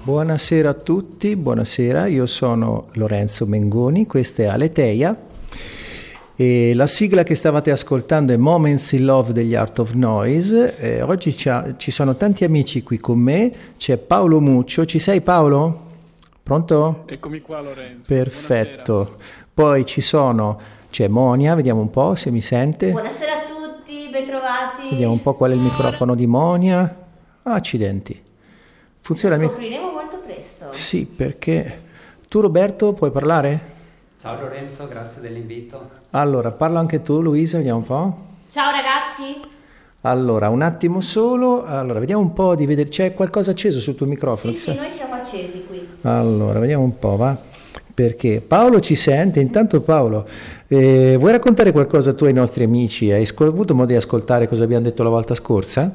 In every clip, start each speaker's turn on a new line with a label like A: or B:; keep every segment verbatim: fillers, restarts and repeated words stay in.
A: Buonasera a tutti, buonasera, io sono Lorenzo Mengoni, questa è Aletheia e la sigla che stavate ascoltando è Moments in Love degli Art of Noise. Eh, oggi ci sono tanti amici qui con me, c'è Paolo Muccio, ci sei Paolo? Pronto?
B: Eccomi qua Lorenzo.
A: Perfetto,
B: Buonasera.
A: Poi ci sono, c'è Monia, vediamo un po' se mi sente.
C: Buonasera a tutti, bentrovati.
A: Vediamo un po' qual è il microfono di Monia. Accidenti. Funziona
C: Lo
A: il
C: scopriremo molto presto.
A: Sì, perché tu Roberto puoi parlare?
D: Ciao Lorenzo, grazie dell'invito.
A: Allora, parla anche tu Luisa, vediamo un po'.
C: Ciao ragazzi.
A: Allora, un attimo solo. Allora, vediamo un po' di vedere. C'è qualcosa acceso sul tuo microfono?
C: Sì, sì, noi siamo accesi qui.
A: Allora, vediamo un po', va. Perché Paolo ci sente. Intanto Paolo, eh, vuoi raccontare qualcosa tu ai nostri amici? Hai sc- avuto modo di ascoltare cosa abbiamo detto la volta scorsa?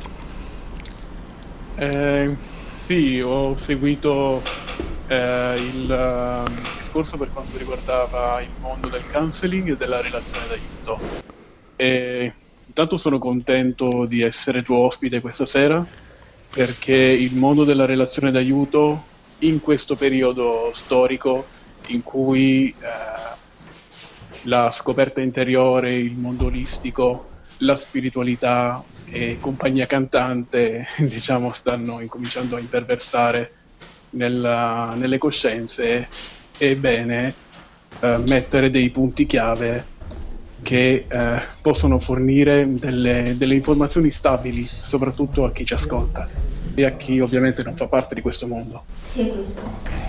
B: Eh, sì, ho seguito eh, il uh, discorso per quanto riguardava il mondo del counseling e della relazione d'aiuto. E intanto sono contento di essere tuo ospite questa sera, perché il mondo della relazione d'aiuto in questo periodo storico in cui eh, la scoperta interiore, il mondo olistico, la spiritualità e compagnia cantante, diciamo, stanno incominciando a imperversare nella, nelle coscienze, è bene eh, mettere dei punti chiave che eh, possono fornire delle, delle informazioni stabili, soprattutto a chi ci ascolta e a chi ovviamente non fa parte di questo mondo.
C: Sì, è questo.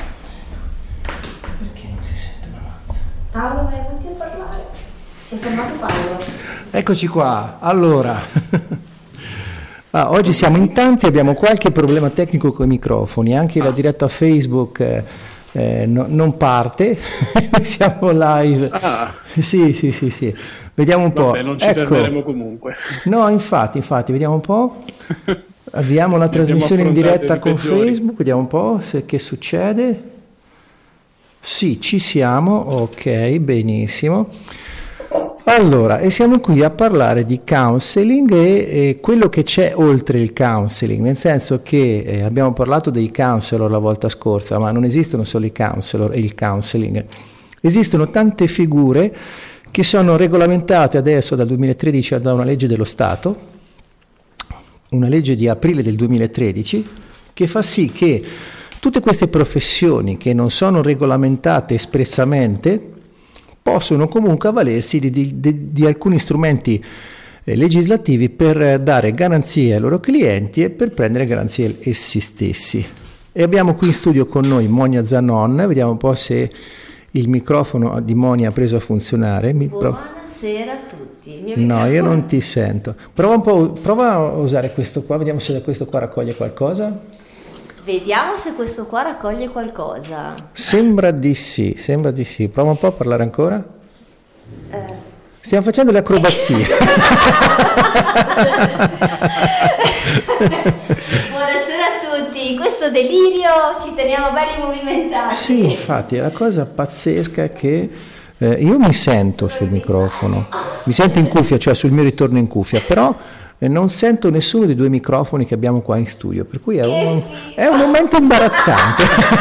A: Perché non si sente una mazza?
C: Paolo, vai avanti a parlare. Si è fermato Paolo.
A: Eccoci qua. Allora, ah, oggi siamo in tanti, abbiamo qualche problema tecnico con i microfoni, anche la diretta Facebook eh, eh, no, non parte, siamo live.
B: Ah.
A: Sì, sì, sì, sì. Vediamo un po'.
B: Vabbè, non ci
A: ecco.
B: fermeremo comunque.
A: No, infatti, infatti, vediamo un po'. Avviamo la trasmissione in diretta con Facebook, vediamo un po' se, che succede. Sì, ci siamo, ok, benissimo. Allora, e siamo qui a parlare di counseling e, e quello che c'è oltre il counseling, nel senso che eh, abbiamo parlato dei counselor la volta scorsa, ma non esistono solo i counselor e il counseling, esistono tante figure che sono regolamentate adesso dal duemilatredici da una legge dello Stato, una legge di aprile del duemilatredici, che fa sì che tutte queste professioni che non sono regolamentate espressamente possono comunque avvalersi di, di, di, di alcuni strumenti eh, legislativi per dare garanzie ai loro clienti e per prendere garanzie essi stessi. E abbiamo qui in studio con noi Monia Zanon, vediamo un po' se il microfono di Monia ha preso a funzionare. Mi
C: Buonasera a tutti. Il mio
A: no, io non ti sento. Prova un po', prova a usare questo qua, vediamo se da questo qua raccoglie qualcosa.
C: Vediamo se questo qua raccoglie qualcosa.
A: Sembra di sì, sembra di sì. Prova un po' a parlare ancora.
C: Eh.
A: Stiamo facendo le acrobazie.
C: Buonasera a tutti. In questo delirio ci teniamo belli movimentati.
A: Sì, infatti, la cosa pazzesca è che eh, io mi sento sul microfono, mi sento in cuffia, cioè sul mio ritorno in cuffia, però eh, non sento nessuno dei due microfoni che abbiamo qua in studio, per cui è, un, è un momento imbarazzante.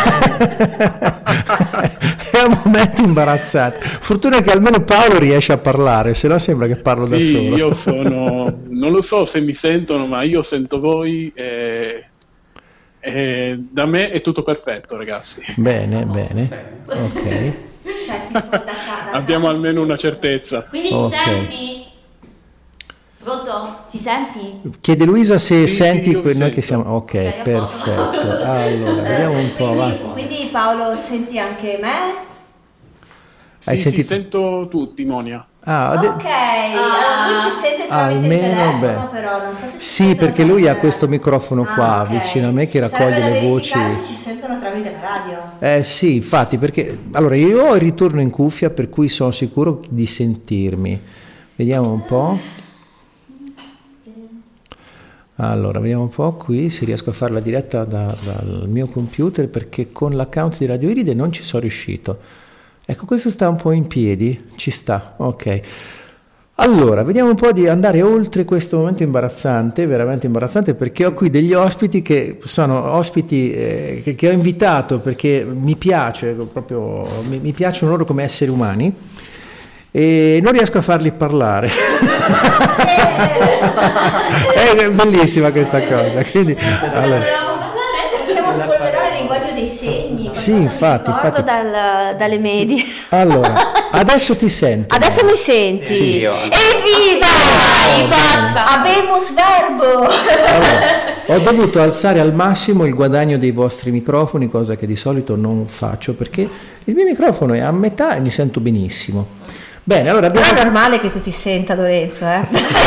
A: È un momento imbarazzante. Fortuna che almeno Paolo riesce a parlare, se no sembra che parlo da
B: sì,
A: solo.
B: Io sono, non lo so se mi sentono, ma io sento voi e, e da me è tutto perfetto, ragazzi.
A: Bene, bene, ok.
C: Cioè, tipo da, da, da
B: Abbiamo almeno una certezza.
C: Quindi ci
A: Ok.
C: senti? Pronto? Ci senti?
A: Chiede Luisa se
B: Sì,
A: senti
B: sì, io
A: que-
B: vi
A: noi che
B: sento.
A: siamo. Ok,
C: Ok, a posto.
A: perfetto. Allora, vediamo un po', va.
C: Quindi, quindi Paolo, senti anche me?
A: Hai
B: Sì,
A: sentito?
B: sì, sento tutti, Monia.
A: Ah, ade-
C: Ok, allora lui ci sente tramite
A: almeno,
C: il telefono,
A: beh.
C: però non so se ci
A: Sì,
C: sentono
A: perché lui ha
C: tramite-
A: questo microfono qua
C: Ah, ok.
A: vicino a me che raccoglie
C: Sarebbe da
A: le voci.
C: verificare se ci sentono tramite la radio.
A: Eh sì, infatti, perché allora io ho il ritorno in cuffia, per cui sono sicuro di sentirmi. Vediamo un po'. Allora, vediamo un po' qui se riesco a fare la diretta da- dal mio computer, perché con l'account di Radio Iride non ci sono riuscito. Ecco, questo sta un po' in piedi, ci sta, ok. Allora, vediamo un po' di andare oltre questo momento imbarazzante, veramente imbarazzante, perché ho qui degli ospiti che sono ospiti eh, che, che ho invitato perché mi piace, proprio, mi, mi piacciono loro come esseri umani e non riesco a farli parlare. È bellissima questa cosa. Quindi, allora.
C: Possiamo spolverare il linguaggio dei segni.
A: Sì, infatti, infatti.
C: Dal, dalle medie.
A: Allora, adesso ti sento.
C: Adesso mi senti?
D: Sì, io.
C: Evviva!
A: Oh,
C: pazza! Abemus verbo!
A: Allora, ho dovuto alzare al massimo il guadagno dei vostri microfoni, cosa che di solito non faccio perché il mio microfono è a metà e mi sento benissimo. Bene, allora abbiamo...
C: Però è normale che tu ti senta, Lorenzo, eh?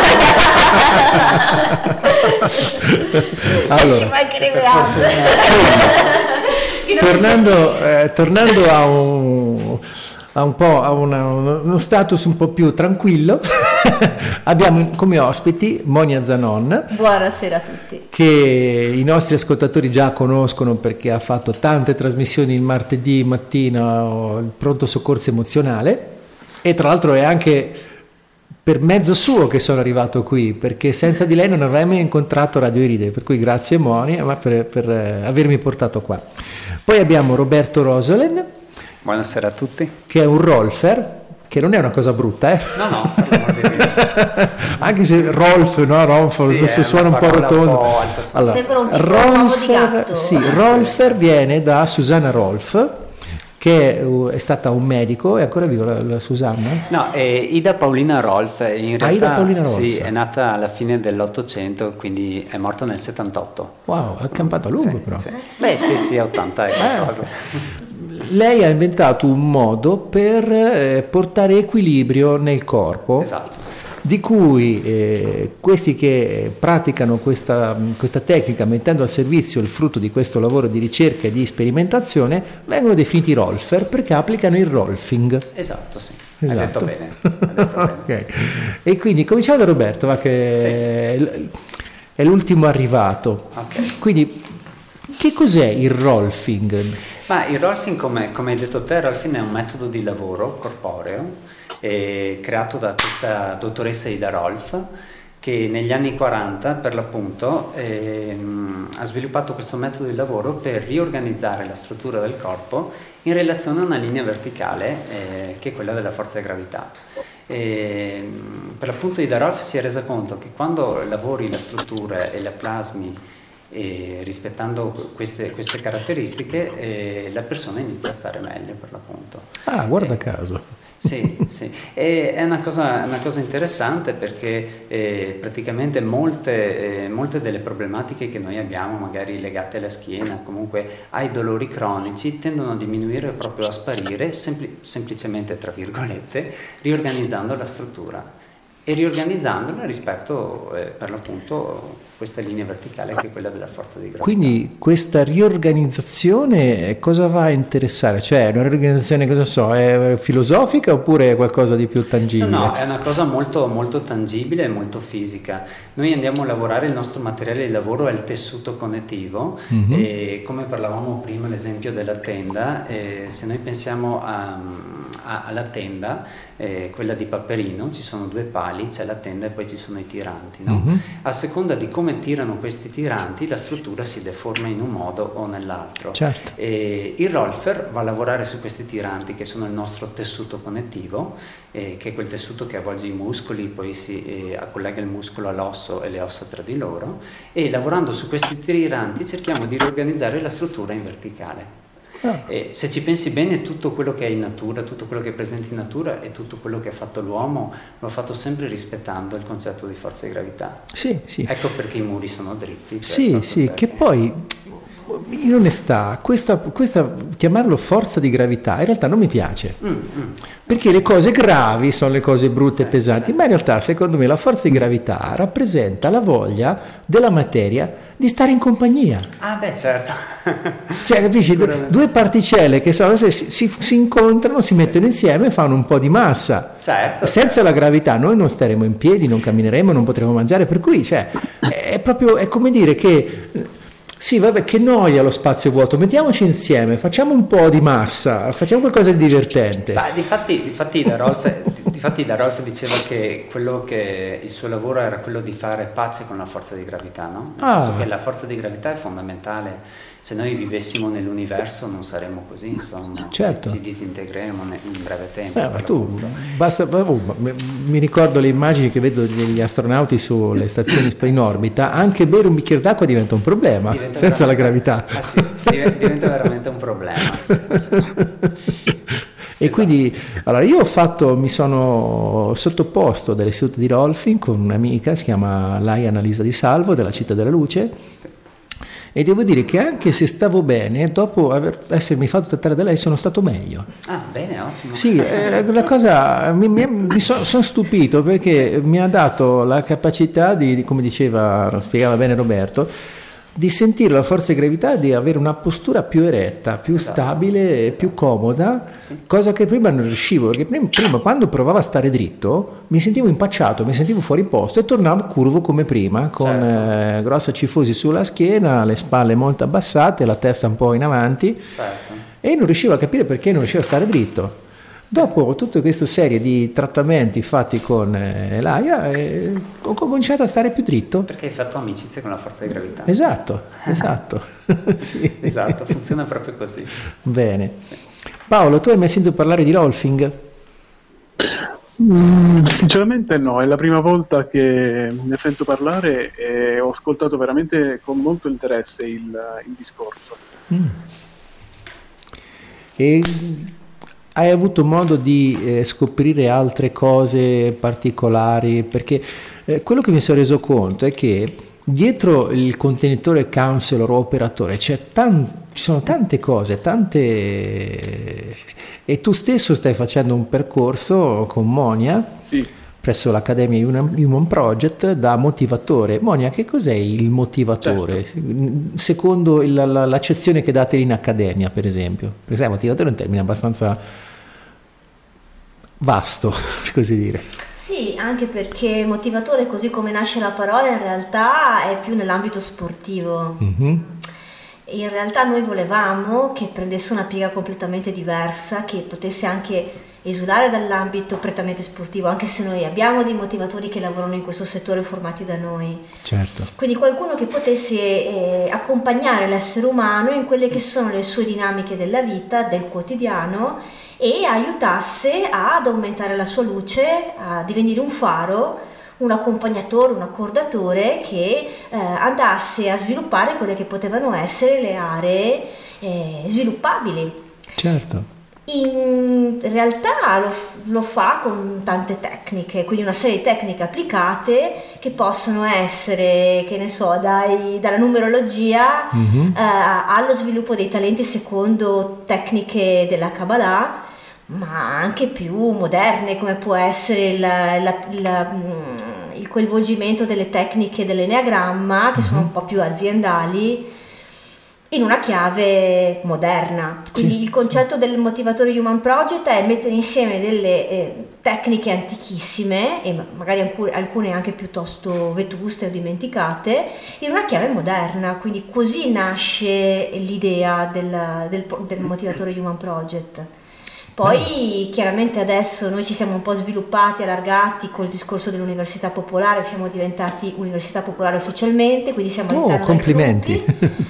A: Allora,
C: ci mancherebbe altro.
A: tornando, eh, tornando a un, a un po' a una, uno status un po' più tranquillo, abbiamo come ospiti Monia Zanon.
C: Buonasera a tutti.
A: Che i nostri ascoltatori già conoscono perché ha fatto tante trasmissioni il martedì mattina, il pronto soccorso emozionale. E tra l'altro è anche per mezzo suo che sono arrivato qui, perché senza di lei non avrei mai incontrato Radio Iride, per cui grazie Moni per, per avermi portato qua. Poi abbiamo Roberto Rosalen.
D: Buonasera a tutti.
A: Che è un rolfer, che non è una cosa brutta, eh?
D: No, no.
A: Anche se Rolf, no? Rolf,
D: sì,
A: si suona un po' rotondo.
D: Un po'
A: allora,
C: sembra un tipo
A: rolfer,
C: di
A: sì, rolfer viene da Susanna Rolf, che è stata un medico. È ancora viva la, la Susanna?
D: No, è Ida Paolina Rolf. In realtà,
A: ah, Ida Paolina Rolf.
D: Sì, è nata alla fine dell'Ottocento, quindi è morta nel settantotto.
A: Wow, ha campato a lungo
D: sì,
A: però.
D: Sì. Beh sì, sì, ottanta è qualcosa.
A: Lei ha inventato un modo per eh, portare equilibrio nel corpo.
D: Esatto, sì.
A: Di cui eh, questi che praticano questa, questa tecnica mettendo al servizio il frutto di questo lavoro di ricerca e di sperimentazione vengono definiti rolfer perché applicano il rolfing.
D: Esatto, sì.
A: Esatto.
D: Hai detto bene. Hai detto bene.
A: Okay. E quindi cominciamo da Roberto, va, che sì. È l'ultimo arrivato.
D: Okay.
A: Quindi che cos'è il rolfing?
D: Ma il rolfing, come, come hai detto te, il rolfing è un metodo di lavoro corporeo eh, creato da questa dottoressa Ida Rolf, che negli anni quaranta per l'appunto ehm, ha sviluppato questo metodo di lavoro per riorganizzare la struttura del corpo in relazione a una linea verticale eh, che è quella della forza di gravità. E, per l'appunto Ida Rolf si è resa conto che quando lavori la struttura e la plasmi e rispettando queste, queste caratteristiche eh, la persona inizia a stare meglio, per l'appunto.
A: Ah, guarda
D: eh,
A: caso.
D: Sì, sì, e è una cosa, una cosa interessante perché eh, praticamente molte, eh, molte delle problematiche che noi abbiamo, magari legate alla schiena, comunque ai dolori cronici, tendono a diminuire, proprio a sparire, sempli- semplicemente tra virgolette, riorganizzando la struttura e riorganizzandola rispetto eh, per l'appunto questa linea verticale che è quella della forza di gravità.
A: Quindi questa riorganizzazione sì. Cosa va a interessare? Cioè è una riorganizzazione, cosa so, è filosofica oppure è qualcosa di più tangibile?
D: No, no, è una cosa molto, molto tangibile e molto fisica. Noi andiamo a lavorare, il nostro materiale di lavoro è il tessuto connettivo mm-hmm. e come parlavamo prima l'esempio della tenda, eh, se noi pensiamo a, a, alla tenda, eh, quella di Paperino, ci sono due pali, c'è la tenda e poi ci sono i tiranti, no? Mm-hmm. A seconda di come tirano questi tiranti la struttura si deforma in un modo o nell'altro.
A: Certo.
D: E il rolfer va a lavorare su questi tiranti che sono il nostro tessuto connettivo, eh, che è quel tessuto che avvolge i muscoli, poi si eh, collega il muscolo all'osso e le ossa tra di loro, e lavorando su questi tiranti cerchiamo di riorganizzare la struttura in verticale. Ah. E se ci pensi bene, tutto quello che è in natura, tutto quello che è presente in natura e tutto quello che ha fatto l'uomo lo ha fatto sempre rispettando il concetto di forza di gravità.
A: Sì, sì.
D: Ecco perché i muri sono dritti.
A: Sì, sì, che poi in onestà questa, questa chiamarlo forza di gravità in realtà non mi piace, mm, mm. perché le cose gravi sono le cose brutte e sì, pesanti, sì. Ma in realtà secondo me la forza di gravità sì. rappresenta la voglia della materia di stare in compagnia.
D: Ah beh, certo.
A: Cioè, capisci, due particelle che sono, si, si, si incontrano, si mettono sì. insieme e fanno un po' di massa.
D: Certo.
A: Senza
D: certo.
A: la gravità noi non staremo in piedi, non cammineremo, non potremo mangiare, per cui cioè, è proprio, è come dire che sì, vabbè, che noia lo spazio vuoto, mettiamoci insieme, facciamo un po' di massa, facciamo qualcosa di divertente.
D: Ma difatti, difatti, da Rolf, difatti da Rolf diceva che quello che il suo lavoro era quello di fare pace con la forza di gravità, no? Nel
A: Ah.
D: senso che la forza di gravità è fondamentale. Se noi vivessimo nell'universo non saremmo così, insomma,
A: Certo.
D: ci disintegreremo in breve tempo.
A: Eh, ma
D: per
A: tu,
D: l'appunto.
A: basta, oh, ma mi ricordo le immagini che vedo degli astronauti sulle stazioni in orbita, anche bere un bicchiere d'acqua diventa un problema,
D: Diventa
A: senza la
D: veramente-
A: gravità.
D: Ah, sì, div- diventa veramente un problema. Sì, sì.
A: E quindi, allora io ho fatto, mi sono sottoposto dall'istituto di Rolfing con un'amica, si chiama Laia Annalisa Di Salvo, della Città della Luce,
D: Sì.
A: e devo dire che anche se stavo bene, dopo aver, essermi fatto trattare da lei sono stato meglio.
D: Ah, bene, ottimo.
A: Sì, eh, la cosa mi, mi, mi sono son stupito perché mi ha dato la capacità di, di, come diceva, spiegava bene Roberto, di sentire la forza di gravità, di avere una postura più eretta, più
D: Esatto.
A: stabile e più comoda,
D: Sì.
A: cosa che prima non riuscivo, perché prima, prima quando provavo a stare dritto mi sentivo impacciato, mi sentivo fuori posto e tornavo curvo come prima, con
D: Certo.
A: eh, grossa cifosi sulla schiena, le spalle molto abbassate, la testa un po' in avanti.
D: Certo.
A: E non riuscivo a capire perché non riuscivo a stare dritto. Dopo tutta questa serie di trattamenti fatti con eh, Laia, eh, ho cominciato a stare più dritto.
D: Perché hai fatto amicizia con la forza di gravità.
A: Esatto, esatto. Sì.
D: Esatto, funziona proprio così.
A: Bene. Paolo, tu hai mai sentito parlare di Rolfing?
B: Mm, sinceramente no, è la prima volta che ne sento parlare e ho ascoltato veramente con molto interesse il, il discorso.
A: Mm. E hai avuto modo di eh, scoprire altre cose particolari? Perché eh, quello che mi sono reso conto è che dietro il contenitore counselor o operatore c'è tan- ci sono tante cose, tante... E tu stesso stai facendo un percorso con Monia
B: Sì,
A: presso l'Accademia Human Project da motivatore. Monia, che cos'è il motivatore? Secondo il- la- l'accezione che date in accademia, per esempio. Perché sai, motivatore è un termine abbastanza vasto, per così dire.
C: Sì, anche perché motivatore, così come nasce la parola, in realtà è più nell'ambito sportivo.
A: Mhm.
C: In realtà noi volevamo che prendesse una piega completamente diversa, che potesse anche esulare dall'ambito prettamente sportivo, anche se noi abbiamo dei motivatori che lavorano in questo settore formati da noi.
A: Certo.
C: Quindi qualcuno che potesse eh, accompagnare l'essere umano in quelle che sono le sue dinamiche della vita, del quotidiano, e aiutasse ad aumentare la sua luce, a divenire un faro, un accompagnatore, un accordatore che eh, andasse a sviluppare quelle che potevano essere le aree eh, sviluppabili.
A: Certo.
C: In realtà lo, lo fa con tante tecniche, quindi una serie di tecniche applicate che possono essere, che ne so, dai, dalla numerologia
A: Mhm.
C: eh, allo sviluppo dei talenti secondo tecniche della Kabbalah, ma anche più moderne, come può essere la- la- la- mm, il coinvolgimento delle tecniche dell'enneagramma, che sono un po' più aziendali, in una chiave moderna. Quindi
A: Sì.
C: il concetto del motivatore Human Project è mettere insieme delle eh, tecniche antichissime e ma- magari alcune, alcune anche piuttosto vetuste o dimenticate in una chiave moderna. Quindi così nasce l'idea del, del, del motivatore Human Project. Poi chiaramente adesso noi ci siamo un po' sviluppati, allargati col discorso dell'università popolare, siamo diventati università popolare ufficialmente, quindi siamo
A: Oh,
C: all'interno
A: complimenti.
C: dei gruppi.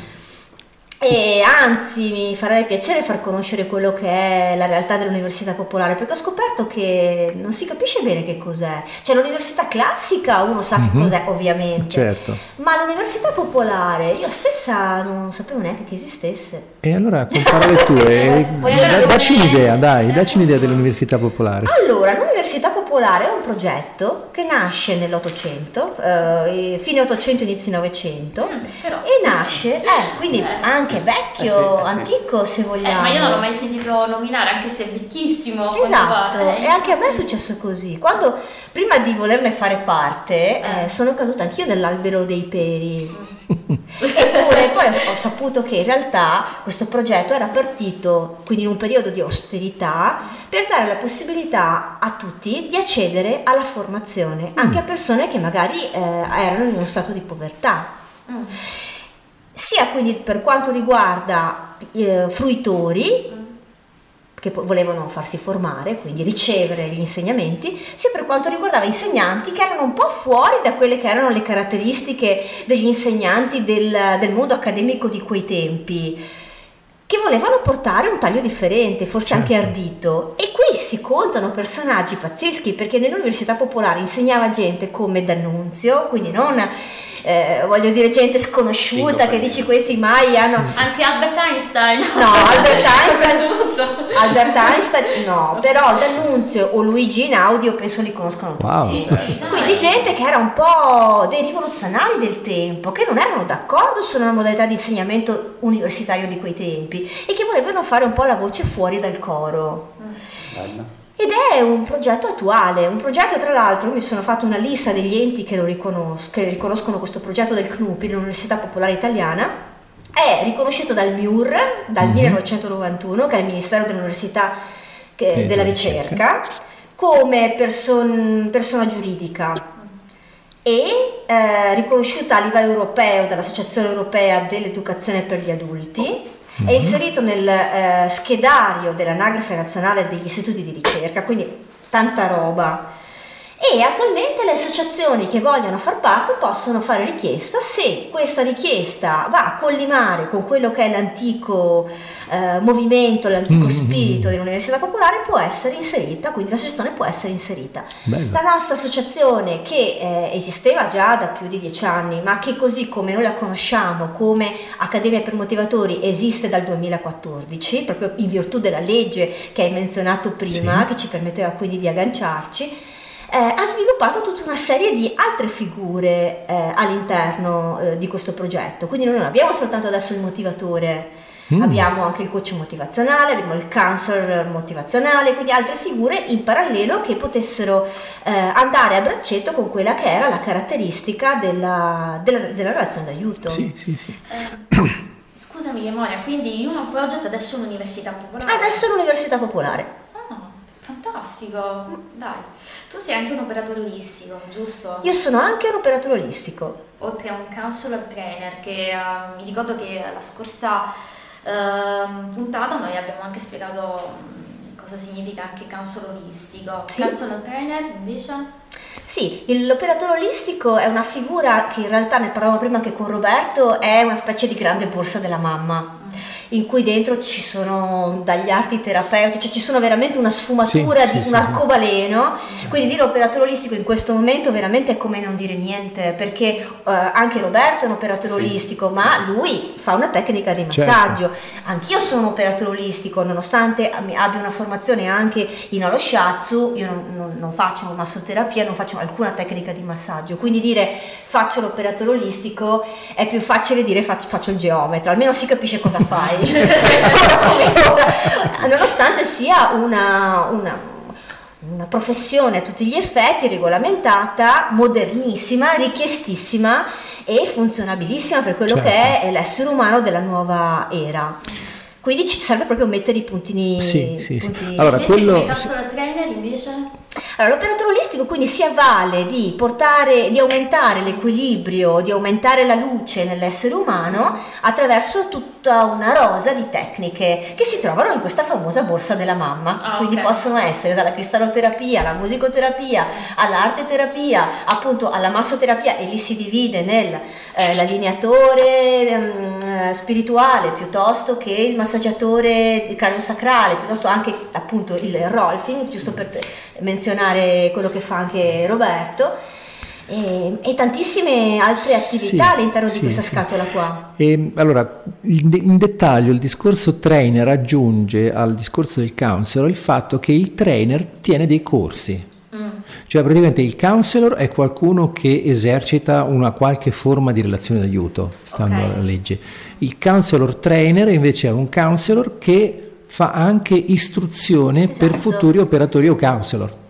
C: E anzi mi farebbe piacere far conoscere quello che è la realtà dell'università popolare, perché ho scoperto che non si capisce bene che cos'è. Cioè l'università classica uno sa che
A: Mhm.
C: cos'è ovviamente,
A: Certo.
C: ma l'università popolare io stessa non sapevo neanche che esistesse.
A: E allora, con parole tue, da- dacci un'idea, dai, dacci un'idea dell'università popolare.
C: Allora, l'università popolare è un progetto che nasce nell'Ottocento, eh, fine Ottocento, inizi Novecento,
E: Però.
C: e nasce, eh, quindi anche vecchio,
D: Eh sì, eh sì.
C: antico se
E: Eh,
C: vogliamo.
E: ma io non l'ho mai sentito nominare, anche se è vecchissimo. quando
C: Esatto,
E: va- eh,
C: e anche a me è successo così. Quando prima di volerne fare parte, eh, sono caduta anch'io nell'albero dei peri. Eppure poi ho, ho saputo che in realtà questo progetto era partito quindi in un periodo di austerità per dare la possibilità a tutti di accedere alla formazione, anche a persone che magari eh, erano in uno stato di povertà.
E: Mm.
C: sia quindi per quanto riguarda eh, fruitori che volevano farsi formare, quindi ricevere gli insegnamenti, sia per quanto riguardava insegnanti che erano un po' fuori da quelle che erano le caratteristiche degli insegnanti del, del mondo accademico di quei tempi, che volevano portare un taglio differente, forse certo. anche ardito. E qui si contano personaggi pazzeschi, perché nell'università popolare insegnava gente come D'Annunzio, quindi non eh, voglio dire gente sconosciuta Fico, che dici questi mai hanno...
E: Sì. Anche Albert Einstein.
C: No, Albert Einstein, Albert Einstein no, però D'Annunzio o Luigi Einaudi penso li conoscono tutti.
A: Wow.
E: Sì, sì,
C: Quindi gente che era un po' dei rivoluzionari del tempo, che non erano d'accordo sulla modalità di insegnamento universitario di quei tempi e che volevano fare un po' la voce fuori dal coro.
D: Bello.
C: Ed è un progetto attuale, un progetto tra l'altro, mi sono fatto una lista degli enti che lo riconos- che riconoscono questo progetto del C N U P, l'Università Popolare Italiana, è riconosciuto dal M I U R dal mm-hmm. millenovecentonovantuno, che è il Ministero dell'Università che, della Ricerca, come person- persona giuridica e eh, riconosciuta a livello europeo dall'Associazione Europea dell'Educazione per gli Adulti. È inserito nel eh, schedario dell'Anagrafe Nazionale degli Istituti di Ricerca, quindi tanta roba. E attualmente le associazioni che vogliono far parte possono fare richiesta. Se questa richiesta va a collimare con quello che è l'antico eh, movimento, l'antico mm-hmm. spirito dell'Università Popolare, può essere inserita, quindi l'associazione può essere inserita. Bello. La nostra associazione, che eh, esisteva già da più di dieci anni, ma che così come noi la conosciamo come Accademia per Motivatori esiste dal duemilaquattordici, proprio in virtù della legge che hai menzionato prima, sì. che ci permetteva quindi di agganciarci. Eh, ha sviluppato tutta una serie di altre figure eh, all'interno eh, di questo progetto, quindi noi non abbiamo soltanto adesso il motivatore, mm. abbiamo anche il coach motivazionale, abbiamo il counselor motivazionale, quindi altre figure in parallelo che potessero eh, andare a braccetto con quella che era la caratteristica della, della, della relazione d'aiuto.
A: Sì, sì, sì.
E: Eh, scusami Lemonia, quindi Human Project adesso è un'università popolare?
C: Adesso è un'università popolare.
E: Ah, fantastico, dai. Tu sei anche un operatore olistico, giusto?
C: Io sono anche un operatore olistico.
E: Oltre a un counselor trainer, che uh, mi ricordo che la scorsa uh, puntata noi abbiamo anche spiegato um, cosa significa anche counselor olistico. Sì. Counselor trainer invece?
C: Sì, l'operatore olistico è una figura che in realtà, ne parlavamo prima anche con Roberto, è una specie di grande borsa della mamma. In cui dentro ci sono dagli arti terapeutici, cioè ci sono veramente una sfumatura sì, di sì, un arcobaleno, sì. Quindi dire operatore olistico in questo momento veramente è come non dire niente, perché eh, anche Roberto è un operatore sì. olistico, ma lui fa una tecnica di massaggio, certo. Anch'io sono un operatore olistico, nonostante abbia una formazione anche in Alo Shiatsu, io non, non, non faccio massoterapia, non faccio alcuna tecnica di massaggio, quindi dire faccio l'operatore olistico è più facile dire faccio, faccio il geometra, almeno si capisce cosa fai. Nonostante sia una, una, una professione a tutti gli effetti regolamentata, modernissima, richiestissima e funzionabilissima per quello certo. che è l'essere umano della nuova era. Quindi ci serve proprio mettere i puntini.
A: Sì, sì,
C: puntini.
A: Sì. Allora, quello.
E: Sì. Trainer invece?
C: Allora, l'operatore olistico quindi si avvale di portare, di aumentare l'equilibrio, di aumentare la luce nell'essere umano attraverso tutta una rosa di tecniche che si trovano in questa famosa borsa della mamma. Ah, quindi okay. possono essere dalla cristalloterapia alla musicoterapia, all'arte terapia, appunto alla massoterapia, e lì si divide nell'allineatore eh, ehm, spirituale piuttosto che il massaggiatore craniosacrale, piuttosto anche appunto il rolfing, giusto per te, menzionare quello che fa anche Roberto, e, e tantissime altre attività sì, all'interno sì, di questa sì. scatola qua.
A: E, allora, in dettaglio il discorso trainer aggiunge al discorso del counselor il fatto che il trainer tiene dei corsi. Mm. Cioè praticamente il counselor è qualcuno che esercita una qualche forma di relazione d'aiuto, stando okay. alla legge. Il counselor trainer invece è un counselor che fa anche istruzione esatto. per futuri operatori o counselor.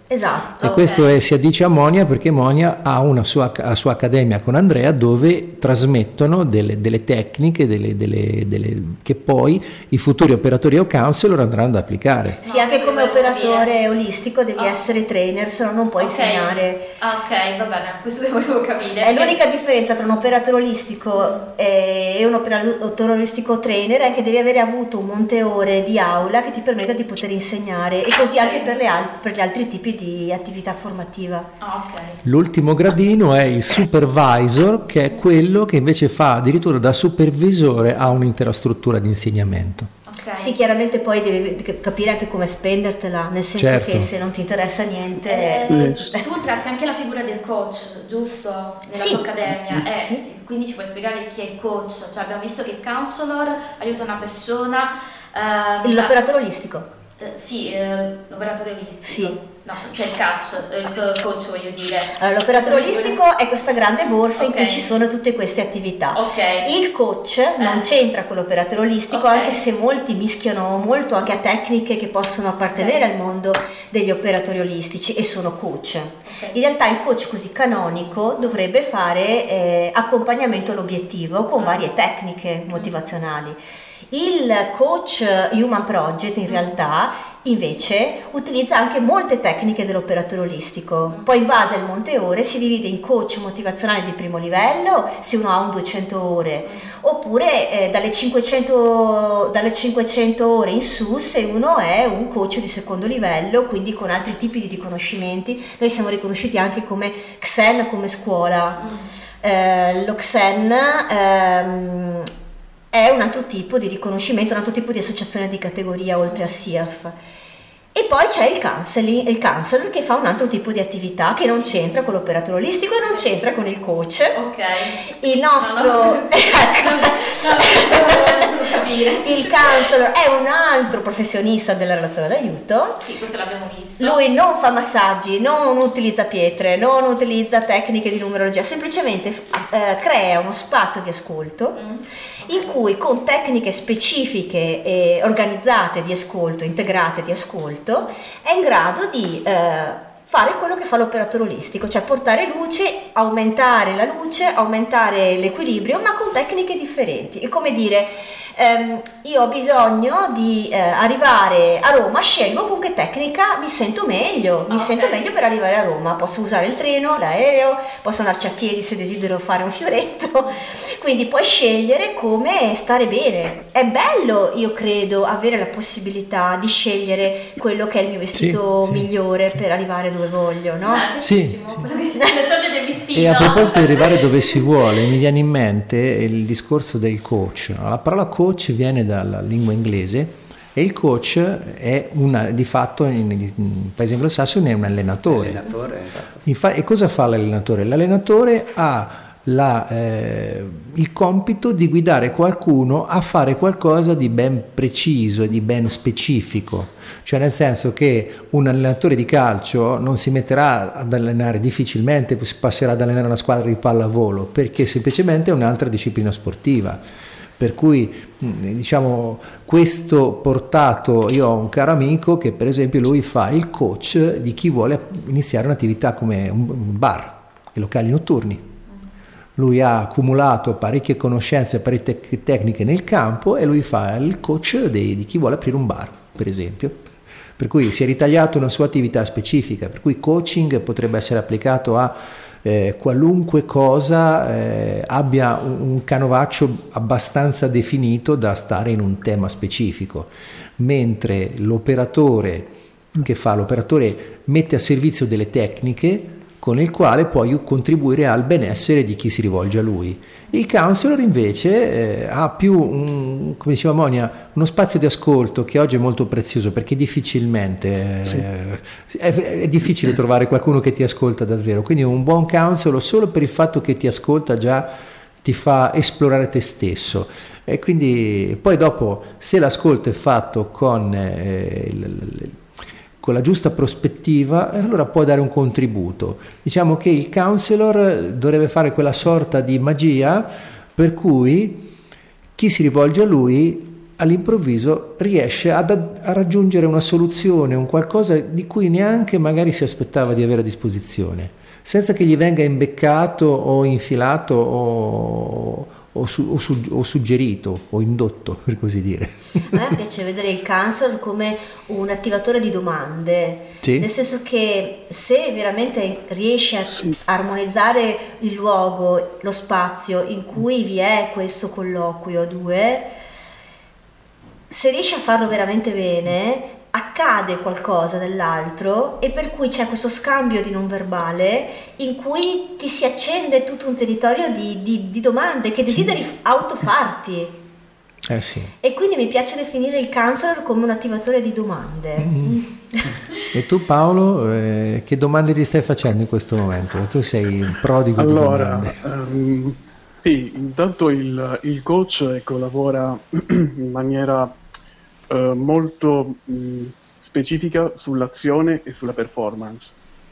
C: Esatto.
A: E questo
E: Ok.
A: è, si addice a Monia, perché Monia ha una sua, la sua accademia con Andrea dove trasmettono delle, delle tecniche delle, delle, delle, che poi i futuri operatori o counselor andranno ad applicare.
C: Sì,
E: No,
C: anche
E: questo
C: come
E: devo
C: operatore
E: capire.
C: olistico devi
E: Ah.
C: essere trainer, se no non puoi
E: Ok.
C: insegnare.
E: Ah, ok, va bene, questo che volevo capire.
C: È l'unica differenza tra un operatore olistico e un operatore olistico trainer è che devi avere avuto un monte ore di aula che ti permetta di poter insegnare, e così anche per, le al- per gli altri tipi di attività formativa.
E: Ah, ok.
A: L'ultimo gradino è il supervisor, che è quello che invece fa addirittura da supervisore a un'intera struttura di insegnamento.
E: Ok.
C: Sì, chiaramente poi devi capire anche come spendertela, nel senso
A: Certo.
C: che se non ti interessa niente...
E: Eh, tu tratti anche la figura del coach, giusto? Nella
C: Sì.
E: tua accademia. Eh,
C: Sì.
E: Quindi ci puoi spiegare chi è il coach? Cioè abbiamo visto che il counselor aiuta una persona... ehm,
C: L'operatore olistico.
E: eh, sì, eh, l'operatore olistico.
C: Sì.
E: No, cioè il coach, eh, il coach voglio dire.
C: Allora, l'operatore olistico è questa grande borsa in
E: Ok.
C: cui ci sono tutte queste attività.
E: Ok.
C: Il coach non
E: Eh.
C: c'entra con l'operatore olistico,
E: Ok.
C: anche se molti mischiano molto anche a tecniche che possono appartenere
E: Ok.
C: al mondo degli operatori olistici e sono coach.
E: Ok.
C: In realtà il coach così canonico dovrebbe fare eh, accompagnamento all'obiettivo con varie tecniche motivazionali. Il coach Human Project in realtà invece utilizza anche molte tecniche dell'operatore olistico, poi in base al monte ore si divide in coach motivazionali di primo livello se uno ha un duecento ore, oppure eh, dalle, cinquecento, dalle cinquecento ore in su se uno è un coach di secondo livello, quindi con altri tipi di riconoscimenti. Noi siamo riconosciuti anche come X E N, come scuola. Eh, lo X E N ehm, è un altro tipo di riconoscimento, un altro tipo di associazione di categoria oltre a S I A F. E poi c'è il counseling, il counselor che fa un altro tipo di attività che non c'entra con l'operatore olistico e non c'entra con il coach.
E: Ok.
C: Il nostro
E: No, no.
C: ecco.
E: No, solo- solo capire.
C: Il counselor è un altro professionista della relazione d'aiuto.
E: Sì, questo l'abbiamo visto.
C: Lui non fa massaggi, non utilizza pietre, non utilizza tecniche di numerologia, semplicemente eh, crea uno spazio di ascolto
E: Mm.
C: in cui con tecniche specifiche e organizzate di ascolto, integrate di ascolto, è in grado di eh, fare quello che fa l'operatore olistico, cioè portare luce, aumentare la luce, aumentare l'equilibrio, ma con tecniche differenti. È come dire, ehm, io ho bisogno di eh, arrivare a Roma, scelgo con che tecnica mi sento meglio, mi
E: Ok.
C: sento meglio per arrivare a Roma, posso usare il treno, l'aereo, posso andarci a piedi se desidero fare un fioretto, quindi puoi scegliere come stare bene. È bello, io credo, avere la possibilità di scegliere quello che è il mio vestito
A: Sì, sì,
C: migliore
A: sì.
C: per arrivare dove voglio, no?
E: Eh,
A: Sì,
E: bellissimo,
A: sì.
E: quello che- le soglie del vestito.
A: E a proposito di arrivare dove si vuole, mi viene in mente il discorso del coach. La parola coach viene dalla lingua inglese e il coach è una, di fatto in, in paesi anglosassoni è un allenatore.
D: Allenatore, esatto.
A: Infa- e cosa fa l'allenatore? L'allenatore ha la, eh, il compito di guidare qualcuno a fare qualcosa di ben preciso e di ben specifico, cioè nel senso che un allenatore di calcio non si metterà ad allenare, difficilmente si passerà ad allenare una squadra di pallavolo, perché semplicemente è un'altra disciplina sportiva. Per cui diciamo questo portato, io ho un caro amico che per esempio lui fa il coach di chi vuole iniziare un'attività come un bar, i locali notturni. Lui ha accumulato parecchie conoscenze, parecchie tec- tecniche nel campo e lui fa il coach dei, di chi vuole aprire un bar, per esempio. Per cui si è ritagliato una sua attività specifica, per cui coaching potrebbe essere applicato a eh, qualunque cosa eh, abbia un, un canovaccio abbastanza definito da stare in un tema specifico, mentre l'operatore che fa? L'operatore mette a servizio delle tecniche con il quale puoi contribuire al benessere di chi si rivolge a lui. Il counselor invece eh, ha più, un, come diceva Monia, uno spazio di ascolto che oggi è molto prezioso, perché difficilmente eh, è, è difficile trovare qualcuno che ti ascolta davvero, quindi un buon counselor solo per il fatto che ti ascolta già ti fa esplorare te stesso. E quindi poi dopo, se l'ascolto è fatto con eh, il, il con la giusta prospettiva, allora può dare un contributo. Diciamo che il counselor dovrebbe fare quella sorta di magia per cui chi si rivolge a lui all'improvviso riesce ad, a raggiungere una soluzione, un qualcosa di cui neanche magari si aspettava di avere a disposizione, senza che gli venga imbeccato o infilato o, o, su, o, su, o suggerito o indotto, per così dire.
C: A me piace vedere il counselor come un attivatore di domande,
A: sì.
C: Nel senso che se veramente riesce a armonizzare il luogo, lo spazio in cui vi è questo colloquio a due, se riesce a farlo veramente bene, accade qualcosa dell'altro e per cui c'è questo scambio di non verbale in cui ti si accende tutto un territorio di, di, di domande che desideri sì. autofarti.
A: Eh sì.
C: E quindi mi piace definire il counselor come un attivatore di domande. Mm.
A: E tu Paolo, eh, che domande ti stai facendo in questo momento? Tu sei il prodigo
B: allora,
A: di domande.
B: Um, sì, intanto il, il coach ecco, lavora in maniera uh, molto mh, specifica sull'azione e sulla performance.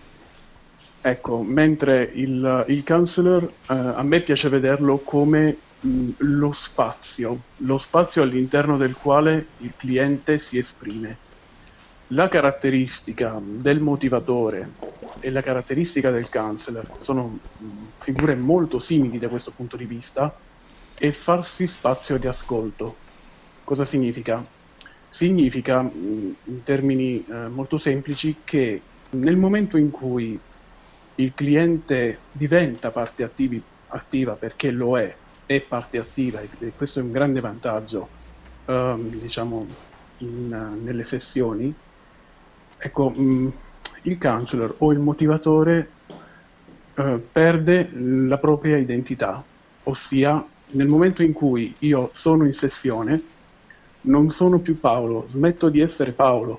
B: Ecco, mentre il, il counselor uh, a me piace vederlo come mh, lo spazio, lo spazio all'interno del quale il cliente si esprime. La caratteristica del motivatore e la caratteristica del counselor sono figure molto simili da questo punto di vista, e farsi spazio di ascolto. Cosa significa? Significa, in termini eh, molto semplici, che nel momento in cui il cliente diventa parte attivi, attiva perché lo è, è parte attiva, e questo è un grande vantaggio ehm, diciamo in, nelle sessioni. Ecco, mh, il counselor o il motivatore eh, perde la propria identità, ossia nel momento in cui io sono in sessione non sono più Paolo, smetto di essere Paolo,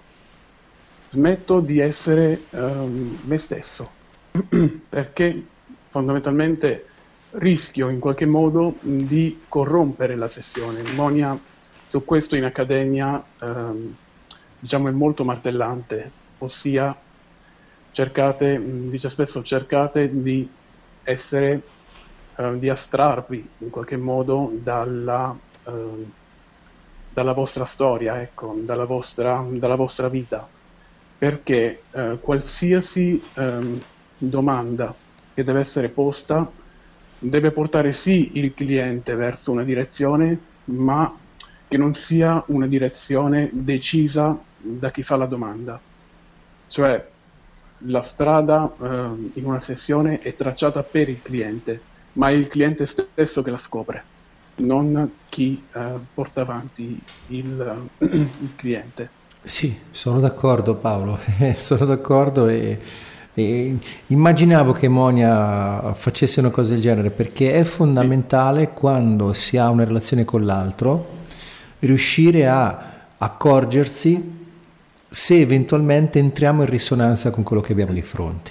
B: smetto di essere um, me stesso, perché fondamentalmente rischio in qualche modo di corrompere la sessione. Monia su questo in accademia um, diciamo è molto martellante, ossia cercate, dice spesso cercate di essere, uh, di astrarvi in qualche modo dalla, uh, dalla vostra storia, ecco, dalla vostra, dalla vostra vita, perché uh, qualsiasi um, domanda che deve essere posta deve portare sì il cliente verso una direzione, ma che non sia una direzione decisa da chi fa la domanda. Cioè la strada eh, in una sessione è tracciata per il cliente, ma è il cliente stesso che la scopre, non chi eh, porta avanti il, il cliente.
A: Sì, sono d'accordo Paolo, sono d'accordo e, e immaginavo che Monia facesse una cosa del genere, perché è fondamentale sì. Quando si ha una relazione con l'altro riuscire a accorgersi se eventualmente entriamo in risonanza con quello che abbiamo di fronte,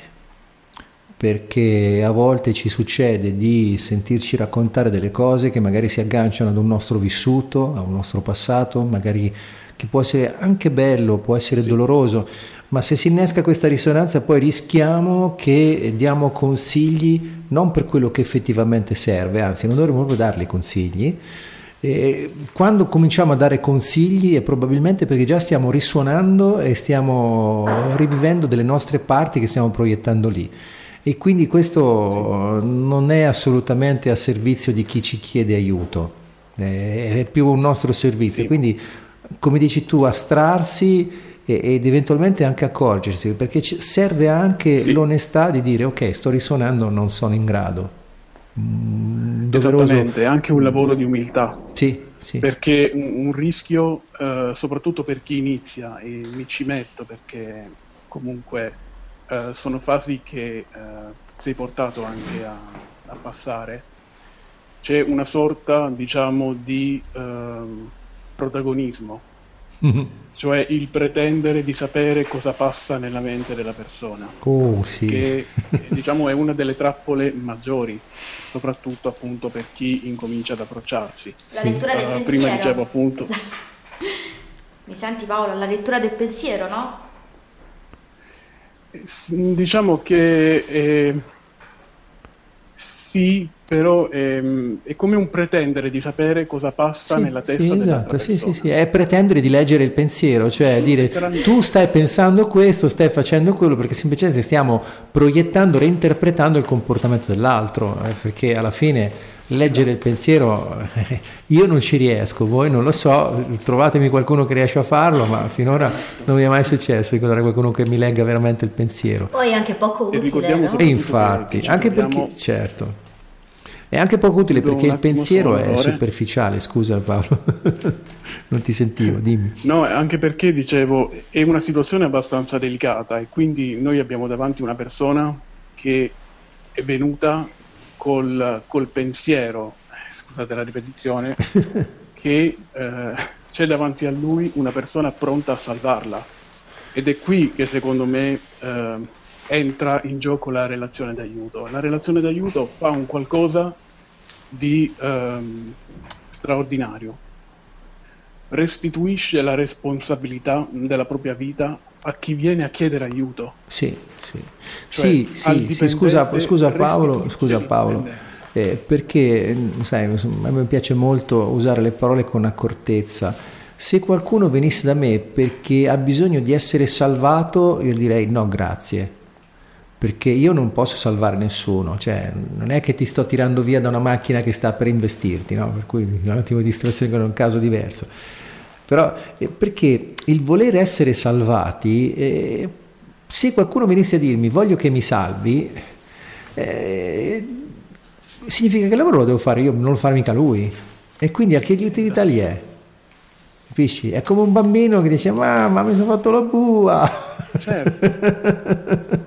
A: perché a volte ci succede di sentirci raccontare delle cose che magari si agganciano ad un nostro vissuto, a un nostro passato, magari che può essere anche bello, può essere sì. doloroso, ma se si innesca questa risonanza poi rischiamo che diamo consigli non per quello che effettivamente serve, anzi non dovremmo proprio darli consigli. E quando cominciamo a dare consigli è probabilmente perché già stiamo risuonando e stiamo rivivendo delle nostre parti che stiamo proiettando lì, e quindi questo non è assolutamente a servizio di chi ci chiede aiuto, è più un nostro servizio, sì. Quindi come dici tu, astrarsi ed eventualmente anche accorgersi, perché serve anche sì. l'onestà di dire ok, sto risuonando, non sono in grado. Doveroso.
B: Esattamente, è anche un lavoro di umiltà,
A: sì, sì.
B: Perché un, un rischio, eh, soprattutto per chi inizia, e mi ci metto perché comunque eh, sono fasi che eh, sei portato anche a, a passare, c'è una sorta, diciamo, di eh, protagonismo, mm-hmm. Cioè il pretendere di sapere cosa passa nella mente della persona,
A: oh, sì.
B: che diciamo è una delle trappole maggiori, soprattutto appunto per chi incomincia ad approcciarsi.
E: La
B: sì.
E: lettura del
B: uh,
E: pensiero.
B: Prima dicevo appunto.
E: Mi senti Paolo? La lettura del pensiero, no?
B: Diciamo che eh, sì, però è, è come un pretendere di sapere cosa passa
A: sì,
B: nella testa
A: sì,
B: dell'altra
A: esatto, sì, sì,
B: persona.
A: sì, è pretendere di leggere il pensiero, cioè dire tu stai pensando questo, stai facendo quello, perché semplicemente stiamo proiettando, reinterpretando il comportamento dell'altro, eh, perché alla fine leggere il pensiero eh, io non ci riesco, voi non lo so, trovatemi qualcuno che riesce a farlo, ma finora non mi è mai successo di incontrare qualcuno che mi legga veramente il pensiero.
C: Poi è anche poco
B: E
C: utile,
B: ricordiamo
C: no?
A: E infatti,
B: che ci
A: anche
B: troviamo-
A: perché, certo, è anche poco utile
B: Chiudo
A: perché
B: un
A: il
B: attimo
A: pensiero
B: solo,
A: è
B: Lore.
A: superficiale, scusa Paolo, non ti sentivo, dimmi.
B: No, anche perché dicevo, è una situazione abbastanza delicata e quindi noi abbiamo davanti una persona che è venuta col, col pensiero, eh, scusate la ripetizione, che eh, c'è davanti a lui una persona pronta a salvarla. Ed è qui che secondo me eh, entra in gioco la relazione d'aiuto. La relazione d'aiuto fa un qualcosa di ehm, straordinario. Restituisce la responsabilità della propria vita a chi viene a chiedere aiuto.
A: Sì, sì,
B: Cioè,
A: sì,
B: al
A: sì, sì, scusa,
B: dipendente
A: scusa Paolo,
B: restituisce
A: scusa Paolo,
B: l'indipendenza.
A: eh, perché sai, a me piace molto usare le parole con accortezza. Se qualcuno venisse da me perché ha bisogno di essere salvato, io direi no, grazie, perché io non posso salvare nessuno, cioè non è che ti sto tirando via da una macchina che sta per investirti, no? Per cui un attimo di distrazione che è un caso diverso. Però eh, perché il voler essere salvati, eh, se qualcuno venisse a dirmi voglio che mi salvi, eh, significa che il lavoro lo devo fare io, non lo fa mica lui, e quindi a che utilità gli è? Capisci? È come un bambino che dice mamma mi sono fatto la bua.
B: Certo.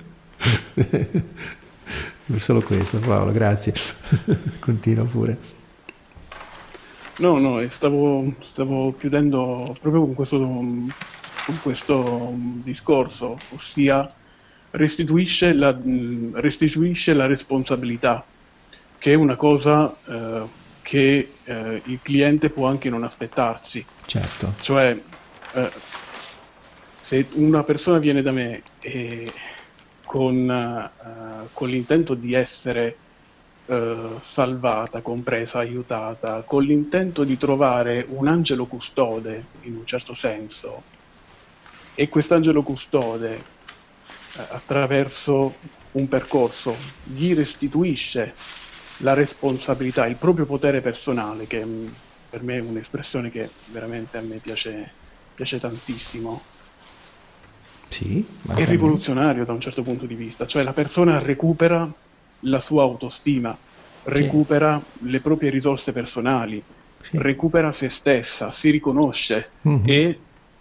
A: Solo questo Paolo, grazie. Continua pure.
B: No, no, e stavo, stavo chiudendo proprio con questo, con questo discorso, ossia restituisce la, restituisce la responsabilità, che è una cosa eh, che eh, il cliente può anche non aspettarsi.
A: Certo.
B: Cioè, eh, se una persona viene da me e con, uh, con l'intento di essere uh, salvata, compresa, aiutata, con l'intento di trovare un angelo custode, in un certo senso, e quest'angelo custode, uh, attraverso un percorso, gli restituisce la responsabilità, il proprio potere personale, che mh, per me è un'espressione che veramente a me piace, piace tantissimo.
A: Sì,
B: È rivoluzionario da un certo punto di vista, cioè la persona recupera la sua autostima, recupera sì. le proprie risorse personali, sì. recupera se stessa, si riconosce mm-hmm. e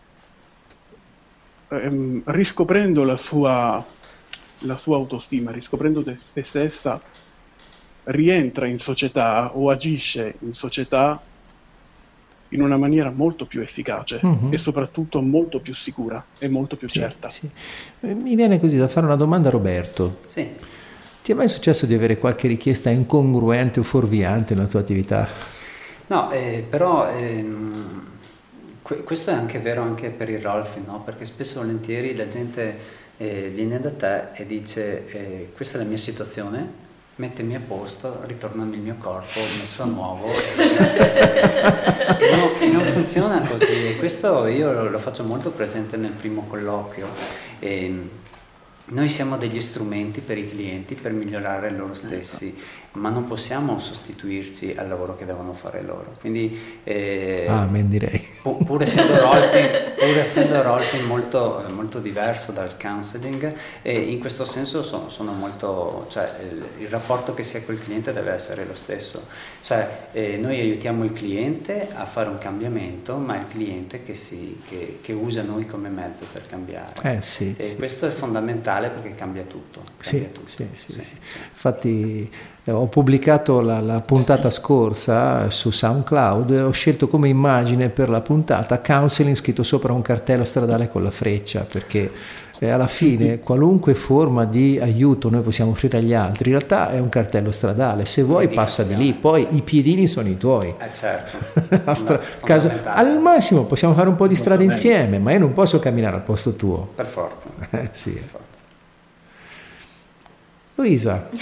B: ehm, riscoprendo la sua, la sua autostima, riscoprendo se stessa, rientra in società o agisce in società in una maniera molto più efficace uh-huh. e soprattutto molto più sicura e molto più
A: sì,
B: certa.
A: Sì. Mi viene così da fare una domanda a Roberto.
D: Sì.
A: Ti è mai successo di avere qualche richiesta incongruente o fuorviante nella tua attività?
D: No, eh, però ehm, que- questo è anche vero anche per il Rolfing, no? Perché spesso e volentieri la gente eh, viene da te e dice eh, questa è la mia situazione, mettimi a posto, ritornami il mio corpo messo a nuovo e, e, no, e non funziona così, e questo io lo, lo faccio molto presente nel primo colloquio. E noi siamo degli strumenti per i clienti per migliorare loro stessi, ma non possiamo sostituirci al lavoro che devono fare loro. Quindi eh,
A: Amen, direi.
D: Pu- pur essendo Rolfing, pur essendo Rolfing molto, molto diverso dal counseling, e in questo senso sono, sono molto, cioè il, il rapporto che si ha col cliente deve essere lo stesso. Cioè eh, noi aiutiamo il cliente a fare un cambiamento, ma è il cliente che, si, che, che usa noi come mezzo per cambiare.
A: Eh, sì,
D: e
A: sì.
D: questo è fondamentale perché cambia tutto. Cambia
A: sì,
D: tutto.
A: Sì, sì,
D: sì,
A: sì.
D: sì.
A: Infatti eh, ho pubblicato la, la puntata scorsa su SoundCloud, ho scelto come immagine per la puntata counseling scritto sopra un cartello stradale con la freccia, perché eh, alla fine qualunque forma di aiuto noi possiamo offrire agli altri in realtà è un cartello stradale, se vuoi passa di lì, poi i piedini sono i tuoi.
D: Eh certo.
A: La stra- caso, al massimo possiamo fare un po' di strada insieme, ma io non posso camminare al posto tuo.
D: Per forza.
A: Eh, sì.
D: Per forza.
A: Luisa,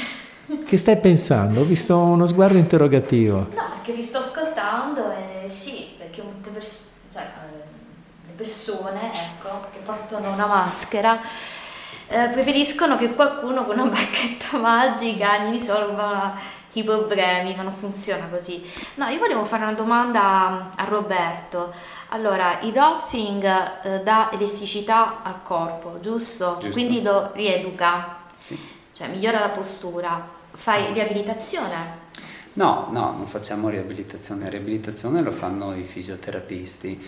A: Che stai pensando? Ho visto uno sguardo interrogativo.
E: No, perché vi sto ascoltando e sì, perché molte pers- cioè, le persone, ecco, che portano una maschera eh, preferiscono che qualcuno con una bacchetta magica gli risolva i problemi, ma non funziona così. No, io volevo fare una domanda a Roberto. Allora, il rolfing eh, dà elasticità al corpo, giusto?
D: Giusto.
E: Quindi lo rieduca,
D: Sì.
E: cioè migliora la postura. Fai riabilitazione?
D: No, no, non facciamo riabilitazione, riabilitazione lo fanno i fisioterapisti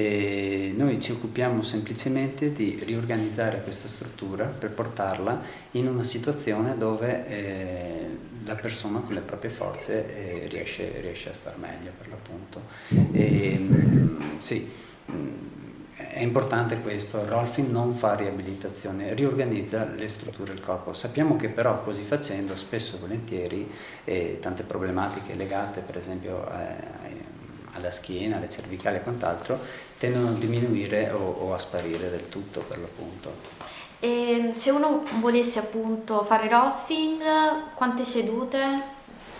D: e noi ci occupiamo semplicemente di riorganizzare questa struttura per portarla in una situazione dove eh, la persona con le proprie forze eh, riesce, riesce a star meglio, per l'appunto. E, mh, sì, mh, è importante questo, il rolfing non fa riabilitazione, riorganizza le strutture del corpo. Sappiamo che però così facendo spesso e volentieri eh, tante problematiche legate per esempio eh, alla schiena, alle cervicali e quant'altro tendono a diminuire o, o a sparire del tutto, per l'appunto.
E: E se uno volesse appunto fare rolfing, quante sedute?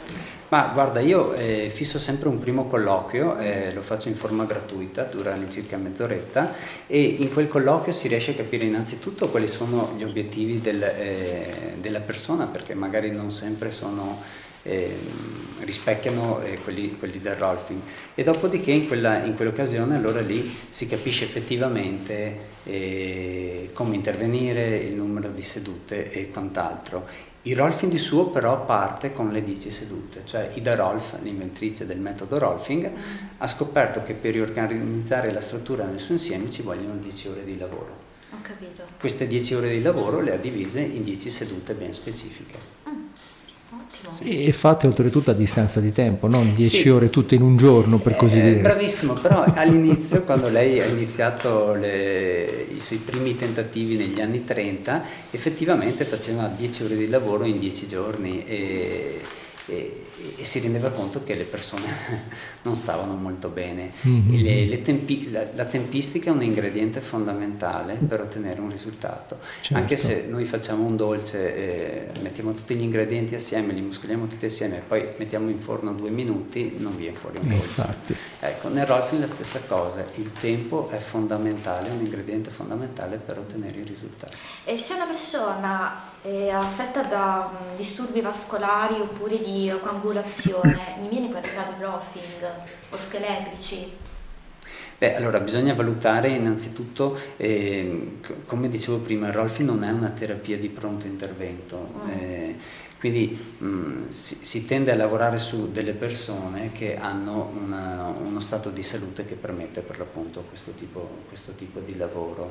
D: Ma guarda, io eh, fisso sempre un primo colloquio, eh, lo faccio in forma gratuita, dura all'incirca mezz'oretta e in quel colloquio si riesce a capire innanzitutto quali sono gli obiettivi del, eh, della persona, perché magari non sempre sono, eh, rispecchiano eh, quelli, quelli del rolfing, e dopodiché in, quella, in quell'occasione allora lì si capisce effettivamente eh, come intervenire, il numero di sedute e quant'altro. Il rolfing di suo però parte con le dieci sedute, cioè Ida Rolf, l'inventrice del metodo rolfing, ha scoperto che per riorganizzare la struttura nel suo insieme ci vogliono dieci ore di lavoro.
E: Ho capito.
D: Queste dieci ore di lavoro le ha divise in dieci sedute ben specifiche.
E: Mm, ottimo.
A: Sì. E fatte oltretutto a distanza di tempo, non dieci
D: Sì.
A: ore tutte in un giorno, per così
D: Eh,
A: dire.
D: Bravissimo, però all'inizio, quando lei ha iniziato le, i suoi primi tentativi negli anni trenta, effettivamente faceva dieci ore di lavoro in dieci giorni e, e, e si rendeva conto che le persone non stavano molto bene.
A: Mm-hmm.
D: Le, le tempi, la, la tempistica è un ingrediente fondamentale per ottenere un risultato.
A: Certo.
D: Anche se noi facciamo un dolce, eh, mettiamo tutti gli ingredienti assieme, li mescoliamo tutti assieme e poi mettiamo in forno due minuti, non viene fuori un dolce.
A: Infatti.
D: Ecco, nel rolfing la stessa cosa, il tempo è fondamentale, è un ingrediente fondamentale per ottenere i risultati.
E: E se una persona è affetta da mh, disturbi vascolari oppure di coagulazione, gli viene praticato il rolfing o scheletrici?
D: Beh, allora bisogna valutare innanzitutto, eh, c- come dicevo prima, il rolfing non è una terapia di pronto intervento,
E: Mm.
D: eh, quindi mh, si, si tende a lavorare su delle persone che hanno una- uno stato di salute che permette per l'appunto questo tipo, questo tipo di lavoro.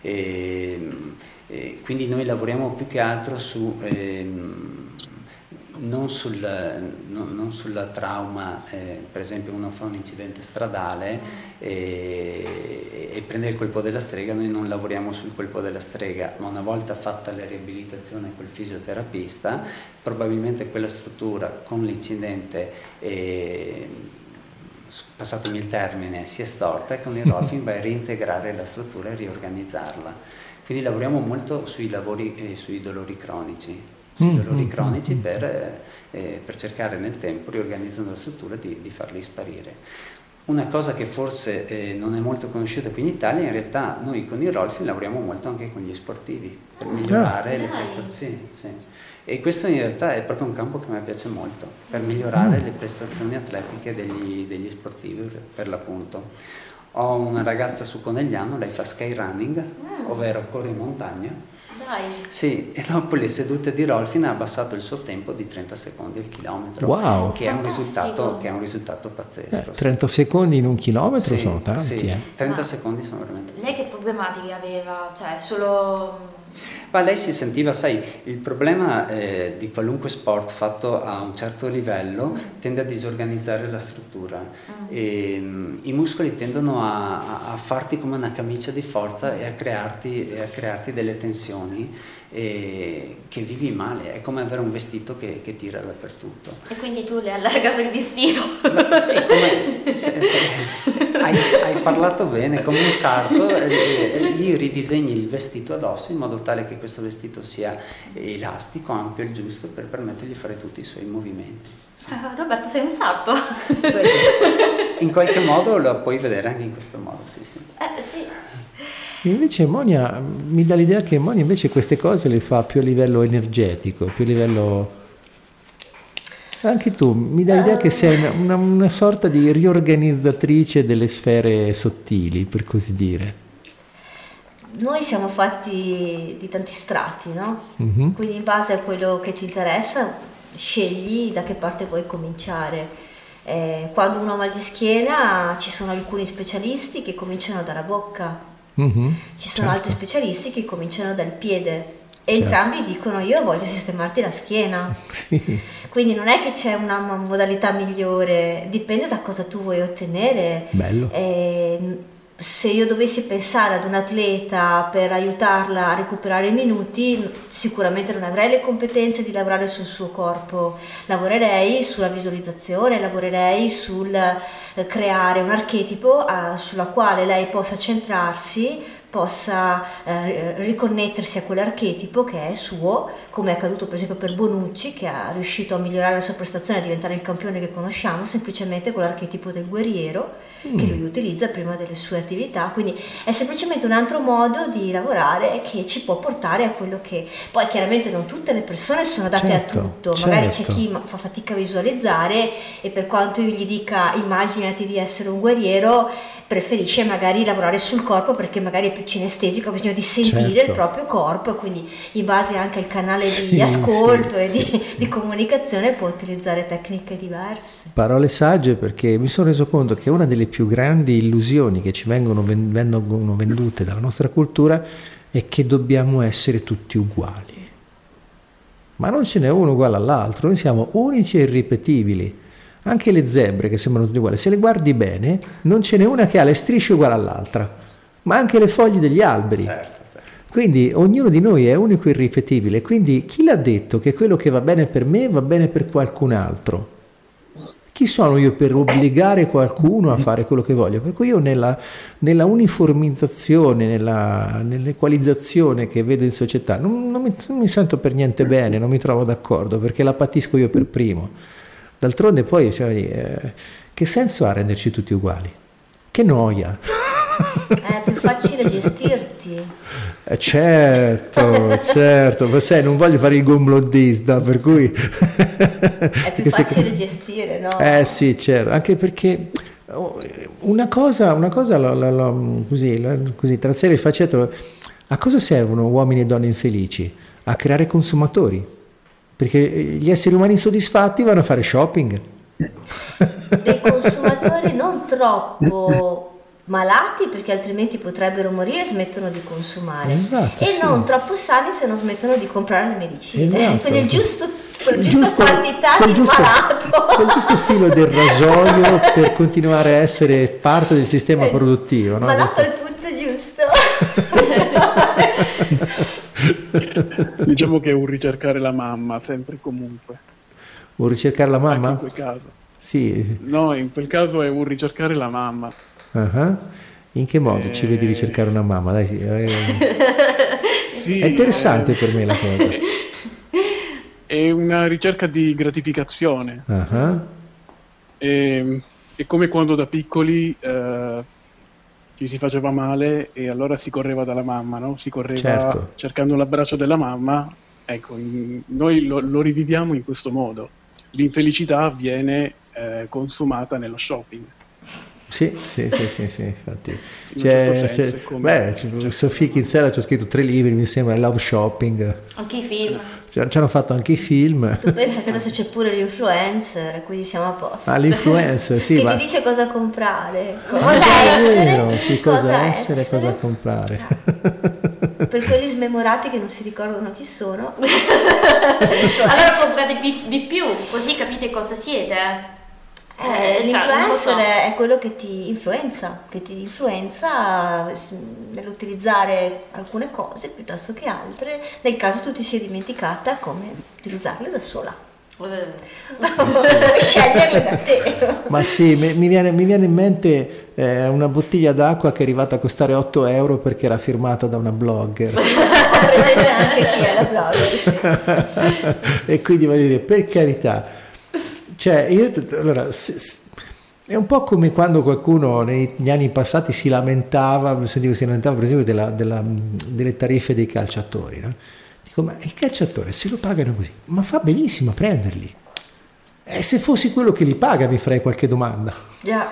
D: E, mh, e quindi noi lavoriamo più che altro su... ehm, non sul, non, non sul trauma, eh, per esempio uno fa un incidente stradale e, e prende il colpo della strega, noi non lavoriamo sul colpo della strega, ma una volta fatta la riabilitazione col fisioterapista, probabilmente quella struttura con l'incidente, eh, passatemi il termine, si è storta e con il rolfing vai a reintegrare la struttura e riorganizzarla. Quindi lavoriamo molto sui lavori e eh, sui dolori cronici. Sui dolori cronici per, eh, per cercare nel tempo, riorganizzando la struttura, di, di farli sparire. Una cosa che forse eh, non è molto conosciuta qui in Italia, in realtà noi con il rolfing lavoriamo molto anche con gli sportivi, per migliorare le prestazioni. Sì, sì. E questo in realtà è proprio un campo che a me piace molto, per migliorare le prestazioni atletiche degli, degli sportivi, per l'appunto. Ho una ragazza su Conegliano, lei fa skyrunning, mm. ovvero corre in montagna.
E: Dai.
D: Sì, e dopo le sedute di rolfing ha abbassato il suo tempo di trenta secondi al chilometro,
A: Wow.
D: che, è un
E: Fantastico.
D: risultato, che è un risultato pazzesco.
A: Eh, trenta secondi in un chilometro
D: sì,
A: sono tanti.
D: Sì,
A: Eh.
D: trenta
E: Ma
D: secondi sono veramente
E: lei che problematiche aveva? Cioè, solo...
D: Ma lei si sentiva, sai, il problema eh, di qualunque sport fatto a un certo livello tende a disorganizzare la struttura.
E: Mm.
D: E, mh, i muscoli tendono a, a, a farti come una camicia di forza e a crearti, e a crearti delle tensioni e che vivi male, è come avere un vestito che, che tira dappertutto.
E: E quindi tu le hai allargato il vestito.
D: Ma, sì, come, se, se, hai, hai parlato bene, come un sarto, e, e, gli ridisegni il vestito addosso in modo tale che questo vestito sia elastico, ampio il giusto per permettergli di fare tutti i suoi movimenti. Sì.
E: Uh, Roberto, sei un sarto.
D: In qualche modo lo puoi vedere anche in questo modo, sì, sì.
E: Eh, sì.
A: Invece Monia, mi dà l'idea che Monia invece queste cose le fa più a livello energetico, più a livello... Anche tu, mi dà l'idea che sei una, una, una sorta di riorganizzatrice delle sfere sottili, per così dire.
C: Noi siamo fatti di tanti strati, no?
A: Mm-hmm.
C: Quindi in base a quello che ti interessa, scegli da che parte vuoi cominciare. Eh, quando uno ha mal di schiena, ci sono alcuni specialisti che cominciano dalla bocca.
A: Mm-hmm,
C: ci sono
A: certo.
C: altri specialisti che cominciano dal piede e
A: Certo.
C: entrambi dicono io voglio sistemarti la schiena.
A: Sì.
C: Quindi non è che c'è una modalità migliore, dipende da cosa tu vuoi ottenere.
A: Bello.
C: Eh, se io dovessi pensare ad un atleta per aiutarla a recuperare i minuti, sicuramente non avrei le competenze di lavorare sul suo corpo, lavorerei sulla visualizzazione, lavorerei sul eh, creare un archetipo eh, sulla quale lei possa centrarsi, possa eh, riconnettersi a quell'archetipo che è suo, come è accaduto per esempio per Bonucci, che è riuscito a migliorare la sua prestazione, a diventare il campione che conosciamo semplicemente con l'archetipo del guerriero mm. che lui utilizza prima delle sue attività. Quindi è semplicemente un altro modo di lavorare che ci può portare a quello che poi chiaramente non tutte le persone sono adatte
A: certo,
C: a tutto,
A: certo.
C: magari c'è chi fa fatica a visualizzare e per quanto io gli dica immaginati di essere un guerriero, preferisce magari lavorare sul corpo perché magari è più cinestesico, ha bisogno di sentire
A: certo.
C: il proprio corpo e quindi in base anche al canale
A: sì,
C: di ascolto
A: sì,
C: e
A: sì,
C: di,
A: sì.
C: di comunicazione può utilizzare tecniche diverse.
A: Parole sagge, perché mi sono reso conto che una delle più grandi illusioni che ci vengono, vengono vendute dalla nostra cultura è che dobbiamo essere tutti uguali. Ma non ce n'è uno uguale all'altro, noi siamo unici e irripetibili. Anche le zebre che sembrano tutte uguali, se le guardi bene non ce n'è una che ha le strisce uguali all'altra, ma anche le foglie degli alberi.
D: Certo, certo.
A: Quindi ognuno di noi è unico e irripetibile, quindi chi l'ha detto che quello che va bene per me va bene per qualcun altro? Chi sono io per obbligare qualcuno a fare quello che voglio? Per cui io nella, nella uniformizzazione, nella, nell'equalizzazione che vedo in società non, non, mi, non mi sento per niente bene, non mi trovo d'accordo perché la patisco io per primo. D'altronde poi, cioè, eh, che senso ha renderci tutti uguali? Che noia!
C: È più facile gestirti.
A: Eh, certo, certo, ma sai, non voglio fare il gomblodista, per cui...
C: È più facile se... gestire, no?
A: Eh sì, certo, anche perché una cosa, una cosa lo, lo, lo, così, lo, così, tra sé e il faceto, a cosa servono uomini e donne infelici? A creare consumatori. Perché gli esseri umani insoddisfatti vanno a fare shopping.
C: Dei consumatori non troppo malati perché altrimenti potrebbero morire e smettono di consumare.
A: Esatto,
C: e
A: sì.
C: non troppo sani se non smettono di comprare le medicine.
A: Esatto.
C: Quindi il giusto, quel
A: il
C: giusto,
A: giusto
C: quantità
A: quel
C: di
A: giusto,
C: malato.
A: Quel giusto filo del rasoio per continuare a essere parte del sistema produttivo. No?
C: Malato
A: Questo...
C: al punto giusto.
B: Diciamo che è un ricercare la mamma, sempre e comunque.
A: Un ricercare la mamma?
B: Anche in quel caso.
A: Sì.
B: No, in quel caso è un ricercare la mamma.
A: Uh-huh. In che modo
B: eh...
A: ci vedi ricercare una mamma? Dai, sì. Eh...
B: sì,
A: è interessante
B: eh...
A: per me la cosa.
B: È una ricerca di gratificazione.
A: Uh-huh.
B: È, è come quando da piccoli... Eh... ci si faceva male e allora si correva dalla mamma, no? Si correva
A: certo.
B: cercando l'abbraccio della mamma. Ecco, in, noi lo, lo riviviamo in questo modo. L'infelicità viene eh, consumata nello shopping.
A: Sì, sì, sì, sì, sì, infatti.
B: In
A: C'è,
B: senso,
A: c'è,
B: come,
A: beh, c'è, Sofia Kinsella ci ha scritto tre libri, mi sembra, Love Shopping.
E: Anche i film.
A: Ci, ci hanno fatto anche i film.
C: Tu pensa che adesso c'è pure l'influencer, quindi siamo a posto.
A: Ah, l'influencer, sì.
C: Che
A: ma...
C: ti dice cosa comprare, cosa
A: ah,
C: essere,
A: vero, sì, cosa,
C: cosa
A: essere,
C: essere.
A: cosa comprare.
C: Per quelli smemorati che non si ricordano chi sono.
E: Allora comprate di più, così capite cosa siete.
C: Eh, l'influencer cioè, so. È quello che ti influenza, che ti influenza nell'utilizzare alcune cose piuttosto che altre, nel caso tu ti sia dimenticata come utilizzarle da sola. Puoi sceglierle da te.
A: Ma sì, mi viene, mi viene in mente eh, una bottiglia d'acqua che è arrivata a costare otto euro perché era firmata da una blogger.
C: Presente anche chi è la blogger, sì.
A: E quindi voglio dire, per carità, cioè io allora se, se, è un po' come quando qualcuno negli anni passati si lamentava, sentivo si lamentava per esempio della, della, delle tariffe dei calciatori, no? Dico, ma il calciatore se lo pagano così, ma fa benissimo a prenderli. E se fossi quello che li paga mi farei qualche domanda.
C: Yeah.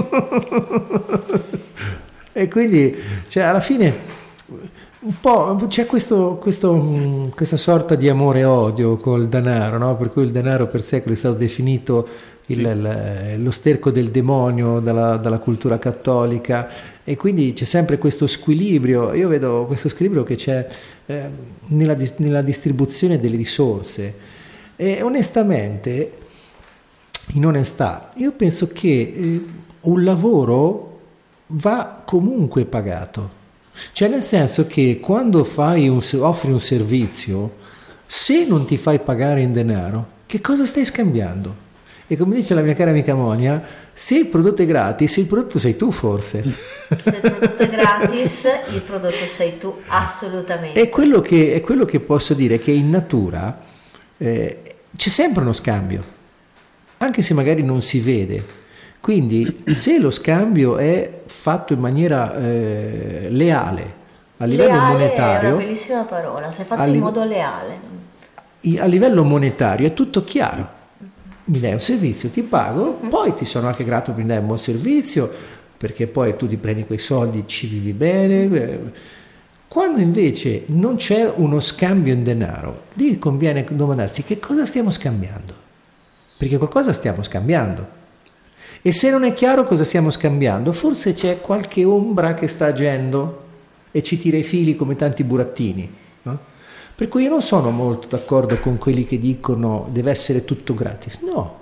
A: E quindi, cioè, alla fine un po' c'è questo, questo, questa sorta di amore e odio col denaro, no? Per cui il denaro per secoli è stato definito il, il, lo sterco del demonio dalla, dalla cultura cattolica, e quindi c'è sempre questo squilibrio. Io vedo questo squilibrio che c'è eh, nella, nella distribuzione delle risorse, e onestamente, in onestà, io penso che eh, un lavoro va comunque pagato, cioè nel senso che quando fai un, offri un servizio, se non ti fai pagare in denaro, che cosa stai scambiando? E come dice la mia cara amica Monia, se il prodotto è gratis, il prodotto sei tu forse.
C: Se il prodotto è gratis, il prodotto sei tu, assolutamente.
A: È quello che, è quello che posso dire, che in natura eh, c'è sempre uno scambio, anche se magari non si vede. Quindi se lo scambio è fatto in maniera eh, leale, a livello
C: leale
A: monetario...
C: è una bellissima parola, se è fatto
A: in
C: li- modo leale.
A: A livello monetario è tutto chiaro. Mi dai un servizio, ti pago, mm-hmm. poi ti sono anche grato per mi dai un buon servizio, perché poi tu ti prendi quei soldi, ci vivi bene. Quando invece non c'è uno scambio in denaro, lì conviene domandarsi che cosa stiamo scambiando, perché qualcosa stiamo scambiando, e se non è chiaro cosa stiamo scambiando, forse c'è qualche ombra che sta agendo e ci tira i fili come tanti burattini, no? Per cui io non sono molto d'accordo con quelli che dicono deve essere tutto gratis. No,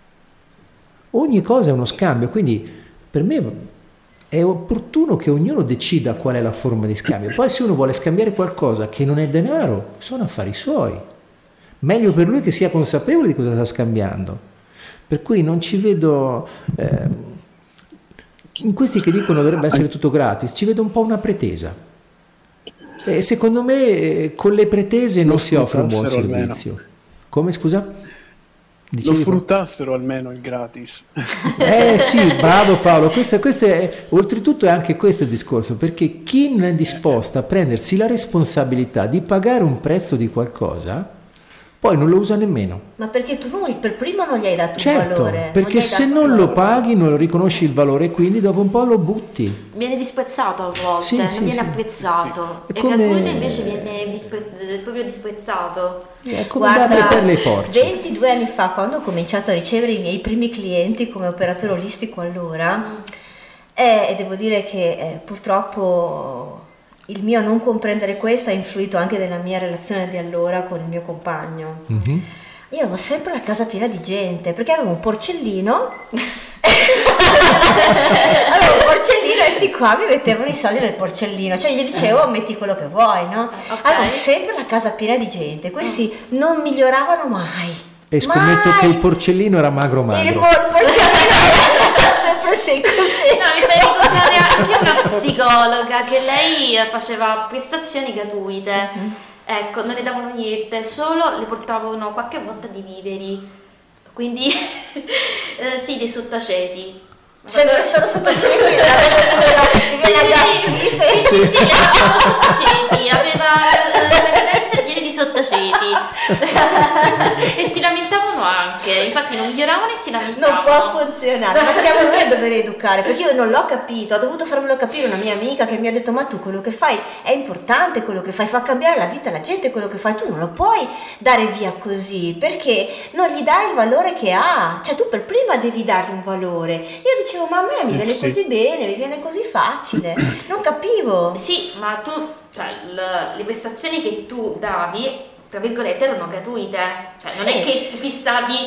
A: ogni cosa è uno scambio, quindi per me è opportuno che ognuno decida qual è la forma di scambio. Poi se uno vuole scambiare qualcosa che non è denaro, sono affari suoi. Meglio per lui che sia consapevole di cosa sta scambiando. Per cui non ci vedo... Eh, in questi che dicono dovrebbe essere tutto gratis, ci vedo un po' una pretesa. E secondo me con le pretese non si offre un buon servizio. Almeno. Come, scusa?
B: Dicevi? Lo sfruttassero almeno il gratis.
A: Eh sì, bravo Paolo, questo, questo è, oltretutto è anche questo il discorso, perché chi non è disposto a prendersi la responsabilità di pagare un prezzo di qualcosa, poi non lo usa nemmeno.
C: Ma perché tu non, per primo non gli hai dato
A: certo,
C: un valore.
A: Perché
C: non
A: se non lo paghi non lo riconosci il valore, quindi dopo un po' lo butti.
E: Viene disprezzato a volte,
A: sì,
E: non
A: sì,
E: viene
A: sì.
E: apprezzato.
A: Sì.
E: E
A: come...
E: gratuito invece viene dispre- proprio disprezzato.
A: È come darle per le porce.
C: ventidue anni fa, quando ho cominciato a ricevere i miei primi clienti come operatore olistico allora, mm. eh, e devo dire che eh, purtroppo... il mio non comprendere questo ha influito anche nella mia relazione di allora con il mio compagno. Mm-hmm. Io avevo sempre la casa piena di gente, perché avevo un porcellino avevo un porcellino e sti qua mi mettevano i soldi nel porcellino, cioè gli dicevo metti quello che vuoi, no? Okay. Avevo sempre la casa piena di gente, questi mm. non miglioravano mai.
A: E scommetto mai. Che il porcellino era magro magro.
C: Il porcellino era sempre secco secco.
E: No, mi fai ricordare anche una psicologa che lei faceva prestazioni gratuite. Mm-hmm. Ecco, non le davano niente, solo le portavano qualche volta di viveri. Quindi eh, sì, dei sottaceti.
C: Sempre solo sottaceti, mi viene la gastrite.
E: Sì, sì, sì, sì, aveva sottaceti, aveva le cadenze piene di sottaceti. E si lamentavano anche, infatti non miglioravano e si lamentavano.
C: Non può funzionare, ma siamo noi a dover educare, perché io non l'ho capito, ho dovuto farmelo capire una mia amica che mi ha detto ma tu quello che fai è importante, quello che fai fa cambiare la vita alla gente, quello che fai tu non lo puoi dare via così, perché non gli dai il valore che ha, cioè tu per prima devi dargli un valore. Io dicevo ma a me mi viene così bene, mi viene così facile, non capivo.
E: Sì, ma tu, cioè le, le prestazioni che tu davi tra virgolette erano gratuite, cioè non sì. è che fissavi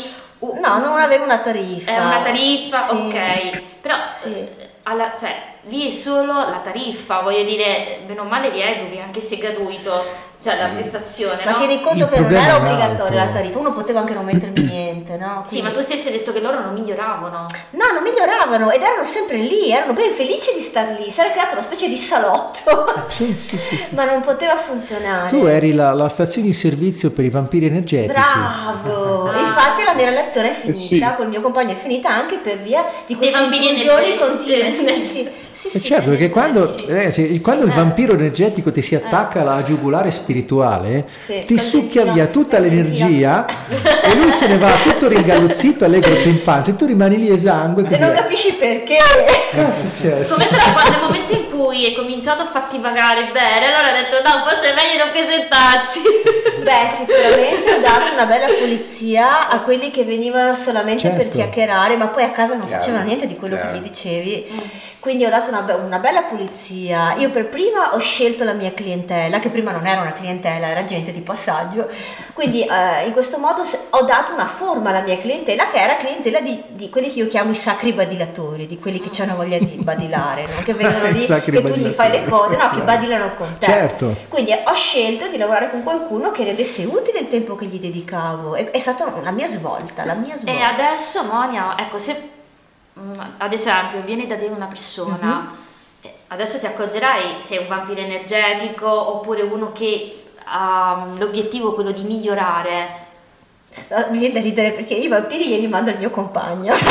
E: Uh,
C: no, non avevo una tariffa.
E: È una tariffa,
C: sì.
E: ok. Però
C: sì.
E: alla, cioè, lì è solo la tariffa, voglio dire, bene o male li educhi, anche se è gratuito, cioè la prestazione.
C: Ma
E: no?
C: tieni conto
A: Il
C: che non era
A: problema è
C: obbligatoria
A: altro.
C: la tariffa, uno poteva anche non mettermi niente, no?
E: Sì,
C: Quindi-
E: ma tu stessi hai detto che loro non miglioravano.
C: No, non miglioravano ed erano sempre lì, erano ben felici di star lì, si era creato una specie di salotto,
A: Sì, sì, sì, sì.
C: ma non poteva funzionare.
A: Tu eri la, la stazione di servizio per i vampiri energetici.
C: Bravo!
E: Ah.
C: Infatti la mia relazione è finita,
B: sì.
C: col mio compagno è finita anche per via di queste
E: vampiri
C: intrusioni
E: energetici.
C: continue. Sì, sì, sì. sì,
A: E
C: sì,
A: certo,
C: sì,
A: perché
C: sì,
A: quando,
C: sì.
A: eh, se- quando il vampiro energetico ti si attacca alla giugulare spirituale,
C: Sì,
A: ti
C: col
A: succhia
C: dentino-
A: via tutta
C: col
A: l'energia e lui se ne va tutto ringalluzzito, allegro e pimpante, e tu rimani lì esangue
C: E
A: così.
C: non capisci perché.
A: Cosa è successo?
E: Scommetto che nel momento in cui hai cominciato a farti pagare bene, allora ho detto no, forse è meglio non presentarci.
C: Beh, sicuramente ho dato una bella pulizia a quelli che venivano solamente per
A: Certo.
C: chiacchierare, ma poi a casa non
D: Chiaro,
C: facevano niente di quello
D: chiaro.
C: che gli dicevi. Quindi ho dato una, be- una bella pulizia. Io per prima ho scelto la mia clientela, che prima non era una clientela, era gente di passaggio. Quindi eh, in questo modo se- ho dato una forma alla mia clientela, che era clientela di, di quelli che io chiamo i sacri badilatori, di quelli che hanno voglia di badilare, no? Che vengono
A: I
C: lì,
A: sacri
C: che tu gli fai le cose, no? Che
A: badilati.
C: badilano con te.
A: Certo.
C: Quindi ho scelto di lavorare con qualcuno che rendesse utile il tempo che gli dedicavo. È, è stata la mia svolta, la mia
E: E
C: svolta.
E: adesso Monia, ecco, se mm, ad esempio viene da te una persona, eh, adesso ti accorgerai se è un vampiro energetico oppure uno che ha mm, l'obiettivo quello di migliorare.
C: Ah, mi viene da ridere perché i vampiri glieli mando al mio compagno.
E: Eh,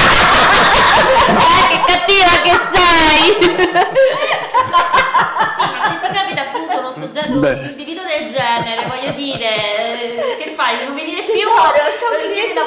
E: che cattiva che sei! Sì, ma se ti capita appunto uno soggetto,
B: Beh.
E: un individuo del genere, voglio dire, eh, che fai? Non venire più?
C: Tesoro, c'ho un
E: Non vieni
C: cliente
E: da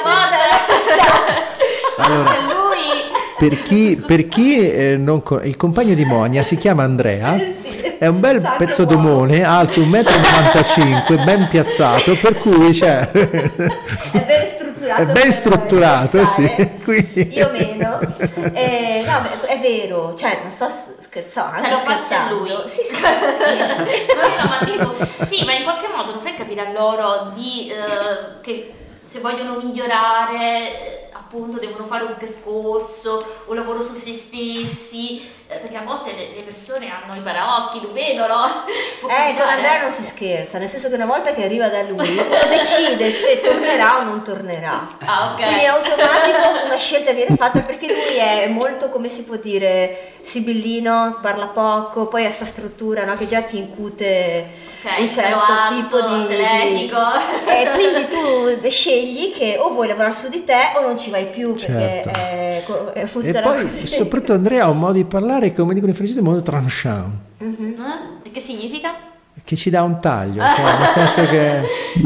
C: da-
E: porta? Ma se lui...
A: Per chi, per chi eh, non con- il compagno di Monia si chiama Andrea,
C: Sì,
A: è un bel
C: sacro
A: pezzo
C: uomo.
A: d'omone, alto un metro e novantacinque, ben piazzato, per cui cioè,
C: È ben strutturato.
A: è ben
C: per
A: strutturato, sì.
C: pensare.
A: Quindi-
C: Io meno. Eh, no, beh, è vero, cioè non sto scherzando,
E: Cioè,
C: anche
E: lo passi a
C: scherzando.
E: lui.
C: Sì, sì.
E: No, no, ma dico, sì, ma in qualche modo non fai capire a loro di, eh, che se vogliono migliorare, eh, appunto devono fare un percorso, un lavoro su se stessi, eh, perché a volte le, le persone hanno i paraocchi, lo vedono. Può
C: Eh, con
E: capitare.
C: Andrea non si scherza, nel senso che una volta che arriva da lui, uno decide se tornerà o non tornerà.
E: Ah, ok.
C: Quindi è automatico una scelta viene fatta perché lui è molto, come si può dire, sibillino, parla poco, poi ha sta struttura, no, che già ti incute
E: Ok,
C: un certo
E: però alto,
C: tipo di... di-
E: atletico.
C: E quindi tu scegli che o vuoi lavorare su di te o non ci vai più perché
A: Certo.
C: è- co- è-
A: E
C: funziona
A: poi
C: così.
A: soprattutto Andrea ha un modo di parlare, come dicono in francese, molto tranchant,
E: Eh? E che significa?
A: che ci dà un taglio, cioè, nel senso che...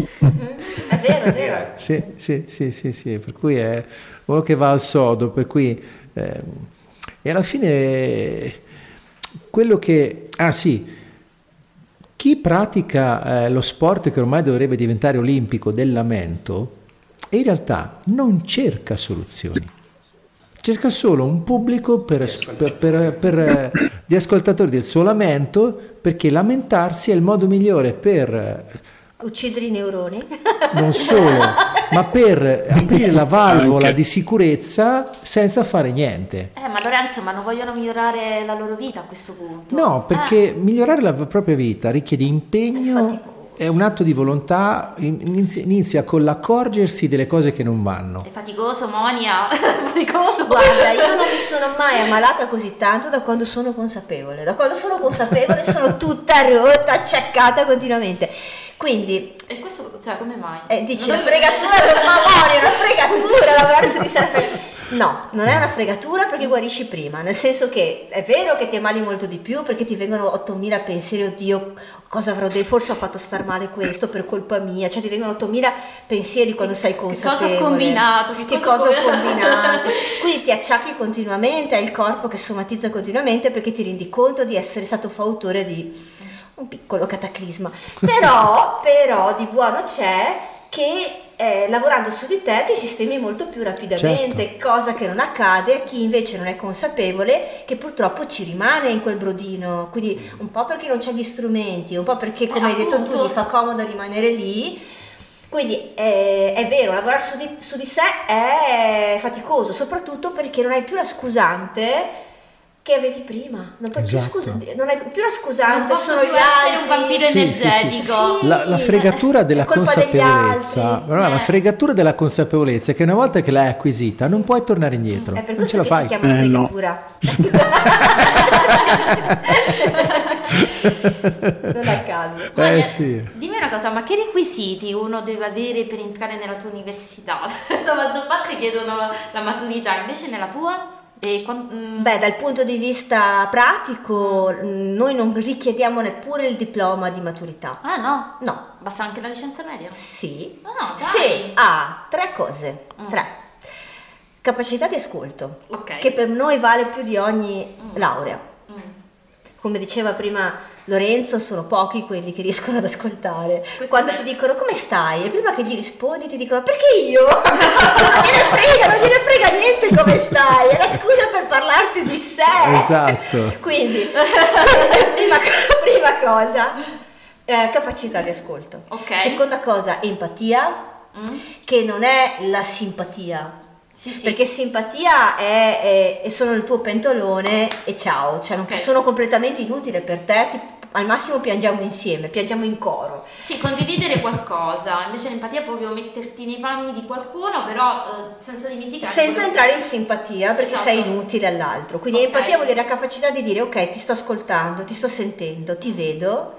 C: È vero, è vero.
A: Sì, sì, sì, sì, sì, per cui è uno che va al sodo, per cui... ehm, e alla fine quello che... Ah sì, chi pratica eh, lo sport che ormai dovrebbe diventare olimpico del lamento, in realtà non cerca soluzioni. Cerca solo un pubblico per, per, per, per, eh, di ascoltatori del suo lamento, perché lamentarsi è il modo migliore per...
C: Uccidere i neuroni.
A: non solo, ma per aprire la valvola
B: Anche.
A: di sicurezza senza fare niente.
E: Eh, ma Lorenzo, ma non vogliono migliorare la loro vita a questo punto?
A: No, perché migliorare la propria vita richiede impegno, è un atto di volontà, inizia, inizia con l'accorgersi delle cose che non vanno.
E: È faticoso, Monia, faticoso.
C: Guarda, io non mi sono mai ammalata così tanto da quando sono consapevole. Da quando sono consapevole sono tutta rotta, acciaccata continuamente. Quindi,
E: E questo, cioè, come mai?
C: eh, dici,
E: Non
C: la
E: dove-
C: fregatura del mamone, una fregatura, lavorare su di sé. fre- No, non è una fregatura perché guarisci prima, nel senso che è vero che ti ammali molto di più perché ti vengono ottomila pensieri, oddio, cosa avrò detto, forse ho fatto star male questo per colpa mia, cioè ti vengono ottomila pensieri quando sei
E: Che
C: consapevole.
E: cosa ho combinato? Che
C: Che
E: cosa
C: cosa
E: ho
C: ho combinato? Quindi ti acciacchi continuamente, hai il corpo che somatizza continuamente perché ti rendi conto di essere stato fautore di un piccolo cataclisma. Però, però di buono c'è che eh, lavorando su di te ti sistemi molto più rapidamente, cosa che non accade a chi invece non è consapevole, che purtroppo ci rimane in quel brodino, quindi un po' perché non c'ha gli strumenti, un po' perché come
E: Eh,
C: hai detto tu
E: appunto.
C: gli fa comodo rimanere lì, Quindi è, è vero, lavorare su di, su di sé è faticoso, soprattutto perché non hai più la scusante che avevi prima, non puoi
A: esatto.
C: più scusante, non hai più la scusante,
E: non
C: sono
E: più
C: gli
E: essere
C: altri.
E: un vampiro
A: Sì,
E: energetico.
A: sì, sì. La, la fregatura della consapevolezza, no,
E: Eh.
A: la fregatura della consapevolezza è che una volta che l'hai acquisita non puoi tornare indietro,
C: È per
A: non ce
C: questo
A: la
C: che
A: fai.
C: si chiama
B: Eh, no.
C: fregatura. Non a caso.
E: Guarda,
A: Eh sì.
E: Dimmi una cosa, ma che requisiti uno deve avere per entrare nella tua università? La maggior parte chiedono la maturità, invece nella tua? E quan- mm,
C: Beh, dal punto di vista pratico, mh, noi non richiediamo neppure il diploma di maturità.
E: Ah no?
C: No.
E: Basta anche la licenza media?
C: Sì.
E: Ah, dai.
C: Se ha tre cose.
E: Mm.
C: Tre. Capacità di ascolto,
E: Ok.
C: che per noi vale più di ogni
E: Mm.
C: laurea.
E: Mm.
C: Come diceva prima Lorenzo, sono pochi quelli che riescono ad ascoltare.
E: Questo
C: Quando
E: è
C: ti
E: vero.
C: dicono come stai, e prima che gli rispondi ti dicono perché io? non gliene frega, non gliene frega niente come stai, è la scusa per parlarti di sé.
A: Esatto.
C: Quindi, prima, prima cosa, eh, capacità di ascolto.
E: Ok.
C: Seconda cosa, empatia,
E: Mm.
C: che non è la simpatia.
E: Sì, sì.
C: Perché simpatia è, è, è sono il tuo pentolone e ciao, cioè non
E: Ok.
C: sono completamente inutile per te, ti- al massimo piangiamo insieme, piangiamo in coro.
E: Sì, condividere qualcosa, invece l'empatia è proprio metterti nei panni di qualcuno, però eh, senza dimenticare.
C: Senza
E: quello-
C: entrare in simpatia perché
E: Esatto.
C: sei inutile all'altro. Quindi
E: Ok.
C: empatia vuol dire la capacità di dire ok, ti sto ascoltando, ti sto sentendo, ti vedo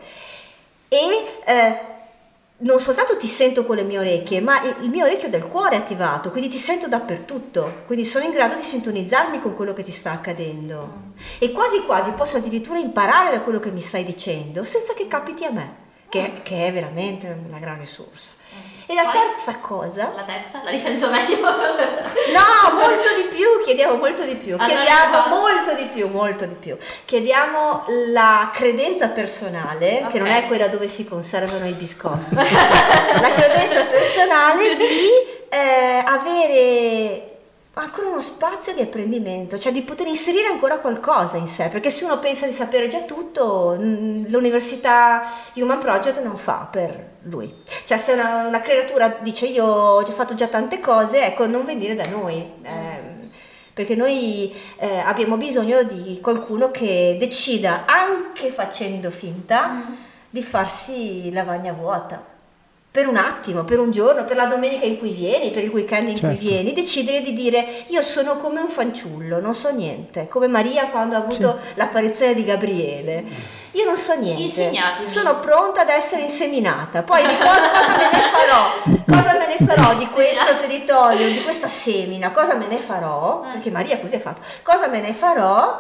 C: e eh, non soltanto ti sento con le mie orecchie, ma il, il mio orecchio del cuore è attivato, quindi ti sento dappertutto, quindi sono in grado di sintonizzarmi con quello che ti sta accadendo e quasi quasi posso addirittura imparare da quello che mi stai dicendo senza che capiti a me, che, che è veramente una gran risorsa. E la
E: Poi-
C: terza cosa,
E: La terza? La licenza media?
C: no, molto di più, chiediamo molto di più,
E: Ah,
C: chiediamo
E: no, no.
C: molto di più, molto di più. Chiediamo la credenza personale, che non
E: Ok.
C: è quella dove si conservano i biscotti, la credenza personale di eh, avere ancora uno spazio di apprendimento, cioè di poter inserire ancora qualcosa in sé, perché se uno pensa di sapere già tutto, mh, l'università Human Project non fa per lui. Cioè se una, una creatura dice io ho già fatto già tante cose, ecco, non venire da noi. ehm, perché noi eh, abbiamo bisogno di qualcuno che decida, anche facendo finta,
E: Mm.
C: di farsi lavagna vuota. Per un attimo, per un giorno, per la domenica in cui vieni, per il weekend in
A: Certo.
C: cui vieni, decidere di dire io sono come un fanciullo, non so niente, come Maria quando ha avuto l'apparizione di Gabriele. Io non so niente,
E: Insegnatemi.
C: sono pronta ad essere inseminata, poi di cosa, cosa me ne farò, cosa me ne farò di questo territorio, di questa semina, cosa me ne farò, perché Maria così ha fatto, cosa me ne farò?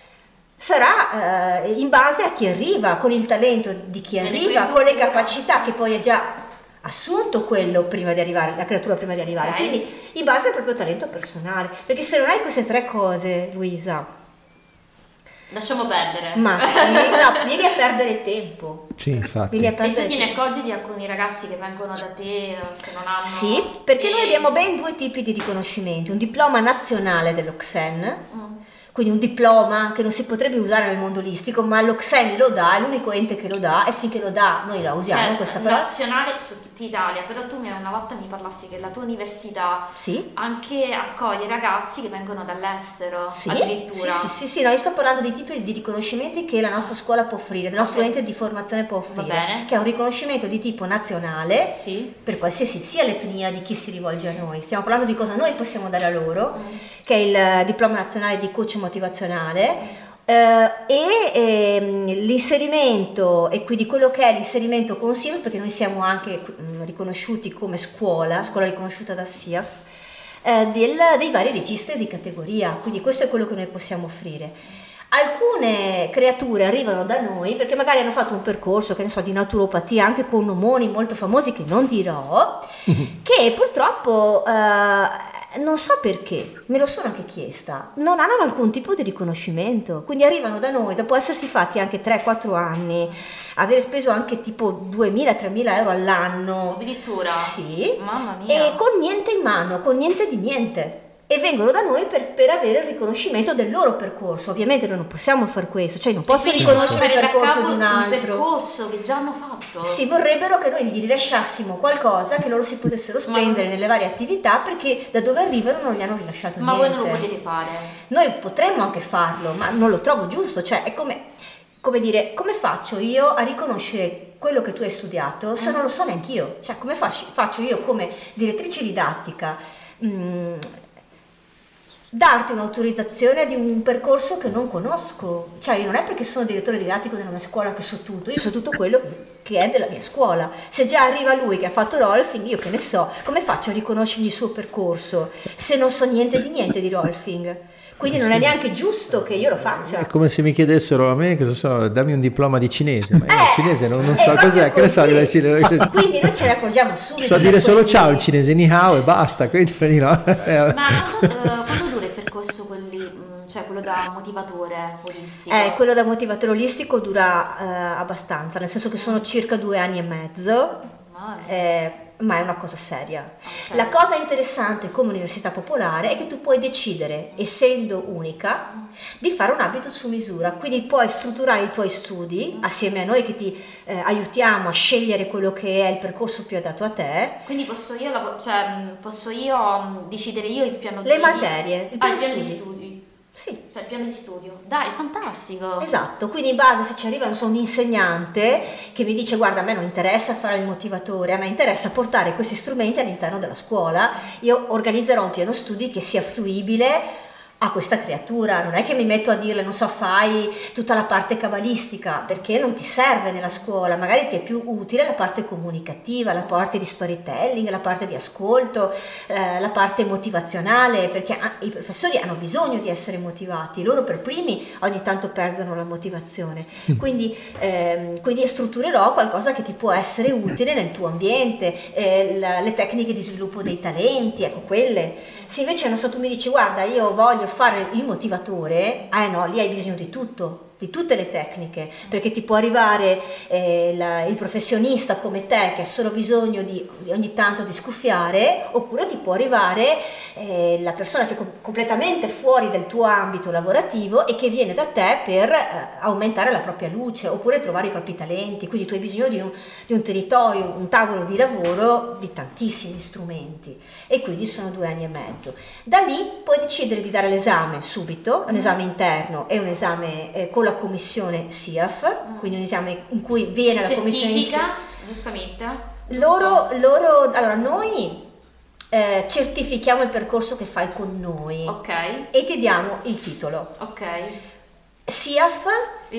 C: Sarà eh, in base a chi arriva, con il talento di chi
E: E le
C: arriva,
E: creature.
C: con le capacità che poi è già assunto quello prima di arrivare, la creatura prima di arrivare,
E: Ok.
C: quindi in base al proprio talento personale, perché se non hai queste tre cose, Luisa,
E: Lasciamo perdere.
C: ma sì, no, vieni a perdere tempo,
A: Sì, infatti.
C: vieni a
E: E
C: perdere
E: tu te ne
C: tempo.
E: accorgi di alcuni ragazzi che vengono da te eh, se non hanno...
C: Sì, perché
E: e-
C: noi abbiamo ben due tipi di riconoscimenti, un diploma nazionale dello X E N,
E: Mm.
C: quindi un diploma che non si potrebbe usare nel mondo olistico, ma lo X E N lo dà, è l'unico ente che lo dà e finché lo dà noi la usiamo
E: Cioè,
C: questa parola.
E: nazionale su tutta Italia, però tu mi- una volta mi parlasti che la tua università
C: Sì.
E: anche accoglie ragazzi che vengono dall'estero,
C: Sì,
E: addirittura.
C: sì, sì, sì, sì, no, io sto parlando di tipi di riconoscimenti che la nostra scuola può offrire, del nostro
E: Ok.
C: ente di formazione può offrire,
E: bene.
C: che è un riconoscimento di tipo nazionale
E: Sì.
C: per qualsiasi sia l'etnia di chi si rivolge a noi. Stiamo parlando di cosa noi possiamo dare a loro,
E: Mm.
C: che è il eh, diploma nazionale di coach motivazionale. eh, e ehm, l'inserimento e quindi quello che è l'inserimento con S I A F, perché noi siamo anche mm, riconosciuti come scuola, scuola riconosciuta da S I A F, eh, del- dei vari registri di categoria, quindi questo è quello che noi possiamo offrire. Alcune creature arrivano da noi perché magari hanno fatto un percorso, che ne so, di naturopatia anche con omoni molto famosi che non dirò, che purtroppo eh, non so perché, me lo sono anche chiesta, non hanno alcun tipo di riconoscimento, quindi arrivano da noi dopo essersi fatti anche tre quattro anni, avere speso anche tipo duemila tremila euro all'anno,
E: Addirittura?
C: sì,
E: Mamma mia.
C: e con niente in mano, con niente di niente. e vengono da noi per, per avere il riconoscimento del loro percorso. Ovviamente noi non possiamo fare questo, cioè non posso riconoscere il percorso di un altro.
E: Un percorso che già hanno fatto.
C: Si vorrebbero che noi gli rilasciassimo qualcosa, che loro si potessero spendere ma... nelle varie attività, perché da dove arrivano non gli hanno rilasciato
E: ma
C: niente.
E: Ma voi non lo potete fare?
C: Noi potremmo anche farlo, ma non lo trovo giusto, cioè è come, come dire, come faccio io a riconoscere quello che tu hai studiato se non lo so neanche io? Cioè come faccio, faccio io come direttrice didattica mh, darti un'autorizzazione di un percorso che non conosco? Cioè io non è perché sono direttore didattico della mia scuola che so tutto, io so tutto quello che è della mia scuola. Se già arriva lui che ha fatto rolfing, io che ne so, come faccio a riconoscergli il suo percorso se non so niente di niente di rolfing? Quindi non è neanche giusto che io lo faccia.
A: È come se mi chiedessero a me, cosa so, dammi un diploma di cinese, ma io
C: eh,
A: cinese non, non so cos'è, che ne so di cinese.
C: Quindi noi ce ne accorgiamo subito.
A: So dire solo ciao in cinese, ni hao e basta, quindi no.
E: Ma quando, uh, quando dura il percorso quelli, cioè quello da motivatore olistico?
C: Eh, quello da motivatore olistico dura uh, abbastanza, nel senso che sono circa due anni e mezzo. Eh, ma è una cosa seria. Okay. La cosa interessante come università popolare è che tu puoi decidere, essendo unica, di fare un abito su misura, quindi puoi strutturare i tuoi studi assieme a noi che ti eh, aiutiamo a scegliere quello che è il percorso più adatto a te.
E: Quindi posso io, cioè, posso io decidere io il piano di
C: le materie,
E: il piano, ah, il piano di studi.
C: Sì.
E: Cioè il piano di studio. Dai, fantastico.
C: Esatto, quindi in base, se ci arriva, non so, un insegnante che mi dice guarda, a me non interessa fare il motivatore, a me interessa portare questi strumenti all'interno della scuola, io organizzerò un piano studi che sia fruibile a questa creatura. Non è che mi metto a dirle, non so, fai tutta la parte cabalistica, perché non ti serve nella scuola, magari ti è più utile la parte comunicativa, la parte di storytelling, la parte di ascolto, eh, la parte motivazionale, perché ah, i professori hanno bisogno di essere motivati, loro per primi ogni tanto perdono la motivazione, quindi, ehm, quindi strutturerò qualcosa che ti può essere utile nel tuo ambiente, eh, la, le tecniche di sviluppo dei talenti, ecco quelle. Se invece, non so, tu mi dici guarda, io voglio fare il motivatore, eh no, lì hai bisogno di tutto, di tutte le tecniche, perché ti può arrivare eh, la, il professionista come te che ha solo bisogno di, di ogni tanto di scuffiare, oppure ti può arrivare eh, la persona che è com- completamente fuori del tuo ambito lavorativo e che viene da te per eh, aumentare la propria luce, oppure trovare i propri talenti. Quindi tu hai bisogno di un, di un territorio, un tavolo di lavoro di tantissimi strumenti, e quindi sono due anni e mezzo. Da lì puoi decidere di dare l'esame subito, un esame interno e un esame eh, con la commissione S I A F, mm. quindi un esame in cui viene la commissione di S I A F.
E: Giustamente.
C: Loro, loro, allora noi eh, certifichiamo il percorso che fai con noi,
E: okay.
C: e ti diamo il titolo.
E: Ok.
C: S I A F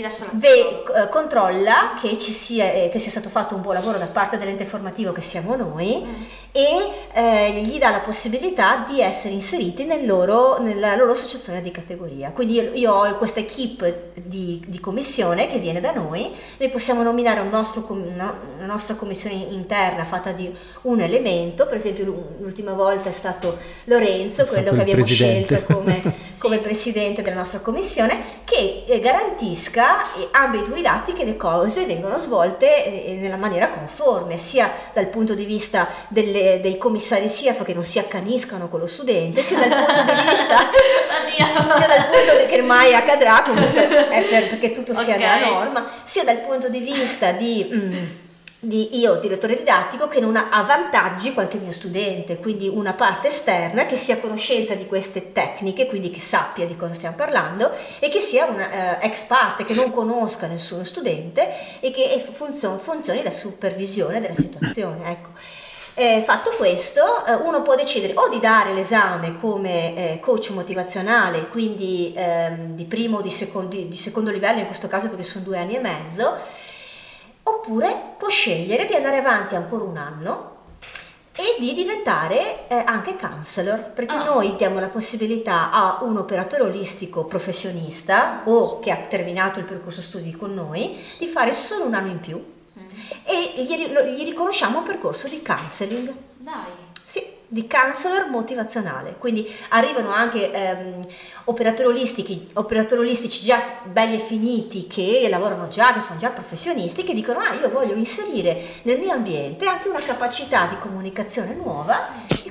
C: ve, eh, controlla che ci sia, eh, che sia stato fatto un buon lavoro da parte dell'ente formativo che siamo noi, mm. e eh, gli dà la possibilità di essere inseriti nel loro, nella loro associazione di categoria. Quindi io, io ho questa equipe di, di commissione che viene da noi, noi possiamo nominare un nostro, una, una nostra commissione interna fatta di un elemento, per esempio l'ultima volta è stato Lorenzo, quello che abbiamo presidente. scelto come, come presidente della nostra commissione, che eh, garantisca e ambito i dati che le cose vengono svolte eh, nella maniera conforme, sia dal punto di vista delle, dei commissari S I A F che non si accaniscano con lo studente, sia dal punto di vista sia dal punto di, che ormai accadrà comunque è per, perché tutto sia okay. nella norma, sia dal punto di vista di mm, di io direttore didattico che non ha vantaggi qualche mio studente, quindi una parte esterna che sia a conoscenza di queste tecniche, quindi che sappia di cosa stiamo parlando, e che sia una uh, ex parte che non conosca nessuno studente e che funzioni, funzioni da supervisione della situazione, ecco. Eh, fatto questo, eh, uno può decidere o di dare l'esame come eh, coach motivazionale, quindi ehm, di primo o di, secondi, di secondo livello, in questo caso perché sono due anni e mezzo, oppure può scegliere di andare avanti ancora un anno e di diventare eh, anche counselor, perché ah. noi diamo la possibilità a un operatore olistico professionista o che ha terminato il percorso studi con noi di fare solo un anno in più mm. e gli, gli riconosciamo un percorso di counseling.
E: Dai.
C: Sì, di counselor motivazionale, quindi arrivano anche ehm, operatori olistici, operatori olistici già belli e finiti che lavorano già, che sono già professionisti, che dicono ah io voglio inserire nel mio ambiente anche una capacità di comunicazione nuova, e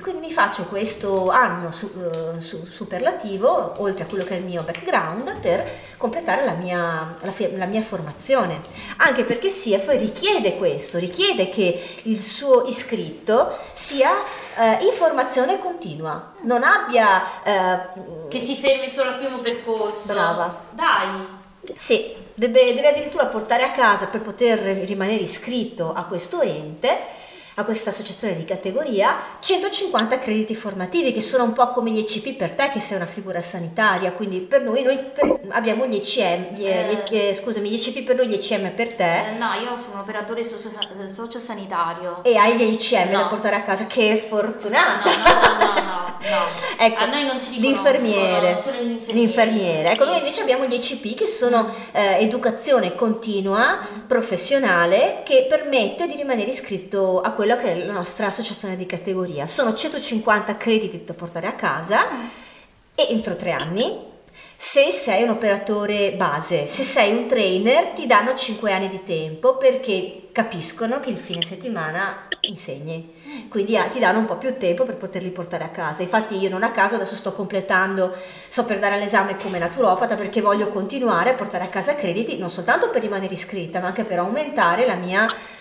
C: quindi mi faccio questo anno su, uh, su, superlativo, oltre a quello che è il mio background, per completare la mia, la, la mia formazione. Anche perché S I E F richiede questo, richiede che il suo iscritto sia uh, in formazione continua, non abbia... Uh,
E: che si fermi solo al primo percorso.
C: Brava.
E: Dai!
C: Sì, deve, deve addirittura portare a casa, per poter rimanere iscritto a questo ente, a questa associazione di categoria, centocinquanta crediti formativi, che sono un po' come gli E C P per te, che sei una figura sanitaria. Quindi per noi, noi per, abbiamo gli E C M, gli, eh, gli, gli, scusami, gli E C P per noi, gli E C M per te.
E: Eh, no, io sono un operatore socio, sociosanitario.
C: E hai gli E C M
E: no.
C: da portare a casa, che fortunata!
E: No, no, no, no, no.
C: Ecco,
E: a noi non ci
C: l'infermiere,
E: solo l'infermiere.
C: l'infermiere. Ecco,
E: sì.
C: noi invece abbiamo gli E C P, che sono eh, educazione continua, professionale, che permette di rimanere iscritto a quella che è la nostra associazione di categoria. Sono centocinquanta crediti da portare a casa e entro tre anni. Se sei un operatore base, se sei un trainer, ti danno cinque anni di tempo, perché capiscono che il fine settimana insegni, quindi ti danno un po' più tempo per poterli portare a casa. Infatti io non a caso adesso sto completando, sto per dare l'esame come naturopata, perché voglio continuare a portare a casa crediti, non soltanto per rimanere iscritta, ma anche per aumentare la mia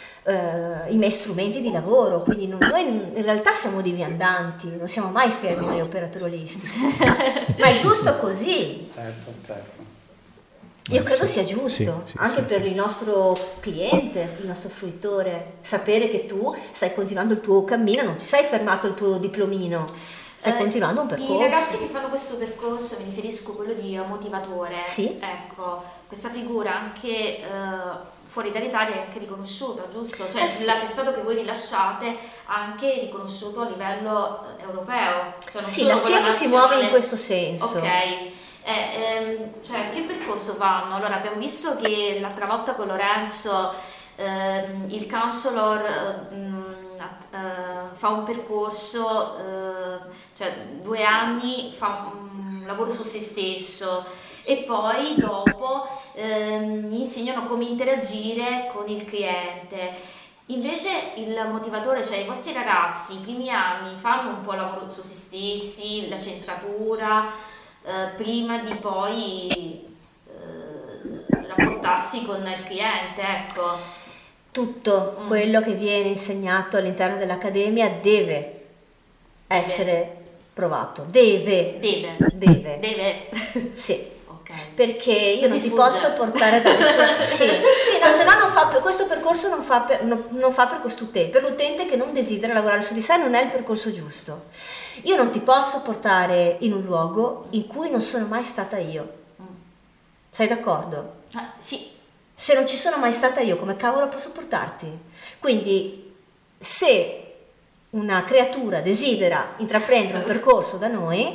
C: Uh, i miei strumenti di lavoro. Quindi non, noi in realtà siamo dei viandanti, non siamo mai fermi noi operatori olistici, ma è giusto così.
D: Certo, certo.
C: Io
A: eh,
C: credo
A: sì,
C: sia giusto,
A: sì, sì,
C: anche
A: sì,
C: per
A: sì.
C: il nostro cliente, il nostro fruitore, sapere che tu stai continuando il tuo cammino, non ti sei fermato il tuo diplomino, stai
E: eh,
C: continuando un percorso.
E: I ragazzi che fanno questo percorso, mi riferisco a quello di motivatore,
C: sì.
E: Ecco, questa figura anche eh, fuori dall'Italia è anche riconosciuta, giusto? Cioè
C: eh sì.
E: l'attestato che voi rilasciate è anche riconosciuto a livello europeo. Cioè non
C: sì,
E: solo
C: la S I E F si muove in questo senso.
E: Ok, eh, ehm, cioè che percorso fanno? Allora abbiamo visto che l'altra volta con Lorenzo ehm, il counselor mh, Uh, fa un percorso, uh, cioè due anni fa un lavoro su se stesso e poi dopo uh, gli insegnano come interagire con il cliente. Invece il motivatore, cioè i vostri ragazzi, i primi anni fanno un po' lavoro su se stessi, la centratura, uh, prima di poi uh, rapportarsi con il cliente, ecco.
C: Tutto
E: Mm.
C: quello che viene insegnato all'interno dell'accademia deve essere provato, deve,
E: Deve.
C: deve,
E: Deve.
C: sì,
E: Ok.
C: perché io
E: Così
C: non ti
E: sfugge.
C: posso portare da nessuna... sì, sì, no, se no non fa per... questo percorso non fa per, non, non fa per quest'utente, per l'utente che non desidera lavorare su di sé non è il percorso giusto. Io non ti posso portare in un luogo in cui non sono mai stata io.
E: Mm.
C: Sei d'accordo?
E: Ah, sì.
C: Se non ci sono mai stata io, come cavolo posso portarti? Quindi, se una creatura desidera intraprendere un percorso da noi,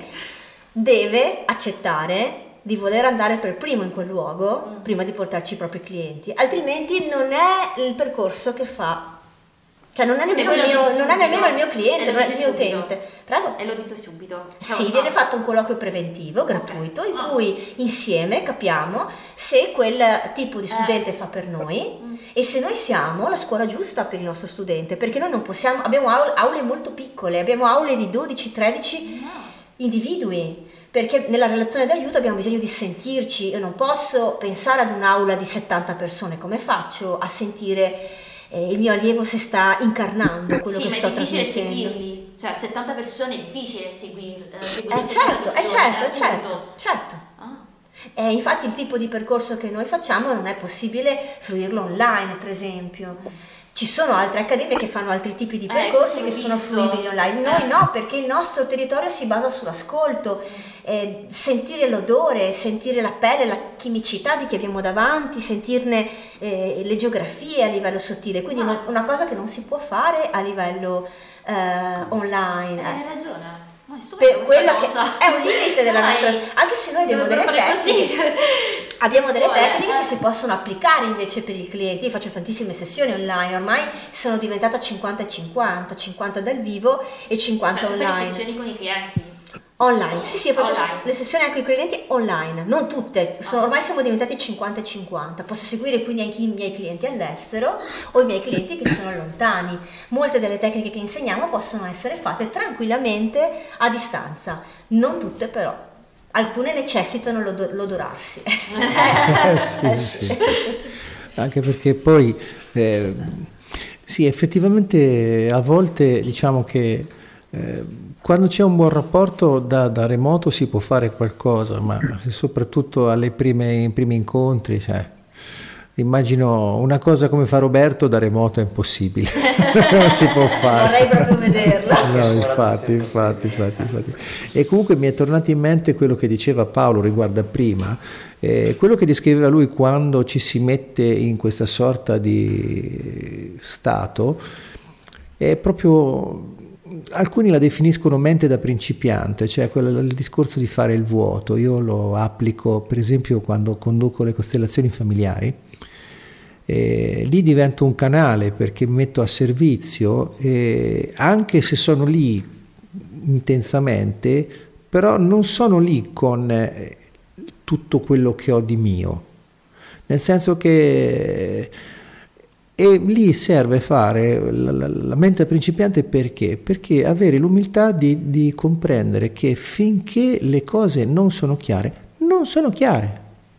C: deve accettare di voler andare per primo in quel luogo, mm. prima di portarci i propri clienti, altrimenti non è il percorso che fa. Cioè non è nemmeno, il mio, non è nemmeno il mio cliente, non è il mio
E: subito.
C: utente. Prego.
E: E lo dito subito.
C: Sì, viene fatto un colloquio preventivo gratuito in
E: Ah.
C: cui insieme capiamo se quel tipo di studente
E: Eh.
C: fa per noi
E: Mm.
C: e se noi siamo la scuola giusta per il nostro studente, perché noi non possiamo, abbiamo aule, aule molto piccole, abbiamo aule di dodici tredici
E: No.
C: individui, perché nella relazione d'aiuto abbiamo bisogno di sentirci. Io non posso pensare ad un'aula di settanta persone, come faccio a sentire eh, il mio allievo se sta incarnando quello
E: Sì,
C: che
E: ma
C: sto
E: è difficile
C: trasmettendo.
E: seguirli, cioè settanta persone è difficile seguir, eh, seguire
C: Eh
E: settanta
C: certo, eh
E: persone,
C: certo, eh
E: appunto.
C: certo, certo.
E: Ah.
C: Eh, infatti il tipo di percorso che noi facciamo non è possibile fruirlo online, per esempio. Ci sono altre accademie che fanno altri tipi di
E: Eh,
C: percorsi
E: questo
C: che
E: l'ho
C: sono
E: visto.
C: fruibili online. Noi
E: Eh.
C: no, perché il nostro territorio si basa sull'ascolto, eh, sentire l'odore, sentire la pelle, la chimicità di chi abbiamo davanti, sentirne eh, le geografie a livello sottile. Quindi
E: Ah.
C: una, una cosa che non si può fare a livello eh, online.
E: Eh,
C: eh.
E: hai ragione. Ma è
C: Per
E: stupenda
C: quello
E: questa
C: che
E: cosa.
C: è un limite della
E: Dai,
C: nostra, anche se noi abbiamo delle
E: devo fare così.
C: tecniche abbiamo delle
E: Scuola,
C: tecniche
E: eh.
C: che si possono applicare invece per il cliente. Io faccio tantissime sessioni online, ormai sono diventata cinquanta e cinquanta, cinquanta dal vivo e cinquanta
E: Cioè, tu fai le
C: online.
E: sessioni con i clienti.
C: Online, sì sì, io faccio
E: Online.
C: le sessioni anche con i clienti online, non tutte, sono, ormai siamo diventati cinquanta e cinquanta, posso seguire quindi anche i miei clienti all'estero o i miei clienti che sono lontani. Molte delle tecniche che insegniamo possono essere fatte tranquillamente a distanza, non tutte però, alcune necessitano l'od- l'odorarsi.
A: Eh, sì, sì. Anche perché poi, eh, sì, effettivamente a volte diciamo che eh, quando c'è un buon rapporto da, da remoto si può fare qualcosa, ma se soprattutto alle prime, ai primi incontri, cioè, immagino una cosa come fa Roberto da remoto è impossibile, non si può fare.
C: Vorrei proprio vederlo.
A: No, infatti, infatti, infatti, infatti. E comunque mi è tornato in mente quello che diceva Paolo riguardo a prima, eh, quello che descriveva lui quando ci si mette in questa sorta di stato, è proprio, alcuni la definiscono mente da principiante, cioè quello, il discorso di fare il vuoto. Io lo applico per esempio quando conduco le costellazioni familiari. Eh, lì divento un canale perché mi metto a servizio, eh, anche se sono lì intensamente, però non sono lì con eh, tutto quello che ho di mio, nel senso che e lì serve fare la, la, la mente principiante perché? Perché avere l'umiltà di, di comprendere che finché le cose non sono chiare, non sono chiare.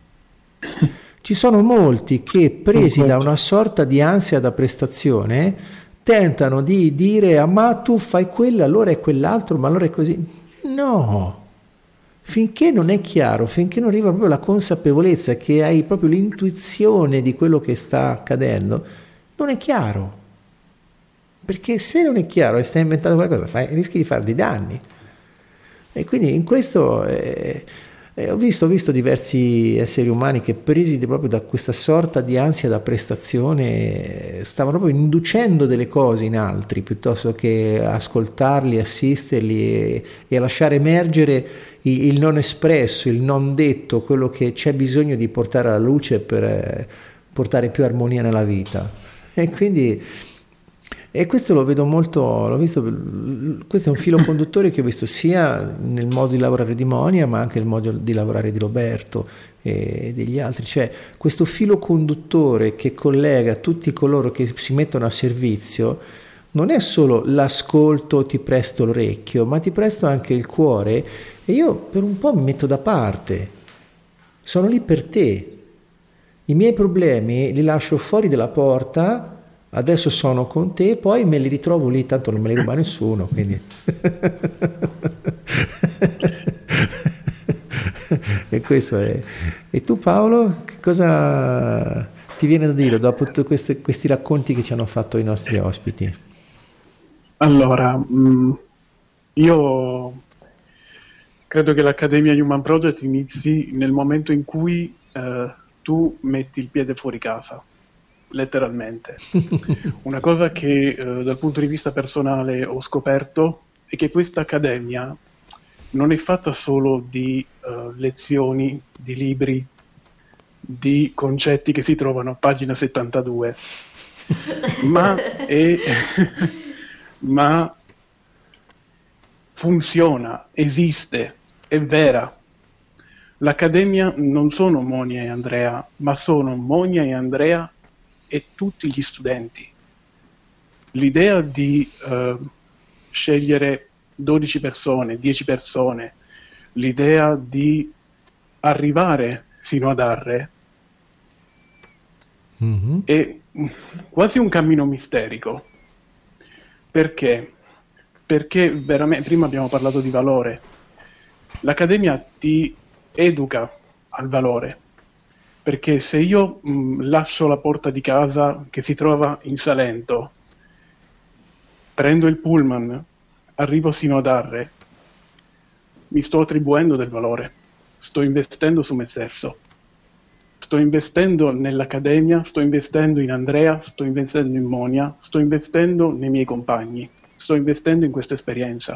A: Ci sono molti che, presi da una sorta di ansia da prestazione, tentano di dire ah, ma tu fai quello, allora è quell'altro, ma allora è così. No, finché non è chiaro, finché non arriva proprio la consapevolezza che hai proprio l'intuizione di quello che sta accadendo, non è chiaro. Perché se non è chiaro e stai inventando qualcosa, fai, rischi di fare dei danni. E quindi in questo... Eh, Eh, ho, visto, ho visto diversi esseri umani che, presi di proprio da questa sorta di ansia da prestazione, eh, stavano proprio inducendo delle cose in altri piuttosto che ascoltarli, assisterli e, e lasciare emergere il, il non espresso, il non detto, quello che c'è bisogno di portare alla luce per eh, portare più armonia nella vita. E quindi E questo lo vedo molto, l'ho visto, questo è un filo conduttore che ho visto sia nel modo di lavorare di Monia, ma anche nel modo di lavorare di Roberto e degli altri, cioè questo filo conduttore che collega tutti coloro che si mettono a servizio non è solo l'ascolto, ti presto l'orecchio, ma ti presto anche il cuore, e io per un po' mi metto da parte, sono lì per te, i miei problemi li lascio fuori dalla porta. Adesso sono con te, poi me li ritrovo lì, tanto non me li ruba nessuno, quindi... e questo è... E tu Paolo, che cosa ti viene da dire dopo tutti questi, questi racconti che ci hanno fatto i nostri ospiti?
B: Allora, mh, io credo che l'Accademia Human Project inizi nel momento in cui eh, tu metti il piede fuori casa. Letteralmente. Una cosa che eh, dal punto di vista personale ho scoperto è che questa accademia non è fatta solo di uh, lezioni, di libri, di concetti che si trovano a pagina settantadue, ma, è, ma funziona, esiste, è vera. L'accademia non sono Monia e Andrea, ma sono Monia e Andrea e tutti gli studenti. L'idea di uh, scegliere dodici persone, dieci persone, l'idea di arrivare fino ad Arre mm-hmm. è quasi un cammino misterico. Perché? Perché veramente, prima abbiamo parlato di valore, l'Accademia ti educa al valore. Perché se io mh, lascio la porta di casa che si trova in Salento, prendo il pullman, arrivo sino ad Arre, mi sto attribuendo del valore, sto investendo su me stesso, sto investendo nell'Accademia, sto investendo in Andrea, sto investendo in Monia, sto investendo nei miei compagni, sto investendo in questa esperienza.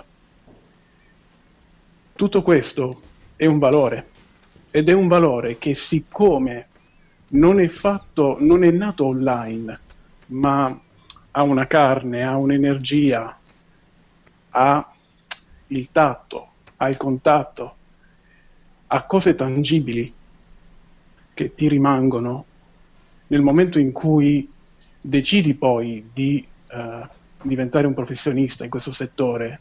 B: Tutto questo è un valore. Ed è un valore che, siccome non è fatto, non è nato online, ma ha una carne, ha un'energia, ha il tatto, al contatto, a cose tangibili che ti rimangono nel momento in cui decidi poi di uh, diventare un professionista in questo settore,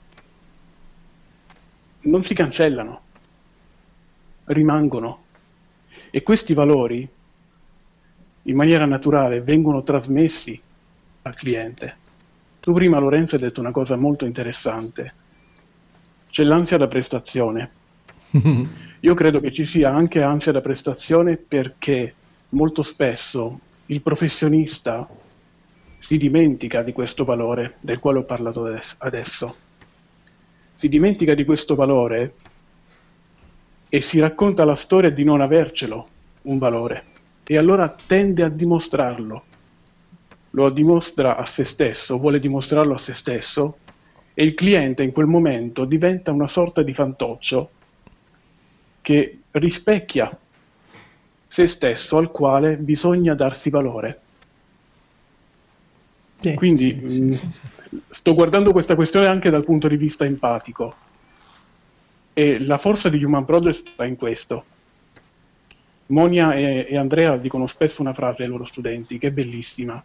B: non si cancellano, rimangono. E questi valori, in maniera naturale, vengono trasmessi al cliente. Tu prima, Lorenzo, hai detto una cosa molto interessante. C'è l'ansia da prestazione. Io credo che ci sia anche ansia da prestazione perché molto spesso il professionista si dimentica di questo valore del quale ho parlato adesso. Si dimentica di questo valore e si racconta la storia di non avercelo un valore e allora tende a dimostrarlo. Lo dimostra a se stesso, vuole dimostrarlo a se stesso e il cliente in quel momento diventa una sorta di fantoccio che rispecchia se stesso al quale bisogna darsi valore. Sì, Quindi sì, mh, sì, sì. sto guardando questa questione anche dal punto di vista empatico e la forza di Human Project sta in questo. Monia e, e Andrea dicono spesso una frase ai loro studenti che è bellissima.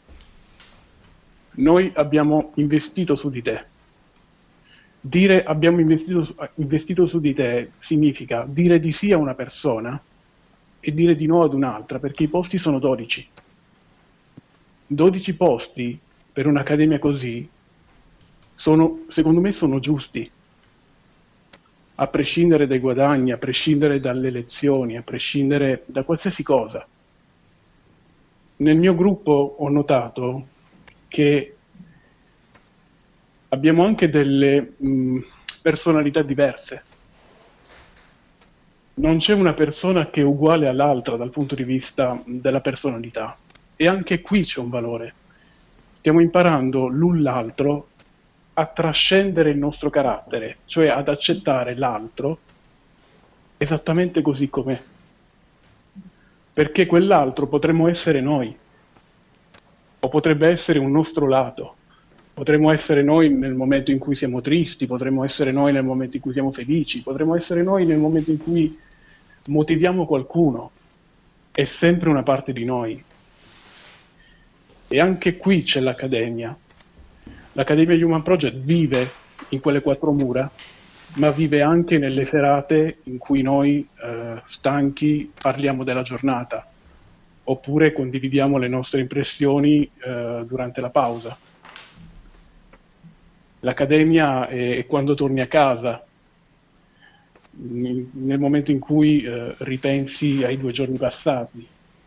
B: Noi abbiamo investito su di te. Dire abbiamo investito su, investito su di te significa dire di sì a una persona e dire di no ad un'altra, perché i posti sono dodici. dodici posti per un'accademia così, sono, secondo me sono giusti, a prescindere dai guadagni, a prescindere dalle lezioni, a prescindere da qualsiasi cosa. Nel mio gruppo ho notato che abbiamo anche delle mh, personalità diverse. Non c'è una persona che è uguale all'altra dal punto di vista della personalità. E anche qui c'è un valore. Stiamo imparando l'un l'altro a trascendere il nostro carattere, cioè ad accettare l'altro esattamente così com'è. Perché quell'altro potremmo essere noi, o potrebbe essere un nostro lato. Potremmo essere noi nel momento in cui siamo tristi, potremmo essere noi nel momento in cui siamo felici, potremmo essere noi nel momento in cui motiviamo qualcuno. È sempre una parte di noi. E anche qui c'è l'Accademia. L'Accademia Human Project vive in quelle quattro mura, ma vive anche nelle serate in cui noi, eh, stanchi, parliamo della giornata, oppure condividiamo le nostre impressioni eh, durante la pausa. L'Accademia è, è quando torni a casa, nel momento in cui eh, ripensi ai due giorni passati.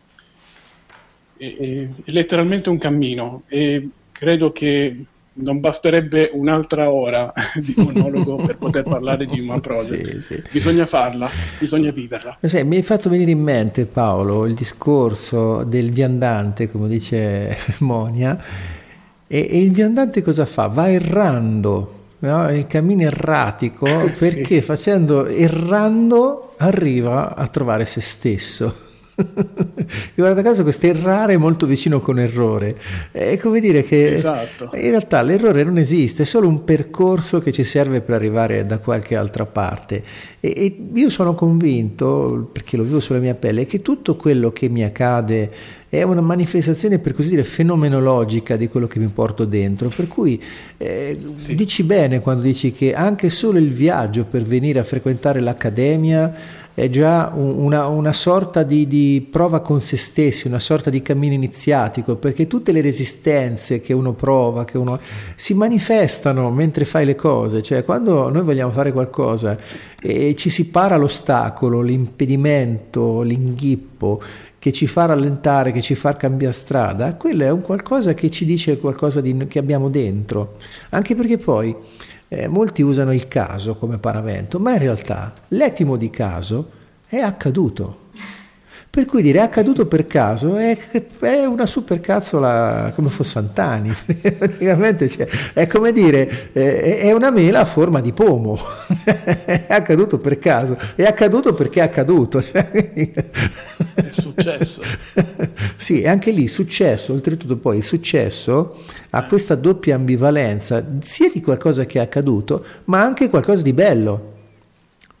B: È, è letteralmente un cammino e credo che non basterebbe un'altra ora di monologo per poter parlare di Human Project. Sì, sì. Bisogna farla, bisogna viverla.
A: Sì, mi hai fatto venire in mente, Paolo, il discorso del viandante, come dice Monia, e, e il viandante cosa fa? Va errando, no? Il cammino erratico, perché sì. facendo errando arriva a trovare se stesso. Guarda caso questo errare è molto vicino con errore, è come dire che esatto. in realtà l'errore non esiste, è solo un percorso che ci serve per arrivare da qualche altra parte e, e io sono convinto, perché lo vivo sulla mia pelle, che tutto quello che mi accade è una manifestazione, per così dire, fenomenologica di quello che mi porto dentro, per cui eh, sì. dici bene quando dici che anche solo il viaggio per venire a frequentare l'accademia è già una, una sorta di, di prova con se stessi, una sorta di cammino iniziatico, perché tutte le resistenze che uno prova, che uno si manifestano mentre fai le cose, cioè quando noi vogliamo fare qualcosa e ci si para l'ostacolo, l'impedimento, l'inghippo che ci fa rallentare, che ci fa cambiare strada, quello è un qualcosa che ci dice qualcosa di, che abbiamo dentro, anche perché poi Eh, molti usano il caso come paravento, ma in realtà l'etimo di caso è accaduto. Per cui dire è accaduto per caso è, è una supercazzola come fosse Sant'Ani. Praticamente cioè, è come dire è, è una mela a forma di pomo. È accaduto per caso, è accaduto perché è accaduto.
B: È successo.
A: Sì, e anche lì successo, oltretutto poi il successo ha questa doppia ambivalenza, sia di qualcosa che è accaduto, ma anche qualcosa di bello.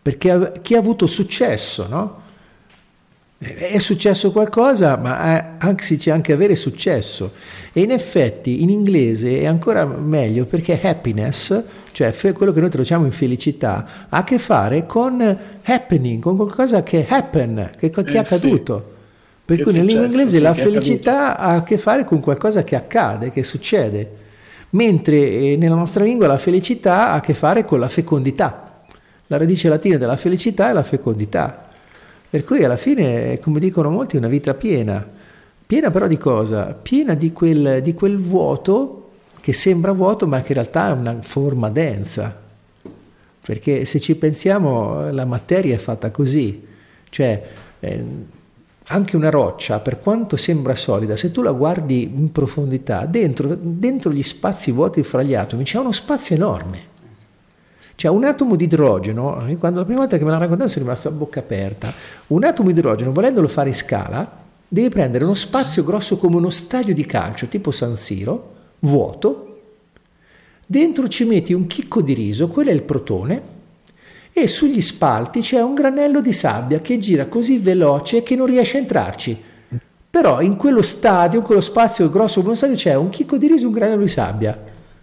A: perché chi ha avuto successo, no? È successo qualcosa, ma anzi c'è anche avere successo. E in effetti in inglese è ancora meglio, perché happiness, cioè quello che noi traduciamo in felicità, ha a che fare con happening, con qualcosa che happen, che, che eh, è accaduto. Sì. Per che cui nella lingua inglese la felicità ha a che fare con qualcosa che accade, che succede, mentre nella nostra lingua la felicità ha a che fare con la fecondità. La radice latina della felicità è la fecondità. Per cui alla fine, come dicono molti, è una vita piena. Piena però di cosa? Piena di quel, di quel vuoto che sembra vuoto ma che in realtà è una forma densa. Perché se ci pensiamo la materia è fatta così. Cioè eh, anche una roccia, per quanto sembra solida, se tu la guardi in profondità, dentro, dentro gli spazi vuoti fra gli atomi c'è uno spazio enorme. Cioè un atomo di idrogeno, quando la prima volta che me l'ha raccontato sono rimasto a bocca aperta, un atomo di idrogeno, volendolo fare in scala, devi prendere uno spazio grosso come uno stadio di calcio, tipo San Siro, vuoto, dentro ci metti un chicco di riso, quello è il protone, e sugli spalti c'è un granello di sabbia che gira così veloce che non riesce a entrarci. Però in quello stadio, in quello spazio grosso come uno stadio, c'è un chicco di riso e un granello di sabbia.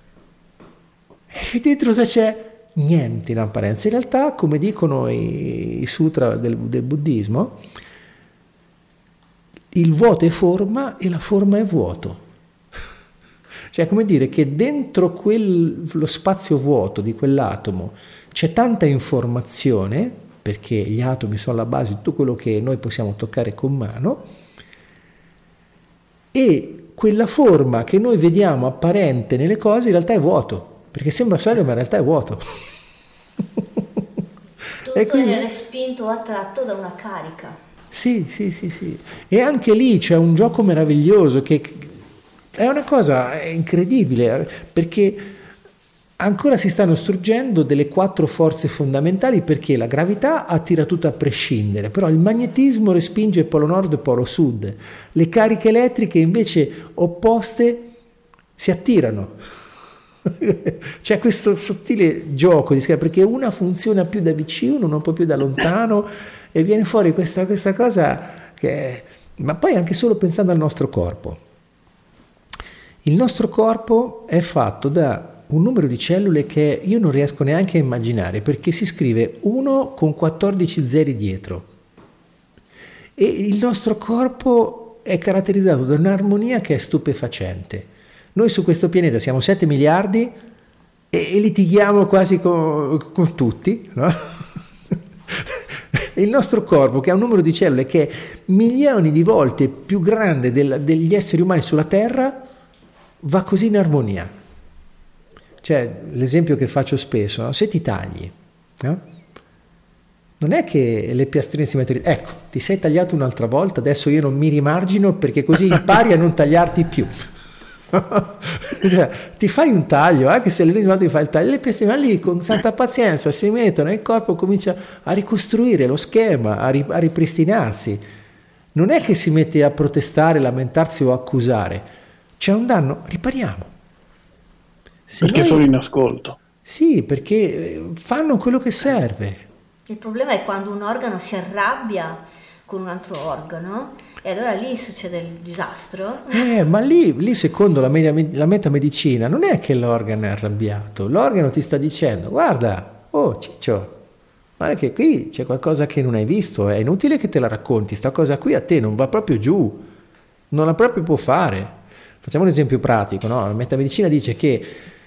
A: E dentro cosa c'è? Niente in apparenza. In realtà, come dicono i, i sutra del, del buddismo, il vuoto è forma e la forma è vuoto. Cioè, come dire che dentro quel, lo spazio vuoto di quell'atomo c'è tanta informazione, perché gli atomi sono la base di tutto quello che noi possiamo toccare con mano, e quella forma che noi vediamo apparente nelle cose in realtà è vuoto. Perché sembra solido, ma in realtà è vuoto.
C: Tutto e quindi... è respinto o attratto da una carica.
A: Sì, sì, sì, sì. E anche lì c'è un gioco meraviglioso che è una cosa incredibile, perché ancora si stanno struggendo delle quattro forze fondamentali, perché la gravità attira tutto a prescindere, però il magnetismo respinge polo nord e polo sud. Le cariche elettriche invece opposte si attirano. C'è questo sottile gioco di scala, perché una funziona più da vicino, non un po' più da lontano, e viene fuori questa, questa cosa che... Ma poi anche solo pensando al nostro corpo. Il nostro corpo è fatto da un numero di cellule che io non riesco neanche a immaginare, perché si scrive uno con quattordici zeri dietro. E il nostro corpo è caratterizzato da un'armonia che è stupefacente. Noi su questo pianeta siamo sette miliardi e, e litighiamo quasi con, con tutti, no? Il nostro corpo, che ha un numero di cellule che è milioni di volte più grande del, degli esseri umani sulla Terra, va così in armonia. Cioè, l'esempio che faccio spesso, no? Se ti tagli, no? Non è che le piastrine si mettono... Ecco, ti sei tagliato un'altra volta, adesso io non mi rimargino perché così impari a non tagliarti più. Cioè, ti fai un taglio, anche se l'ennesimo ti fa il taglio, le piastrine lì con santa pazienza si mettono e il corpo comincia a ricostruire lo schema, a, ri, a ripristinarsi. Non è che si mette a protestare, lamentarsi o accusare. C'è un danno, ripariamo.
B: Se perché noi... sono in ascolto.
A: Sì, perché fanno quello che serve.
C: Il problema è quando un organo si arrabbia con un altro organo, e allora lì succede il disastro.
A: Eh, ma lì, lì secondo la, media, la metamedicina non è che l'organo è arrabbiato, l'organo ti sta dicendo: guarda, oh ciccio, guarda che qui c'è qualcosa che non hai visto, è inutile che te la racconti, sta cosa qui a te non va proprio giù, non la proprio può fare. Facciamo un esempio pratico, no? La metamedicina dice che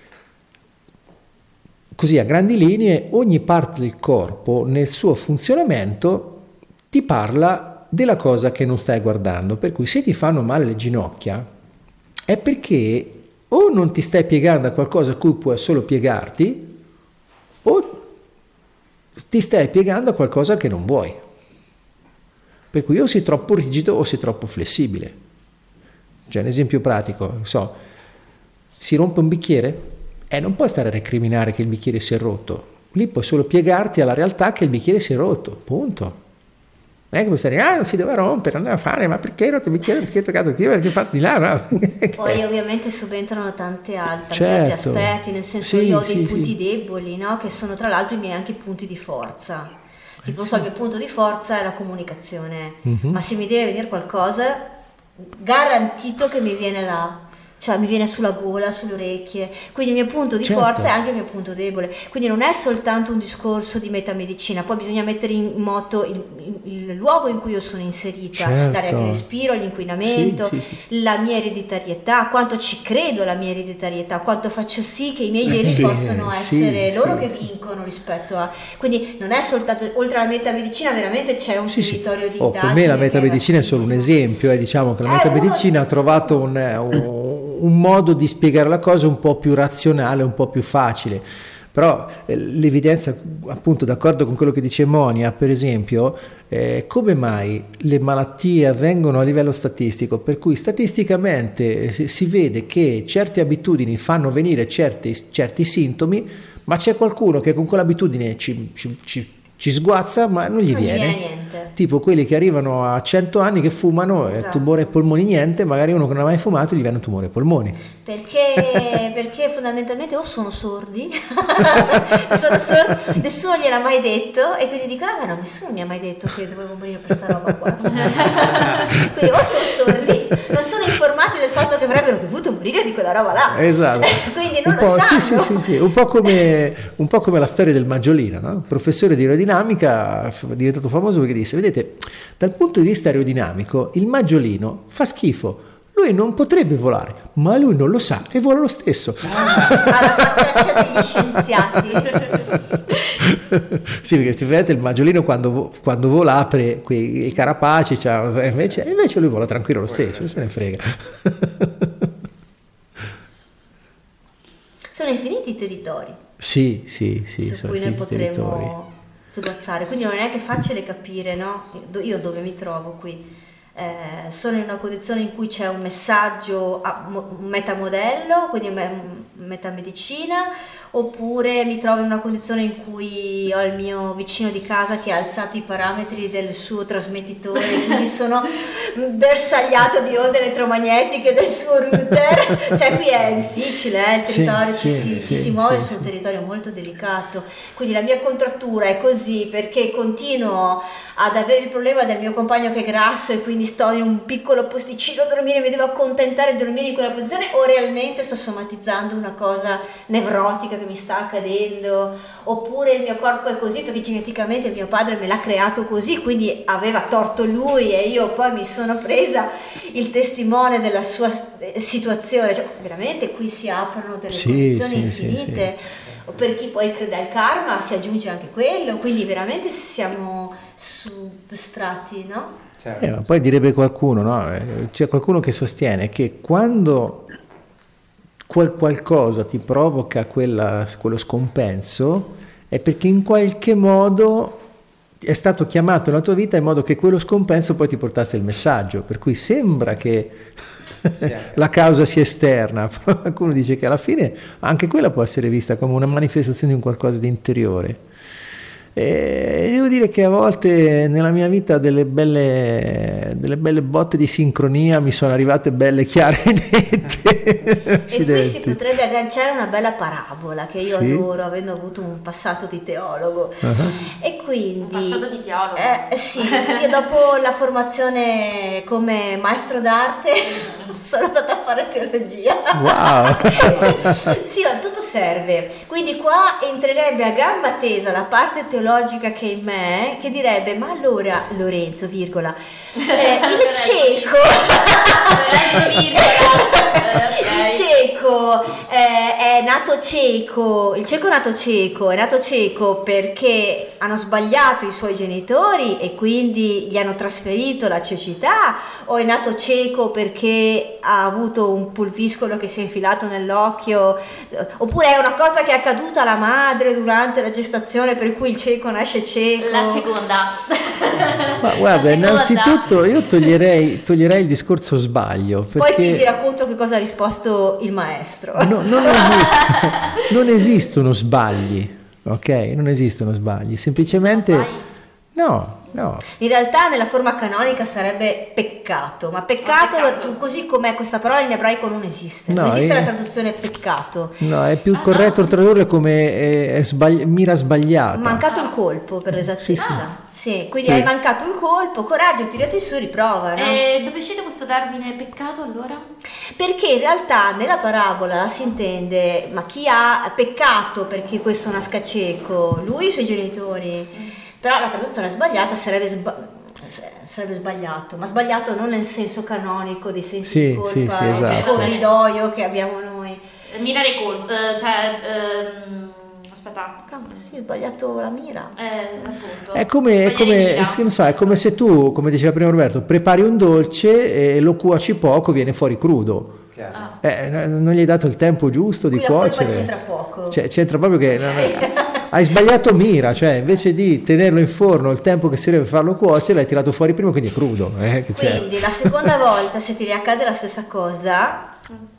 A: così a grandi linee ogni parte del corpo nel suo funzionamento ti parla della cosa che non stai guardando, per cui se ti fanno male le ginocchia è perché o non ti stai piegando a qualcosa a cui puoi solo piegarti, o ti stai piegando a qualcosa che non vuoi, per cui o sei troppo rigido o sei troppo flessibile. Cioè, un esempio pratico, non so, si rompe un bicchiere e eh, non puoi stare a recriminare che il bicchiere si è rotto, lì puoi solo piegarti alla realtà che il bicchiere si è rotto, punto. Non è che puoi stare, ah non si deve rompere, non deve fare, ma perché rotto il bicchiere, perché hai toccato qui, perché hai fatto di là, no?
C: Poi ovviamente subentrano tante altre,
A: certo.
C: altri aspetti, nel senso
A: sì,
C: io ho dei
A: sì,
C: punti
A: sì.
C: deboli, no? Che sono tra l'altro i miei anche punti di forza. tipo
A: sì.
C: so, il mio punto di forza è la comunicazione,
A: mm-hmm.
C: ma se mi deve venire qualcosa, garantito che mi viene là. Cioè mi viene sulla gola, sulle orecchie, quindi il mio punto di
A: certo.
C: forza è anche il mio punto debole, quindi non è soltanto un discorso di metamedicina, poi bisogna mettere in moto il, il, il luogo in cui io sono inserita,
A: certo.
C: l'aria che respiro, l'inquinamento,
A: sì, sì, sì.
C: la mia ereditarietà, quanto ci credo alla mia ereditarietà, quanto faccio sì che i miei geni sì, possono essere
A: sì,
C: loro
A: sì,
C: che
A: sì.
C: vincono rispetto a, quindi non è soltanto, oltre alla metamedicina veramente c'è un
A: sì,
C: territorio
A: sì.
C: di
A: oh,
C: indagine.
A: Per me la metamedicina è, è solo un esempio, eh, diciamo che la
C: eh,
A: metamedicina
C: uno...
A: ha trovato un, un, un modo di spiegare la cosa un po' più razionale, un po' più facile, però eh, l'evidenza, appunto d'accordo con quello che dice Monia, per esempio, eh, come mai le malattie avvengono a livello statistico, per cui statisticamente eh, si vede che certe abitudini fanno venire certi, certi sintomi, ma c'è qualcuno che con quell'abitudine ci, ci, ci ci sguazza ma non gli
C: non
A: viene,
C: gli viene niente.
A: Tipo quelli che arrivano a cento anni che fumano, esatto. tumore ai polmoni niente, magari uno che non ha mai fumato gli viene un tumore ai polmoni
C: perché, perché fondamentalmente o sono sordi sono sordi, nessuno gliel'ha mai detto e quindi dicono ah ma no, nessuno mi ha mai detto che dovevo morire per sta roba qua quindi o sono sordi, non sono informati del fatto che avrebbero dovuto morire di quella roba là,
A: esatto.
C: quindi non
A: un
C: lo
A: po',
C: sanno.
A: sì, sì, sì, sì. Un, po come, un po' come la storia del Maggiolino, no? Professore di aerodinamica, è diventato famoso perché disse, vedete, dal punto di vista aerodinamico il Maggiolino fa schifo, lui non potrebbe volare, ma lui non lo sa e vola lo stesso.
C: Alla faccia degli scienziati. Sono infiniti i territori.
A: Sì, sì, sì.
C: Su cui noi potremmo sguazzare, quindi non è che facile capire, no? Io dove mi trovo qui? Eh, sono in una condizione in cui c'è un messaggio, un metamodello, quindi metamedicina, oppure mi trovo in una condizione in cui ho il mio vicino di casa che ha alzato i parametri del suo trasmettitore, quindi sono bersagliato di onde elettromagnetiche del suo router, cioè qui è difficile, eh? Il territorio
A: sì,
C: ci,
A: sì,
C: si,
A: sì,
C: ci si muove
A: sì,
C: su un
A: sì.
C: territorio molto delicato, quindi la mia contrattura è così perché continuo ad avere il problema del mio compagno che è grasso e quindi sto in un piccolo posticino a dormire, mi devo accontentare di dormire in quella posizione, o realmente sto somatizzando una cosa nevrotica che mi sta accadendo, oppure il mio corpo è così perché geneticamente mio padre me l'ha creato così, quindi aveva torto lui e io poi mi sono presa il testimone della sua situazione, cioè veramente qui si aprono delle
A: sì,
C: condizioni
A: sì,
C: infinite.
A: Sì, sì.
C: Per chi poi crede al karma si aggiunge anche quello, quindi veramente siamo substrati, no?
D: Certo.
A: Eh, ma poi direbbe qualcuno, no? C'è qualcuno che sostiene che quando quel qualcosa ti provoca quella, quello scompenso è perché in qualche modo è stato chiamato nella tua vita in modo che quello scompenso poi ti portasse il messaggio, per cui sembra che la causa sia esterna, qualcuno dice che alla fine anche quella può essere vista come una manifestazione di un qualcosa di interiore. E devo dire che a volte nella mia vita delle belle, delle belle botte di sincronia mi sono arrivate belle chiare e nette.
C: E qui si potrebbe agganciare una bella parabola che io sì. adoro, avendo avuto un passato di teologo. Uh-huh. E quindi
E: un passato di teologo?
C: Eh, sì, io dopo la formazione come maestro d'arte sono andata a fare teologia.
A: Wow!
C: Sì, ma tutto serve. Quindi qua entrerebbe a gamba tesa la parte teologica che è in me, che direbbe ma allora Lorenzo virgola eh, il cieco il cieco eh, è nato cieco il cieco è nato cieco è nato cieco perché hanno sbagliato i suoi genitori e quindi gli hanno trasferito la cecità, o è nato cieco perché ha avuto un pulviscolo che si è infilato nell'occhio, oppure è una cosa che è accaduta alla madre durante la gestazione per cui il cieco nasce cieco?
E: La seconda.
A: Ma guarda, innanzitutto io toglierei, toglierei il discorso sbaglio, perché
C: poi ti, ti racconto che cosa ha risposto il maestro.
A: No, non, esiste, non esistono sbagli, ok? Non esistono sbagli, semplicemente no, no.
C: In realtà nella forma canonica sarebbe peccato peccato, ma peccato,
E: Ah, peccato.
C: così com'è questa parola in ebraico non esiste,
A: No,
C: non esiste
A: è-
C: la traduzione peccato.
A: No, è più
E: Ah,
A: corretto
E: no?
A: tradurre come eh, è sbagli- mira sbagliata.
C: Mancato il colpo per l'esattezza.
A: Sì, sì.
C: Sì, quindi
A: Sì.
C: hai mancato il colpo, coraggio, tirati su, riprova, no?
E: E dove scende questo termine peccato allora?
C: Perché in realtà nella parabola si intende, ma chi ha peccato perché questo nasca cieco? Lui o i suoi genitori? Però la traduzione sbagliata sarebbe, sba- sarebbe sbagliato, ma sbagliato non nel senso canonico di sensi
A: Sì,
C: di colpa,
A: sì, sì,
C: e
A: esatto.
C: di corridoio che abbiamo noi.
E: Eh, Mirare colpo, eh, cioè, ehm, aspetta,
C: Cavolo, sì, ho sbagliato la mira.
E: eh, appunto.
A: È come, è,
E: Sbagliare
A: come,
E: mira.
A: sì, non so, è come se tu, come diceva prima Roberto, prepari un dolce e lo cuoci poco, viene fuori crudo.
D: Chiaro.
E: Ah.
A: Eh, non gli hai dato il tempo giusto di
C: Qui la colpa
A: cuocere.
C: c'entra poco.
A: Cioè, c'entra proprio che non- hai sbagliato mira, cioè invece di tenerlo in forno il tempo che serve per farlo cuocere, l'hai tirato fuori prima, quindi è crudo. Eh, che c'è.
C: Quindi la seconda volta se ti riaccade la stessa cosa,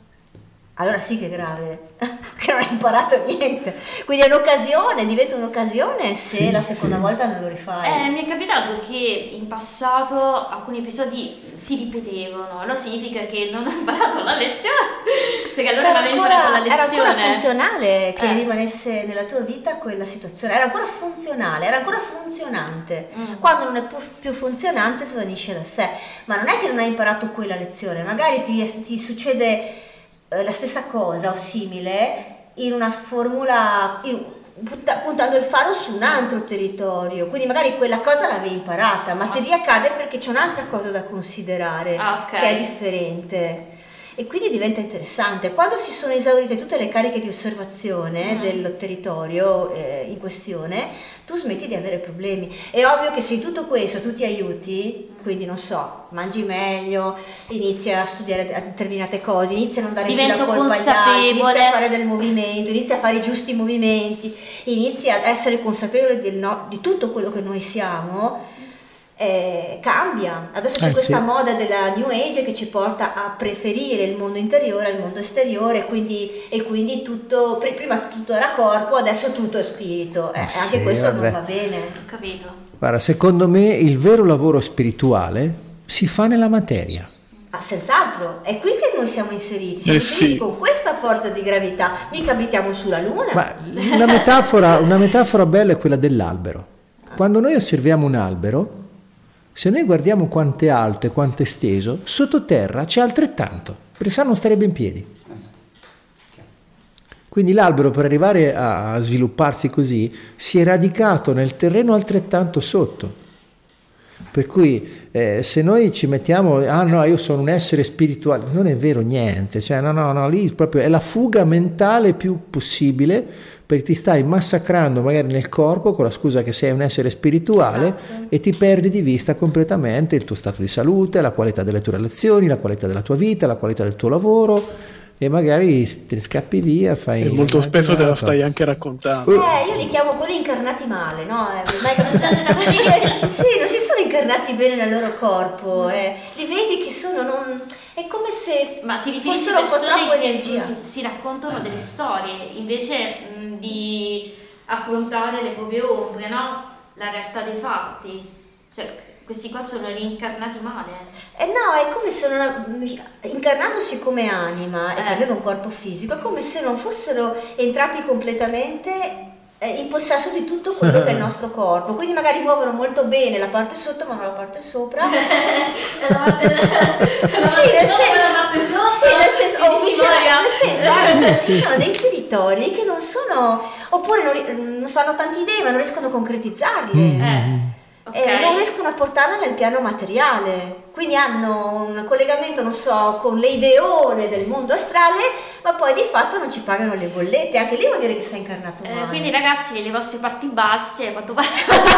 C: allora sì che è grave, che non hai imparato niente. Quindi è un'occasione, diventa un'occasione se
A: Sì,
C: la seconda
A: sì.
C: volta non lo rifai.
E: Eh, mi è capitato che in passato alcuni episodi si ripetevano, allora significa che non ho imparato la lezione, cioè che allora
C: Cioè,
E: non avevo imparato la
C: era
E: lezione.
C: ancora funzionale che
E: Eh.
C: rimanesse nella tua vita quella situazione, era ancora funzionale, era ancora funzionante.
E: Mm.
C: Quando non è pu- più funzionante svanisce da sé, ma non è che non hai imparato quella lezione, magari ti, ti succede eh, la stessa cosa o simile in una formula, in- punta- puntando il faro su un altro territorio, quindi magari quella cosa l'avevi imparata, ma ti riaccade perché c'è un'altra cosa da considerare
E: Ah, ok.
C: che è differente. E quindi diventa interessante. Quando si sono esaurite tutte le cariche di osservazione
E: Mm.
C: del territorio eh, in questione, tu smetti di avere problemi. È ovvio che se in tutto questo tu ti aiuti, quindi non so, mangi meglio, inizi a studiare determinate cose, inizi a non dare più la
E: Divento
C: colpa agli altri, inizi
E: consapevole.
C: a fare del movimento, inizi a fare i giusti movimenti, inizi a essere consapevole del no- di tutto quello che noi siamo. Eh, cambia. Adesso c'è
A: Eh,
C: questa
A: sì.
C: moda della New Age che ci porta a preferire il mondo interiore al mondo esteriore, quindi, e quindi tutto, pr- prima tutto era corpo, adesso tutto è spirito. Eh,
A: Ma
C: anche
A: sì,
C: questo
A: vabbè.
C: non va bene.
E: Ho capito.
A: Guarda, secondo me il vero lavoro spirituale si fa nella materia.
C: Ma senz'altro, è qui che noi siamo inseriti, siamo
B: Eh,
C: inseriti
B: sì.
C: con questa forza di gravità, mica abitiamo sulla Luna.
A: Ma una metafora, una metafora bella è quella dell'albero. Quando noi osserviamo un albero, se noi guardiamo quanto è alto e quanto è esteso, sottoterra c'è altrettanto, perché se no non starebbe in piedi.
D: Eh sì. Chiaro.
A: Quindi l'albero, per arrivare a a svilupparsi così, si è radicato nel terreno altrettanto sotto. Per cui eh, se noi ci mettiamo, ah no, io sono un essere spirituale, non è vero niente, cioè no, no, no, lì proprio è la fuga mentale più possibile, perché ti stai massacrando magari nel corpo con la scusa che sei un essere spirituale,
C: Esatto.
A: e ti perdi di vista completamente il tuo stato di salute, la qualità delle tue relazioni, la qualità della tua vita, la qualità del tuo lavoro, e magari te ne scappi via, fai...
B: E molto spesso te la
A: giornata.
B: stai anche raccontando.
C: Eh, io li chiamo quelli incarnati male, no? Eh, mai capitato? Sì, non si sono incarnati bene nel loro corpo, eh. Li vedi che sono non... È come se
E: Ma ti riferisci a
C: fossero un po'
E: persone
C: troppo
E: che
C: energia.
E: mh, si raccontano delle storie invece mh, di affrontare le proprie ombre, no? La realtà dei fatti. Cioè, questi qua sono gli incarnati male.
C: Eh no, è come se non, incarnandosi come anima e
E: Eh.
C: prendendo un corpo fisico, è come se non fossero entrati completamente eh, in possesso di tutto quello che è il nostro corpo. Quindi magari muovono molto bene la parte sotto, ma non la parte sopra.
E: La parte- la
C: Sì,
E: parte
C: nel
E: sopra,
C: senso,
E: la parte sotto,
C: sì, nel senso,
E: ti
C: oh,
E: dici,
C: vicino-
E: "Voglio".
C: nel senso, eh, ci sono dei territori che non sono, oppure non, ri- non so, hanno tante idee ma non riescono a concretizzarle.
E: Eh, ok.
C: E non riescono a portarla nel piano materiale, quindi hanno un collegamento, non so, con le ideone del mondo astrale, ma poi di fatto non ci pagano le bollette. Anche lì vuol dire che sei incarnato
E: Eh,
C: male.
E: quindi ragazzi, le vostre parti basse, a quanto pare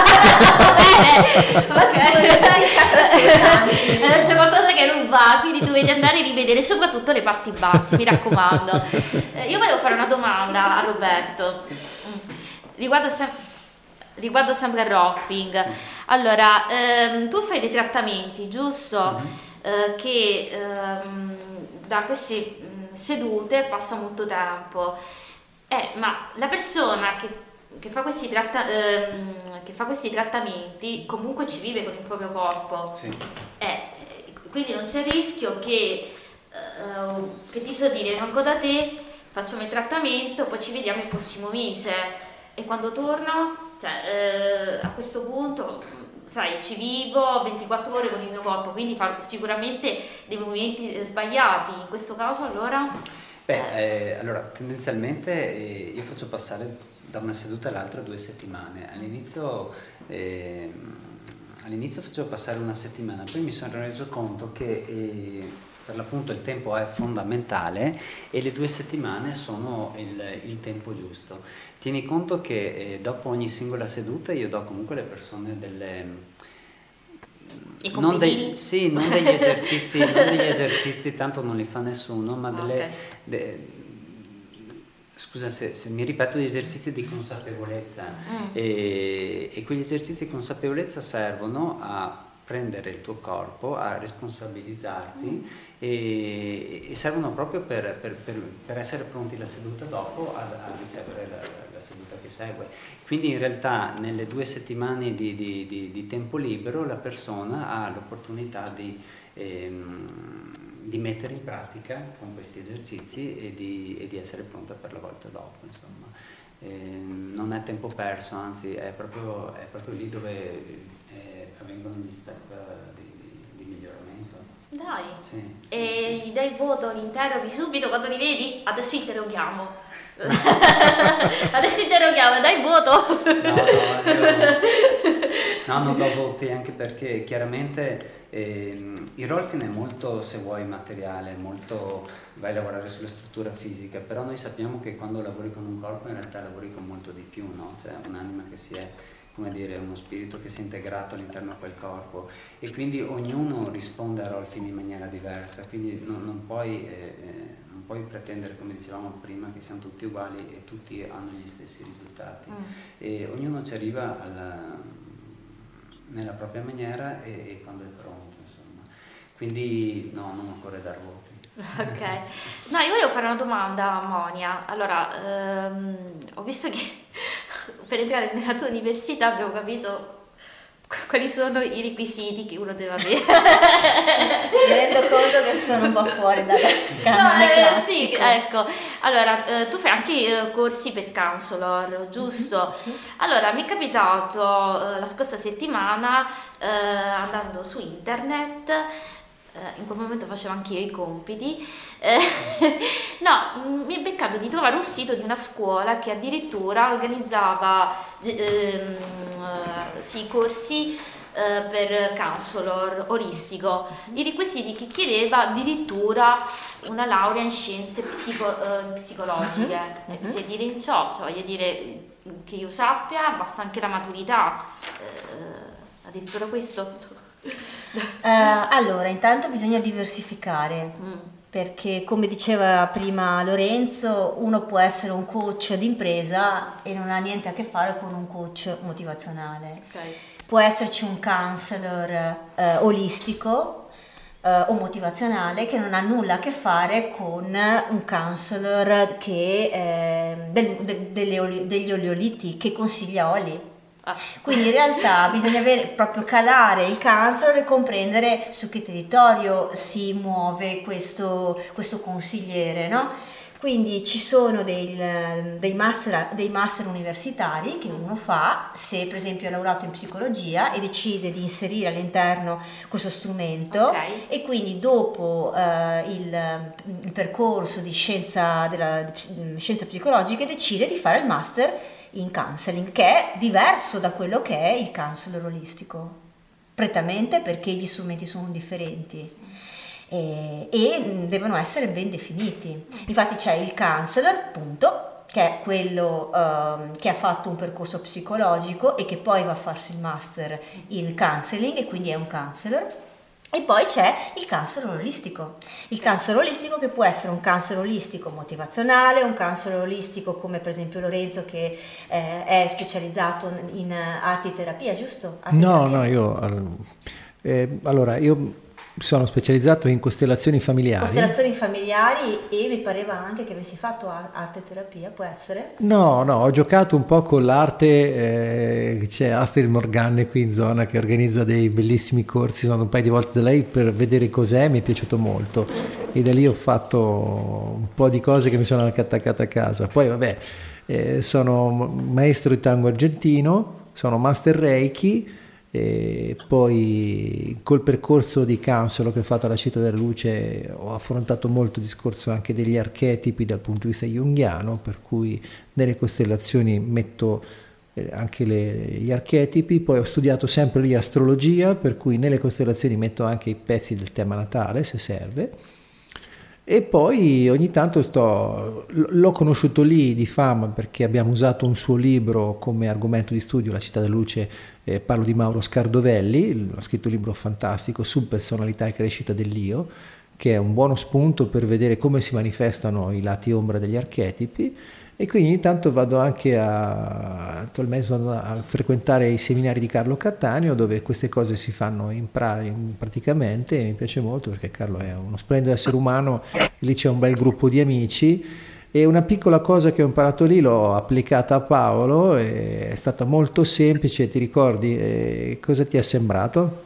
E: va bene,
C: Ma sicuro che tutti i chakra sono santi.
E: Eh, c'è qualcosa che non va, quindi dovete andare a rivedere soprattutto le parti basse, mi raccomando. Eh, io volevo fare una domanda a Roberto Mm. riguardo, sem- riguardo sempre il roughing. Allora, ehm, tu fai dei trattamenti, giusto? Eh, che ehm, da queste mh, sedute passa molto tempo. Eh, ma la persona che, che, fa questi tratta- ehm, che fa questi trattamenti comunque ci vive con il proprio corpo.
D: Sì.
E: Eh, quindi non c'è il rischio che, uh, che ti so dire, vengo da te, facciamo il trattamento, poi ci vediamo il prossimo mese e quando torno, cioè, uh, a questo punto, sai, ci vivo ventiquattro ore con il mio corpo, quindi farò sicuramente dei movimenti sbagliati. In questo caso allora?
D: Beh, eh, allora tendenzialmente eh, io faccio passare da una seduta all'altra due settimane. All'inizio, eh, all'inizio facevo passare una settimana, poi mi sono reso conto che eh, per l'appunto il tempo è fondamentale e le due settimane sono il, il tempo giusto. Tieni conto che eh, dopo ogni singola seduta io do comunque alle persone delle... Non, dei, sì, non degli esercizi, non degli esercizi, tanto non li fa nessuno, ma delle... Okay. De, scusa se, se mi ripeto, gli esercizi di consapevolezza mm. e, e quegli esercizi di consapevolezza servono a prendere il tuo corpo, a responsabilizzarti mm. e, e servono proprio per, per, per, per essere pronti la seduta dopo a, a ricevere la, la seduta che segue. Quindi in realtà nelle due settimane di, di, di, di tempo libero la persona ha l'opportunità di, ehm, di mettere in pratica con questi esercizi e di, e di essere pronta per la volta dopo, insomma. Eh, non è tempo perso, anzi è proprio, è proprio lì dove eh, avvengono gli step di, di, di miglioramento.
E: Dai,
D: sì, sì,
E: e
D: sì.
E: Gli dai il voto, li interroghi subito quando li vedi? Adesso interroghiamo. Adesso interroghiamo, dai il voto?
D: No, no, io, no, non do voti, anche perché chiaramente eh, il Rolfing è molto, se vuoi, materiale, molto vai a lavorare sulla struttura fisica, però noi sappiamo che quando lavori con un corpo in realtà lavori con molto di più, no? Cioè un'anima che si è, come dire, uno spirito che si è integrato all'interno a quel corpo e quindi ognuno risponde a Rolfing in maniera diversa, quindi non, non puoi... Eh, non puoi pretendere, come dicevamo prima, che siamo tutti uguali e tutti hanno gli stessi risultati mm. e ognuno ci arriva alla, nella propria maniera e, e quando è pronto, insomma. Quindi no, non occorre dar voti.
E: Ok, no, io volevo fare una domanda a Monia. Allora, ehm, ho visto che per entrare nella tua università abbiamo capito quali sono i requisiti che uno deve avere.
C: Mi rendo conto che sono un po' fuori dal canone no, classico.
E: Sì, ecco. Allora, eh, tu fai anche eh, corsi per counselor, giusto? Mm-hmm, sì. Allora, mi è capitato eh, la scorsa settimana, eh, andando su internet, in quel momento facevo anche io i compiti, eh, no, mi è beccato di trovare un sito di una scuola che addirittura organizzava eh, sì, corsi eh, per counselor olistico. I requisiti che chiedeva addirittura una laurea in scienze psico, eh, psicologiche. Uh-huh. E mi sai dire in ciò, cioè voglio dire che io sappia, basta anche la maturità, eh, addirittura questo.
C: Uh, allora, intanto bisogna diversificare mm. perché, come diceva prima Lorenzo, uno può essere un coach d'impresa e non ha niente a che fare con un coach motivazionale. Okay. Può esserci un counselor uh, olistico uh, o motivazionale che non ha nulla a che fare con un counselor che, eh, del, del, delle oli, degli oleoliti, che consiglia oli. Quindi in realtà bisogna avere, proprio calare il counselor e comprendere su che territorio si muove questo, questo consigliere, no? Quindi ci sono dei, dei, master, dei master universitari che uno fa se per esempio è laureato in psicologia e decide di inserire all'interno questo strumento, okay. E quindi dopo eh, il, il percorso di scienza, della, di scienza psicologica decide di fare il master in counseling, che è diverso da quello che è il counselor olistico, prettamente perché gli strumenti sono differenti e, e devono essere ben definiti. Infatti c'è il counselor, punto, che è quello um, che ha fatto un percorso psicologico e che poi va a farsi il master in counseling e quindi è un counselor. E poi c'è il counselor olistico, il counselor olistico che può essere un counselor olistico motivazionale, un counselor olistico come per esempio Lorenzo che eh, è specializzato in arti terapia, giusto? Arti
A: no,
C: terapia.
A: no, io eh, allora io Sono specializzato in costellazioni familiari.
C: Costellazioni familiari, e mi pareva anche che avessi fatto arte terapia, può essere?
A: No, no, ho giocato un po' con l'arte, eh, c'è Astrid Morganne qui in zona che organizza dei bellissimi corsi, sono un paio di volte da lei per vedere cos'è, mi è piaciuto molto e da lì ho fatto un po' di cose che mi sono anche attaccate a casa. Poi vabbè, eh, sono maestro di tango argentino, sono master Reiki. E poi col percorso di counselor che ho fatto alla Città della Luce ho affrontato molto il discorso anche degli archetipi dal punto di vista junghiano, per cui nelle costellazioni metto anche le, gli archetipi. Poi ho studiato sempre lì astrologia, per cui nelle costellazioni metto anche i pezzi del tema natale se serve. E poi ogni tanto sto, l'ho conosciuto lì di fama perché abbiamo usato un suo libro come argomento di studio, La Città della Luce, eh, parlo di Mauro Scardovelli, ho scritto un libro fantastico su personalità e crescita dell'io, che è un buono spunto per vedere come si manifestano i lati ombra degli archetipi. E quindi ogni tanto vado anche a, attualmente sono a frequentare i seminari di Carlo Cattaneo, dove queste cose si fanno in pra, in, praticamente, e mi piace molto perché Carlo è uno splendido essere umano, e lì c'è un bel gruppo di amici, e una piccola cosa che ho imparato lì l'ho applicata a Paolo, e è stata molto semplice, ti ricordi? E cosa ti è sembrato?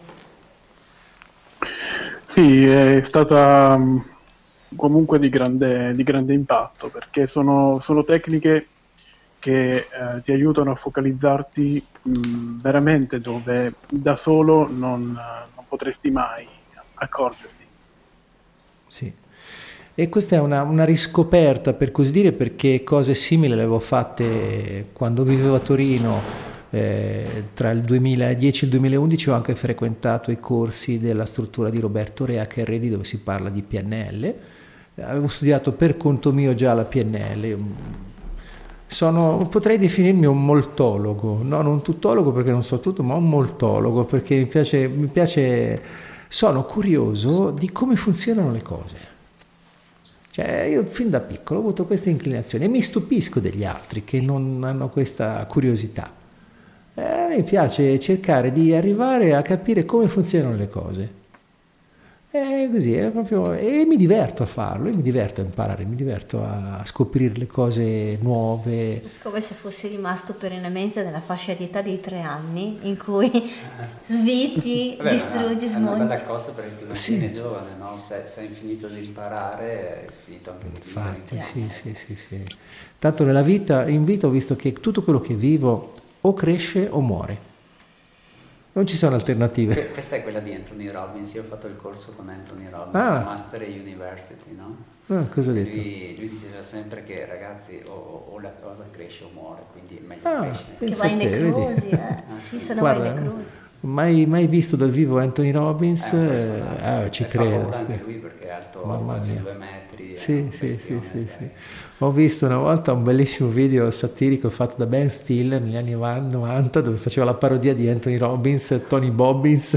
B: Sì, è stata comunque di grande, di grande impatto, perché sono, sono tecniche che eh, ti aiutano a focalizzarti mh, veramente dove da solo non, non potresti mai accorgerti.
A: Sì, e questa è una, una riscoperta, per così dire, perché cose simili le avevo fatte quando vivevo a Torino. Eh, tra il duemiladieci e il duemilaundici ho anche frequentato i corsi della struttura di Roberto Rea che è Redi, dove si parla di P N L. Avevo studiato per conto mio già la P N L. Sono, potrei definirmi un moltologo, non un tuttologo perché non so tutto, ma un moltologo perché mi piace, mi piace, sono curioso di come funzionano le cose. Cioè, io fin da piccolo ho avuto questa inclinazione e mi stupisco degli altri che non hanno questa curiosità. Eh, mi piace cercare di arrivare a capire come funzionano le cose. È così, è proprio, e mi diverto a farlo, e mi diverto a imparare, mi diverto a scoprire le cose nuove.
C: Come se fossi rimasto perennemente nella fascia di età dei tre anni, in cui sviti,
D: Vabbè,
C: distruggi,
D: smonti. È una bella cosa perché ti mantiene
A: Sì.
D: giovane, no? Se, se hai finito di imparare, è finito anche di vivere.
A: Infatti, sì, sì, sì, sì. Tanto nella vita, in vita ho visto che tutto quello che vivo o cresce o muore. Non ci sono alternative.
D: Questa è quella di Anthony Robbins, io ho fatto il corso con Anthony Robbins,
A: Ah.
D: la Master University, no?
A: Ah, cosa ha detto?
D: Lui, lui diceva sempre che ragazzi o, o la cosa cresce o muore, quindi è meglio
A: Ah,
D: crescere.
C: che
A: pensa
C: va in
A: a te, vedi?
C: necrosi, eh. Sì, sono va in
A: Guarda,
C: necrosi.
A: mai, mai visto dal vivo Anthony Robbins?
D: È un
A: Eh,
D: personaggio,
A: ah, ci
D: e fa
A: credo.
D: paura anche
A: sì.
D: lui perché è alto
A: Mamma
D: quasi
A: mia.
D: due metri. è
A: Sì,
D: un
A: sì, sì,
D: bestione,
A: sì,
D: sai.
A: sì. Ho visto una volta un bellissimo video satirico fatto da Ben Stiller negli anni novanta dove faceva la parodia di Anthony Robbins, Tony Bobbins.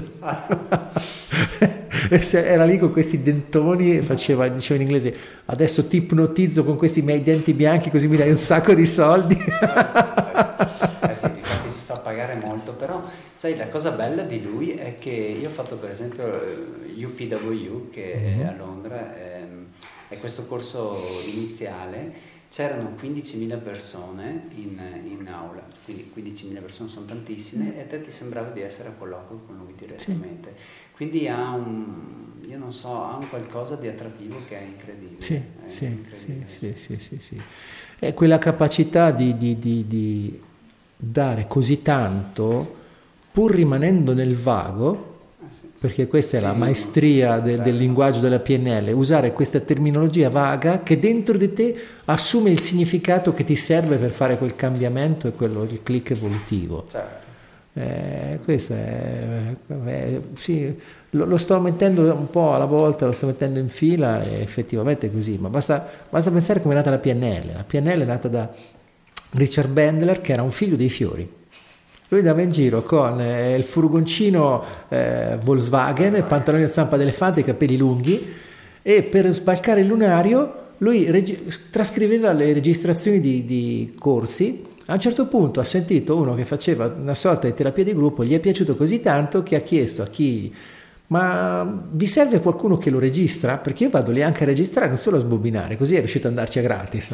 A: E se era lì con questi dentoni e faceva, diceva in inglese: adesso ti ipnotizzo con questi miei denti bianchi così mi dai un sacco di soldi.
D: Eh sì, infatti si fa pagare molto, però sai la cosa bella di lui è che io ho fatto per esempio U P W che è a Londra, ehm, è questo corso iniziale, c'erano quindicimila persone in, in aula, quindi quindicimila persone sono tantissime e a te ti sembrava di essere a colloquio con lui direttamente, quindi ha un, io non so, ha un qualcosa di attrattivo che è incredibile.
A: Sì,
D: è
A: sì,
D: incredibile.
A: sì, sì, sì, sì, sì. È quella capacità di, di, di, di dare così tanto pur rimanendo nel vago,
D: Ah, sì,
A: perché questa è
D: sì,
A: la maestria de,
D: certo.
A: del linguaggio della P N L, usare questa terminologia vaga che dentro di te assume il significato che ti serve per fare quel cambiamento e quello, il click evolutivo.
D: Certo.
A: Eh, questo è, è sì, lo, lo sto mettendo un po' alla volta, lo sto mettendo in fila e effettivamente è così, ma basta, basta pensare come è nata la P N L. La P N L è nata da Richard Bandler, che era un figlio dei fiori. Lui andava in giro con eh, il furgoncino eh, Volkswagen, i pantaloni a zampa d'elefante, i capelli lunghi, e per sbalcare il lunario lui reg- trascriveva le registrazioni di, di corsi. A un certo punto ha sentito uno che faceva una sorta di terapia di gruppo, gli è piaciuto così tanto che ha chiesto a chi ma vi serve qualcuno che lo registra? Perché io vado lì anche a registrare, non solo a sbobinare, così è riuscito ad andarci a gratis.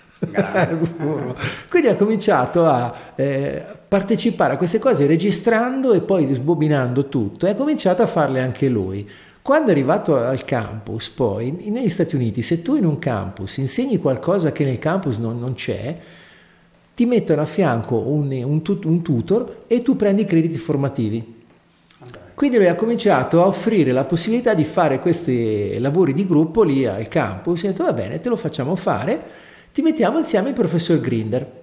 A: Quindi ha cominciato a eh, partecipare a queste cose registrando e poi sbobinando tutto, e ha cominciato a farle anche lui. Quando è arrivato al campus, poi negli Stati Uniti, se tu in un campus insegni qualcosa che nel campus non, non c'è, ti mettono a fianco un, un, un tutor e tu prendi crediti formativi. Quindi lui ha cominciato a offrire la possibilità di fare questi lavori di gruppo lì al campus, e ha detto va bene, te lo facciamo fare, ti mettiamo insieme il professor Grinder.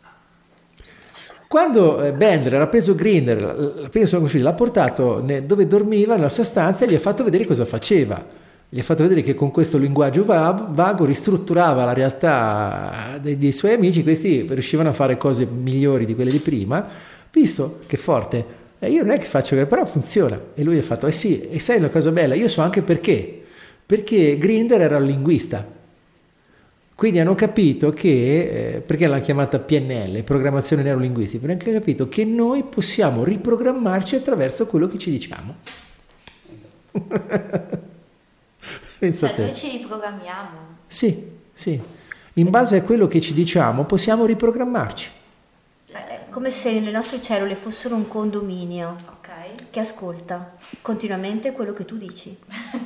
A: Quando Bandler ha preso Grinder, appena sono conosciuti, l'ha portato dove dormiva, nella sua stanza, e gli ha fatto vedere cosa faceva. Gli ha fatto vedere che con questo linguaggio vago ristrutturava la realtà dei, dei suoi amici, questi riuscivano a fare cose migliori di quelle di prima, visto che forte. E io non è che faccio, però funziona. E lui ha fatto, eh sì, e sai una cosa bella, io so anche perché. Perché Grinder era un linguista. Quindi hanno capito che, eh, perché l'hanno chiamata P N L, programmazione neurolinguistica, perché hanno capito che noi possiamo riprogrammarci attraverso quello che ci diciamo.
E: Esatto.
A: Pensa
E: cioè,
A: te.
E: noi ci riprogrammiamo.
A: Sì, sì. In base a quello che ci diciamo possiamo riprogrammarci.
C: È come se le nostre cellule fossero un condominio,
E: ok,
C: che ascolta continuamente quello che tu dici.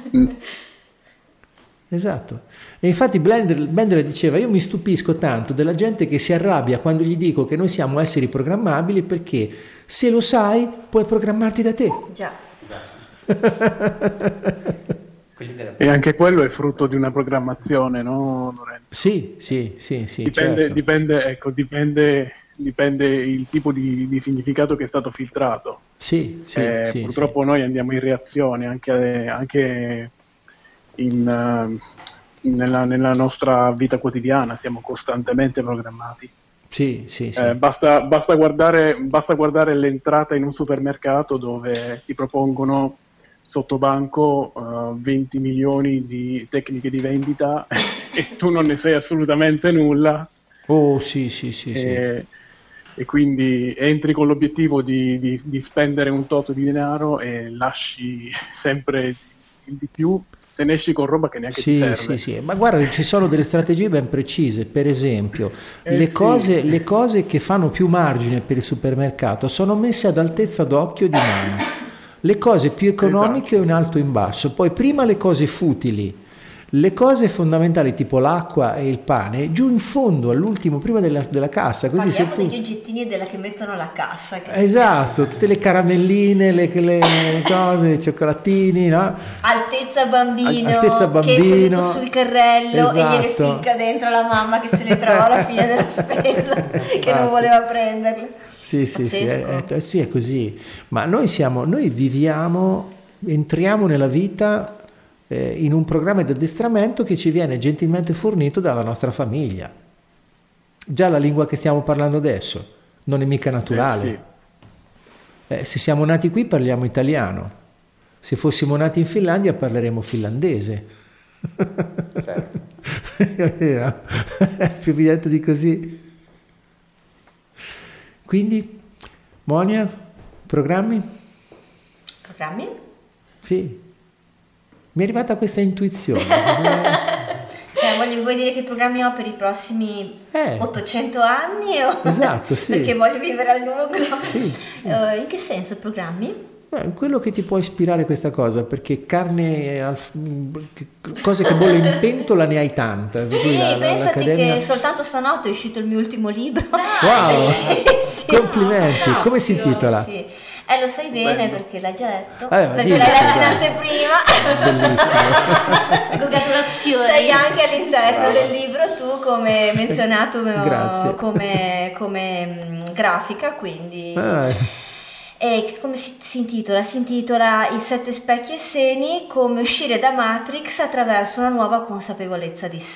A: Esatto. E infatti Bandler diceva, io mi stupisco tanto della gente che si arrabbia quando gli dico che noi siamo esseri programmabili, perché se lo sai puoi programmarti da te.
C: Già.
D: Esatto.
B: E anche quello è frutto di una programmazione, no, Lorenzo?
A: Sì, sì, sì, sì,
B: dipende,
A: certo.
B: dipende, ecco, dipende, dipende il tipo di, di significato che è stato filtrato.
A: Sì, sì,
B: eh,
A: sì,
B: purtroppo
A: sì.
B: noi andiamo in reazione anche, anche in, uh, nella, nella nostra vita quotidiana, siamo costantemente programmati.
A: Sì, sì, sì.
B: Eh, basta, basta, guardare, basta guardare l'entrata in un supermercato dove ti propongono sottobanco uh, venti milioni di tecniche di vendita e tu non ne sai assolutamente nulla.
A: Oh sì, sì, sì,
B: e, sì. E quindi entri con l'obiettivo di, di, di spendere un tot di denaro e lasci sempre il di più, te ne esci con roba che neanche
A: sì,
B: ti serve.
A: Sì, sì, ma guarda, ci sono delle strategie ben precise. Per esempio,
B: eh
A: le,
B: sì.
A: cose, le cose che fanno più margine per il supermercato sono messe ad altezza d'occhio di mano. Le cose più economiche
B: esatto.
A: in alto e in basso, poi prima le cose futili, le cose fondamentali tipo l'acqua e il pane giù in fondo all'ultimo, prima della, della cassa, così.
C: Parliamo
A: se tu...
C: degli oggettini della che mettono la cassa, che
A: esatto, tutte le caramelline, le, le cose, i cioccolatini, no?
C: altezza bambino,
A: altezza bambino,
C: che è seduto sul carrello,
A: esatto.
C: E gliele ficca dentro la mamma che se le trova alla fine della spesa che non voleva prenderle.
A: Sì, sì, sì, è, è, sì, è così. Ma noi siamo, noi viviamo, entriamo nella vita eh, in un programma di addestramento che ci viene gentilmente fornito dalla nostra famiglia. Già la lingua che stiamo parlando adesso non è mica naturale.
B: Eh, sì.
A: eh, se siamo nati qui parliamo italiano. Se fossimo nati in Finlandia parleremo finlandese.
D: Certo.
A: È vero? È più evidente di così. Quindi, Monia, programmi?
C: Programmi?
A: Sì. Mi è arrivata questa intuizione.
C: Cioè, voglio, vuoi dire che programmi ho per i prossimi
A: eh.
C: ottocento anni? O...
A: Esatto, sì.
C: Perché voglio vivere a lungo.
A: Sì, sì.
C: Uh, in che senso programmi?
A: Beh, quello che ti può ispirare questa cosa, perché carne, cose che bolle in pentola ne hai tanta.
C: Sì,
A: la,
C: pensati
A: l'accademia...
C: che soltanto stanotte è uscito il mio ultimo libro.
A: Wow,
C: sì, sì,
A: complimenti.
C: no,
A: Come si
C: sì,
A: intitola?
C: Sì. Eh, lo sai bene
B: Bello.
C: Perché l'hai già letto,
A: Vabbè,
C: perché
A: dillo,
C: l'hai letto in
A: dai.
C: anteprima.
A: Bellissimo.
E: Congratulazioni.
C: Sei anche all'interno del libro tu, come menzionato
A: Grazie.
C: come, come mh, grafica, quindi...
A: Ah.
C: E come si, si intitola? Si intitola I sette specchi e seni, come uscire da Matrix attraverso una nuova consapevolezza di sé.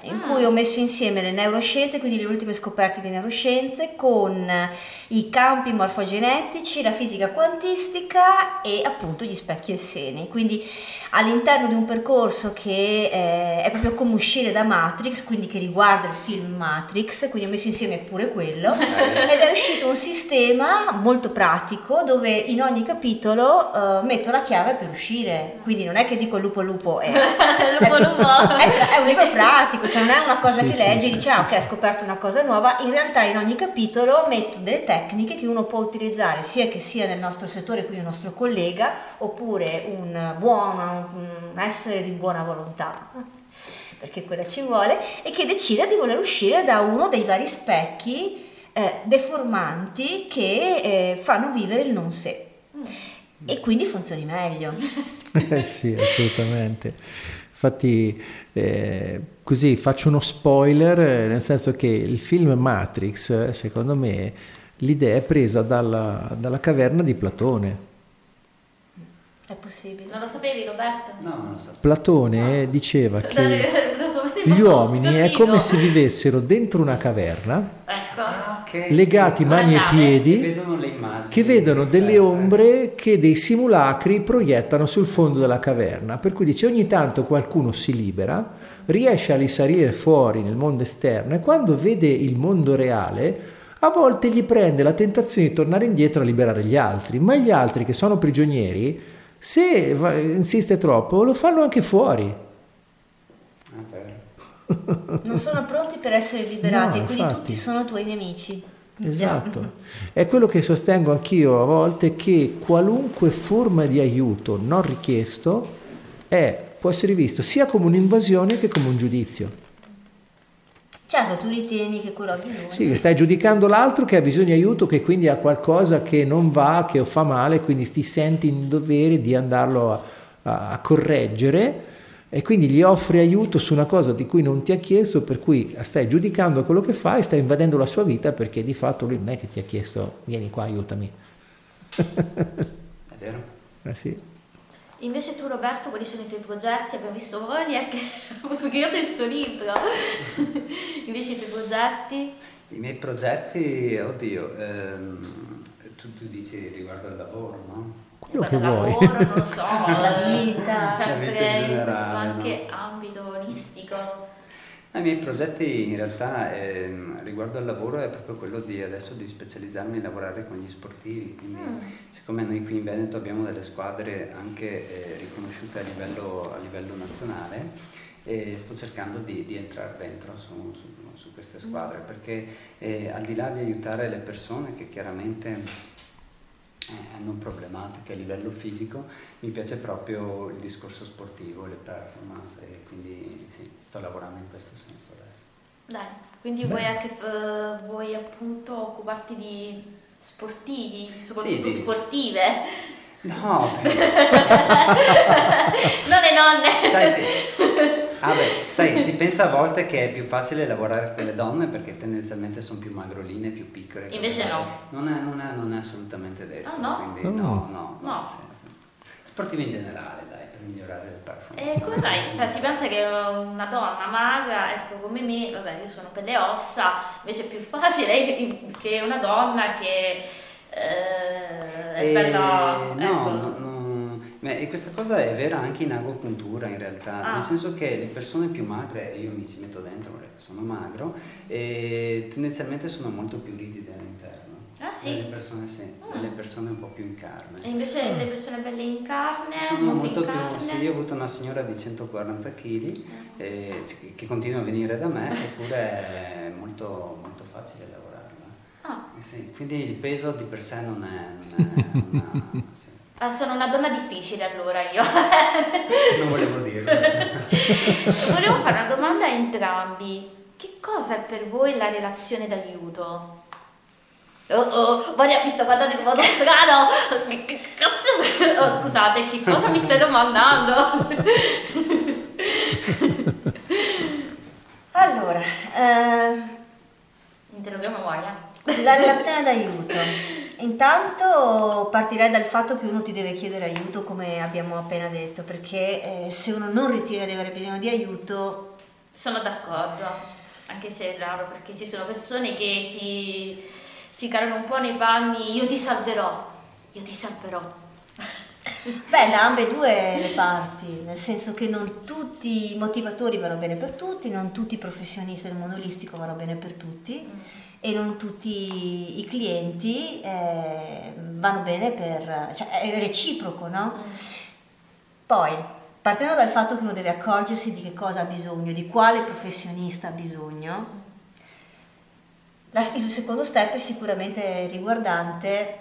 C: in cui ho messo insieme le neuroscienze, quindi le ultime scoperte di neuroscienze, con i campi morfogenetici, la fisica quantistica e appunto gli specchi e seni. Quindi all'interno di un percorso che eh, è proprio come uscire da Matrix, quindi che riguarda il film Matrix, quindi ho messo insieme pure quello, ed è uscito un sistema molto pratico dove in ogni capitolo uh, metto la chiave per uscire, quindi non è che dico lupo lupo, è,
E: lupo, lupo.
C: è, è un libro pratico, cioè non è una cosa
A: Sì,
C: che
A: sì,
C: leggi
A: sì,
C: e dici
A: sì,
C: ah ok, ho scoperto una cosa nuova. In realtà in ogni capitolo metto delle tecniche che uno può utilizzare sia che sia nel nostro settore, quindi un nostro collega, oppure un buono, un essere di buona volontà, perché quella ci vuole, e che decida di voler uscire da uno dei vari specchi eh, deformanti che eh, fanno vivere il non sé, e quindi funzioni meglio.
A: Eh sì, assolutamente. Infatti eh, così faccio uno spoiler, eh, nel senso che il film Matrix, eh, secondo me, l'idea è presa dalla, dalla caverna di Platone.
C: È possibile.
E: Non lo sapevi, Roberto?
D: No, non lo so.
A: Platone diceva che
E: Lo so,
A: gli
E: lo so,
A: uomini è come se vivessero dentro una caverna,
E: Ecco.
D: Ah, ok,
A: legati
D: sì.
A: mani e
E: Guardate,
D: Che
A: piedi,
D: vedono le immagini.
A: che vedono delle
D: riflesse.
A: ombre che dei simulacri proiettano sul fondo della caverna. Per cui dice, ogni tanto qualcuno si libera, riesce a risalire fuori nel mondo esterno, e quando vede il mondo reale a volte gli prende la tentazione di tornare indietro a liberare gli altri, ma gli altri che sono prigionieri, se va- insiste troppo, lo fanno anche fuori.
D: Ah, vero.
C: Non sono pronti per essere liberati,
A: No,
C: e quindi
A: infatti.
C: tutti sono tuoi nemici.
A: Esatto, è quello che sostengo anch'io a volte, che qualunque forma di aiuto non richiesto è, può essere visto sia come un'invasione che come un giudizio.
C: Certo, tu ritieni che quello ha bisogno.
A: Sì, stai giudicando l'altro che ha bisogno di aiuto, che quindi ha qualcosa che non va, che fa male, quindi ti senti in dovere di andarlo a, a- a correggere, e quindi gli offri aiuto su una cosa di cui non ti ha chiesto, per cui stai giudicando quello che fa e stai invadendo la sua vita, perché di fatto lui non è che ti ha chiesto vieni qua, aiutami.
D: È vero?
A: Eh sì.
E: Invece tu, Roberto, quali sono i tuoi progetti? Abbiamo visto Volier che ha pubblicato il suo libro. Invece i tuoi progetti?
D: I miei progetti, oddio, ehm, tu, tu dici riguardo al lavoro, no?
A: Quello
E: Guarda,
A: che vuoi.
E: lavoro, non lo so,
C: La vita.
E: sempre
D: La vita in
E: in
D: generale,
E: questo anche
D: no?
E: ambito olistico.
D: I miei progetti in realtà ehm, riguardo al lavoro è proprio quello di adesso di specializzarmi e lavorare con gli sportivi, quindi
E: Mm.
D: siccome noi qui in Veneto abbiamo delle squadre anche eh, riconosciute a livello, a livello nazionale, e sto cercando di, di entrare dentro su, su, su queste squadre, perché eh, al di là di aiutare le persone che chiaramente eh, hanno problematiche a livello fisico, mi piace proprio il discorso sportivo, le performance, e quindi sì, sto lavorando in questo senso adesso.
E: Dai, quindi vuoi, anche, eh, vuoi appunto occuparti di sportivi, soprattutto
D: Sì, di-
E: sportive?
D: No, beh,
E: Non le nonne!
D: sai, sì. Ah beh, sai, si pensa a volte che è più facile lavorare con le donne perché tendenzialmente sono più magroline, più piccole.
E: Invece
D: così.
E: no.
D: Non è, non è, non è assolutamente detto.
E: Ah, no?
D: Quindi no,
A: Oh.
D: no,
E: No.
D: sì, sì. Sportivi in generale, dai, per migliorare le performance.
E: E come mai? Cioè si pensa che una donna magra, ecco come me, vabbè io sono per le ossa, invece è più facile che una donna che eh, è
D: Eh,
E: bella...
D: no,
E: ecco.
D: no, no. Ma- e questa cosa è vera anche in agopuntura in realtà,
E: Ah.
D: nel senso che le persone più magre, io mi ci metto dentro perché sono magro, e tendenzialmente sono molto più rigide all'interno.
E: Ah, sì?
D: Delle persone sì,
E: Mm.
D: delle persone un po' più in
E: E
D: carne.
E: invece le persone belle in carne,
D: Sono
E: molto,
D: molto
E: in
D: più,
E: carne...
D: sì, io ho avuto una signora di centoquaranta chili eh, che continua a venire da me, eppure è molto, molto facile lavorarla.
E: Ah.
D: Eh sì, quindi il peso di per sé non è, non è una... sì.
E: Ah, sono una donna difficile allora io.
D: Non volevo dirlo.
E: Volevo fare una domanda a entrambi. Che cosa è per voi la relazione d'aiuto? Oh oh, Maria mi sta guardando in modo strano. Che, che cazzo? Oh, scusate, che cosa mi stai domandando?
C: Allora, eh,
E: Interroghiamo Maria.
C: la relazione d'aiuto. Intanto partirei dal fatto che uno ti deve chiedere aiuto, come abbiamo appena detto, perché eh, se uno non ritiene di avere bisogno di aiuto
E: Sono d'accordo, anche se è raro, perché ci sono persone che si, si calano un po' nei panni, io ti salverò, io ti salverò.
C: Beh, da ambedue le parti, nel senso che non tutti i motivatori vanno bene per tutti, non tutti i professionisti del mondo olistico vanno bene per tutti mm. e non tutti i clienti eh, vanno bene per... cioè è reciproco, no? Mm. Poi, partendo dal fatto che uno deve accorgersi di che cosa ha bisogno, di quale professionista ha bisogno, la, il secondo step è sicuramente riguardante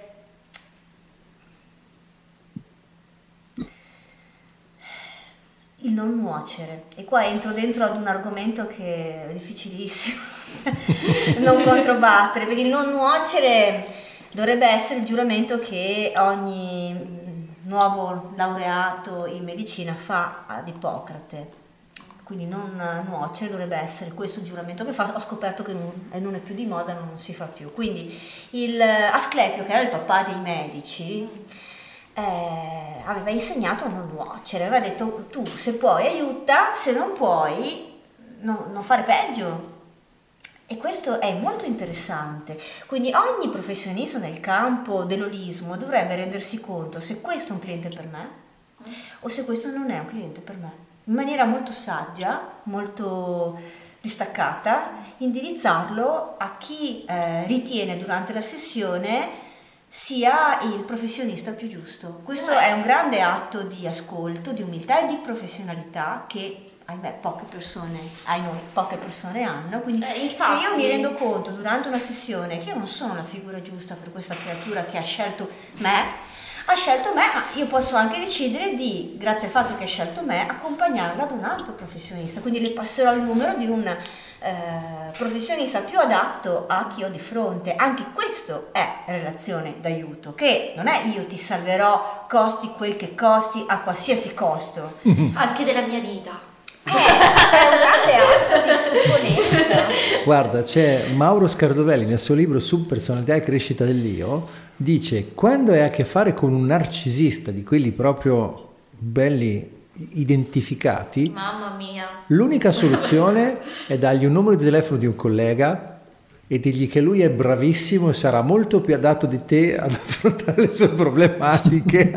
C: il non nuocere, e qua entro dentro ad un argomento che è difficilissimo non controbattere, perché il non nuocere dovrebbe essere il giuramento che ogni nuovo laureato in medicina fa ad Ippocrate, quindi non nuocere dovrebbe essere questo il giuramento che fa. Ho scoperto che non, non è più di moda, non si fa più. Quindi il Asclepio, che era il papà dei medici, Eh, aveva insegnato a non nuocere, aveva detto tu se puoi aiuta, se non puoi no, non fare peggio, e questo è molto interessante. Quindi ogni professionista nel campo dell'olismo dovrebbe rendersi conto se questo è un cliente per me o se questo non è un cliente per me, in maniera molto saggia, molto distaccata, indirizzarlo a chi eh, ritiene durante la sessione sia il professionista più giusto. Questo è un grande atto di ascolto, di umiltà e di professionalità che, ahimè, poche persone, ai noi, poche persone hanno. Quindi eh, infatti, se io mi rendo conto durante una sessione che io non sono la figura giusta per questa creatura che ha scelto me, ha scelto me, ma io posso anche decidere di, grazie al fatto che ha scelto me, accompagnarla ad un altro professionista, quindi le passerò il numero di un eh, professionista più adatto a chi ho di fronte. Anche questo è relazione d'aiuto, che non è io ti salverò, costi quel che costi, a qualsiasi costo.
E: Anche della mia vita.
C: Eh, è un grande atto di supponenza.
A: Guarda, c'è Mauro Scardovelli nel suo libro su personalità e crescita dell'io, dice: quando hai a che fare con un narcisista di quelli proprio belli identificati,
E: mamma mia,
A: l'unica soluzione è dargli un numero di telefono di un collega e dirgli che lui è bravissimo e sarà molto più adatto di te ad affrontare le sue problematiche.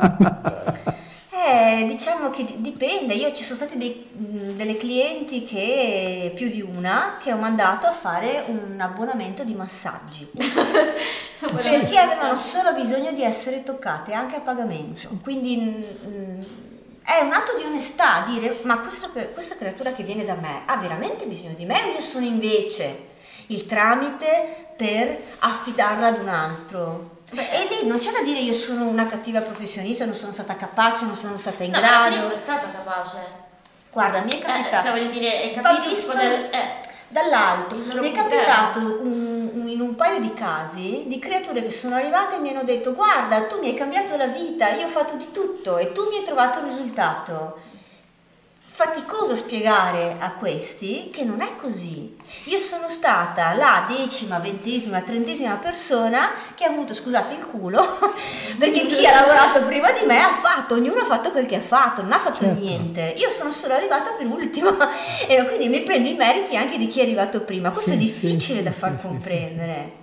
C: Eh, diciamo che dipende. Io ci sono stati dei, delle clienti, che più di una, che ho mandato a fare un abbonamento di massaggi perché avevano solo bisogno di essere toccate anche a pagamento. Quindi mh, è un atto di onestà dire: ma questa, questa creatura che viene da me ha veramente bisogno di me, o io sono invece il tramite per affidarla ad un altro? Beh, e lì non c'è da dire io sono una cattiva professionista, non sono stata capace, non sono stata in
E: no,
C: grado.
E: Ma è stata capace.
C: Guarda, mi è capitato.
E: Eh, cioè voglio dire, è capito
C: visto
E: del, eh,
C: dall'alto. Mi è capitato un, un, in un paio di casi di creature che sono arrivate e mi hanno detto: guarda, tu mi hai cambiato la vita, io ho fatto di tutto e tu mi hai trovato il risultato. Faticoso spiegare a questi che non è così. Io sono stata la decima, ventesima, trentesima persona che ha avuto, scusate, il culo, perché chi ha lavorato prima di me ha fatto, ognuno ha fatto quel che ha fatto, non ha fatto certo. niente. Io sono solo arrivata per ultima e quindi mi prendo i meriti anche di chi è arrivato prima. Questo sì, è difficile sì, da far sì, comprendere. Sì, sì.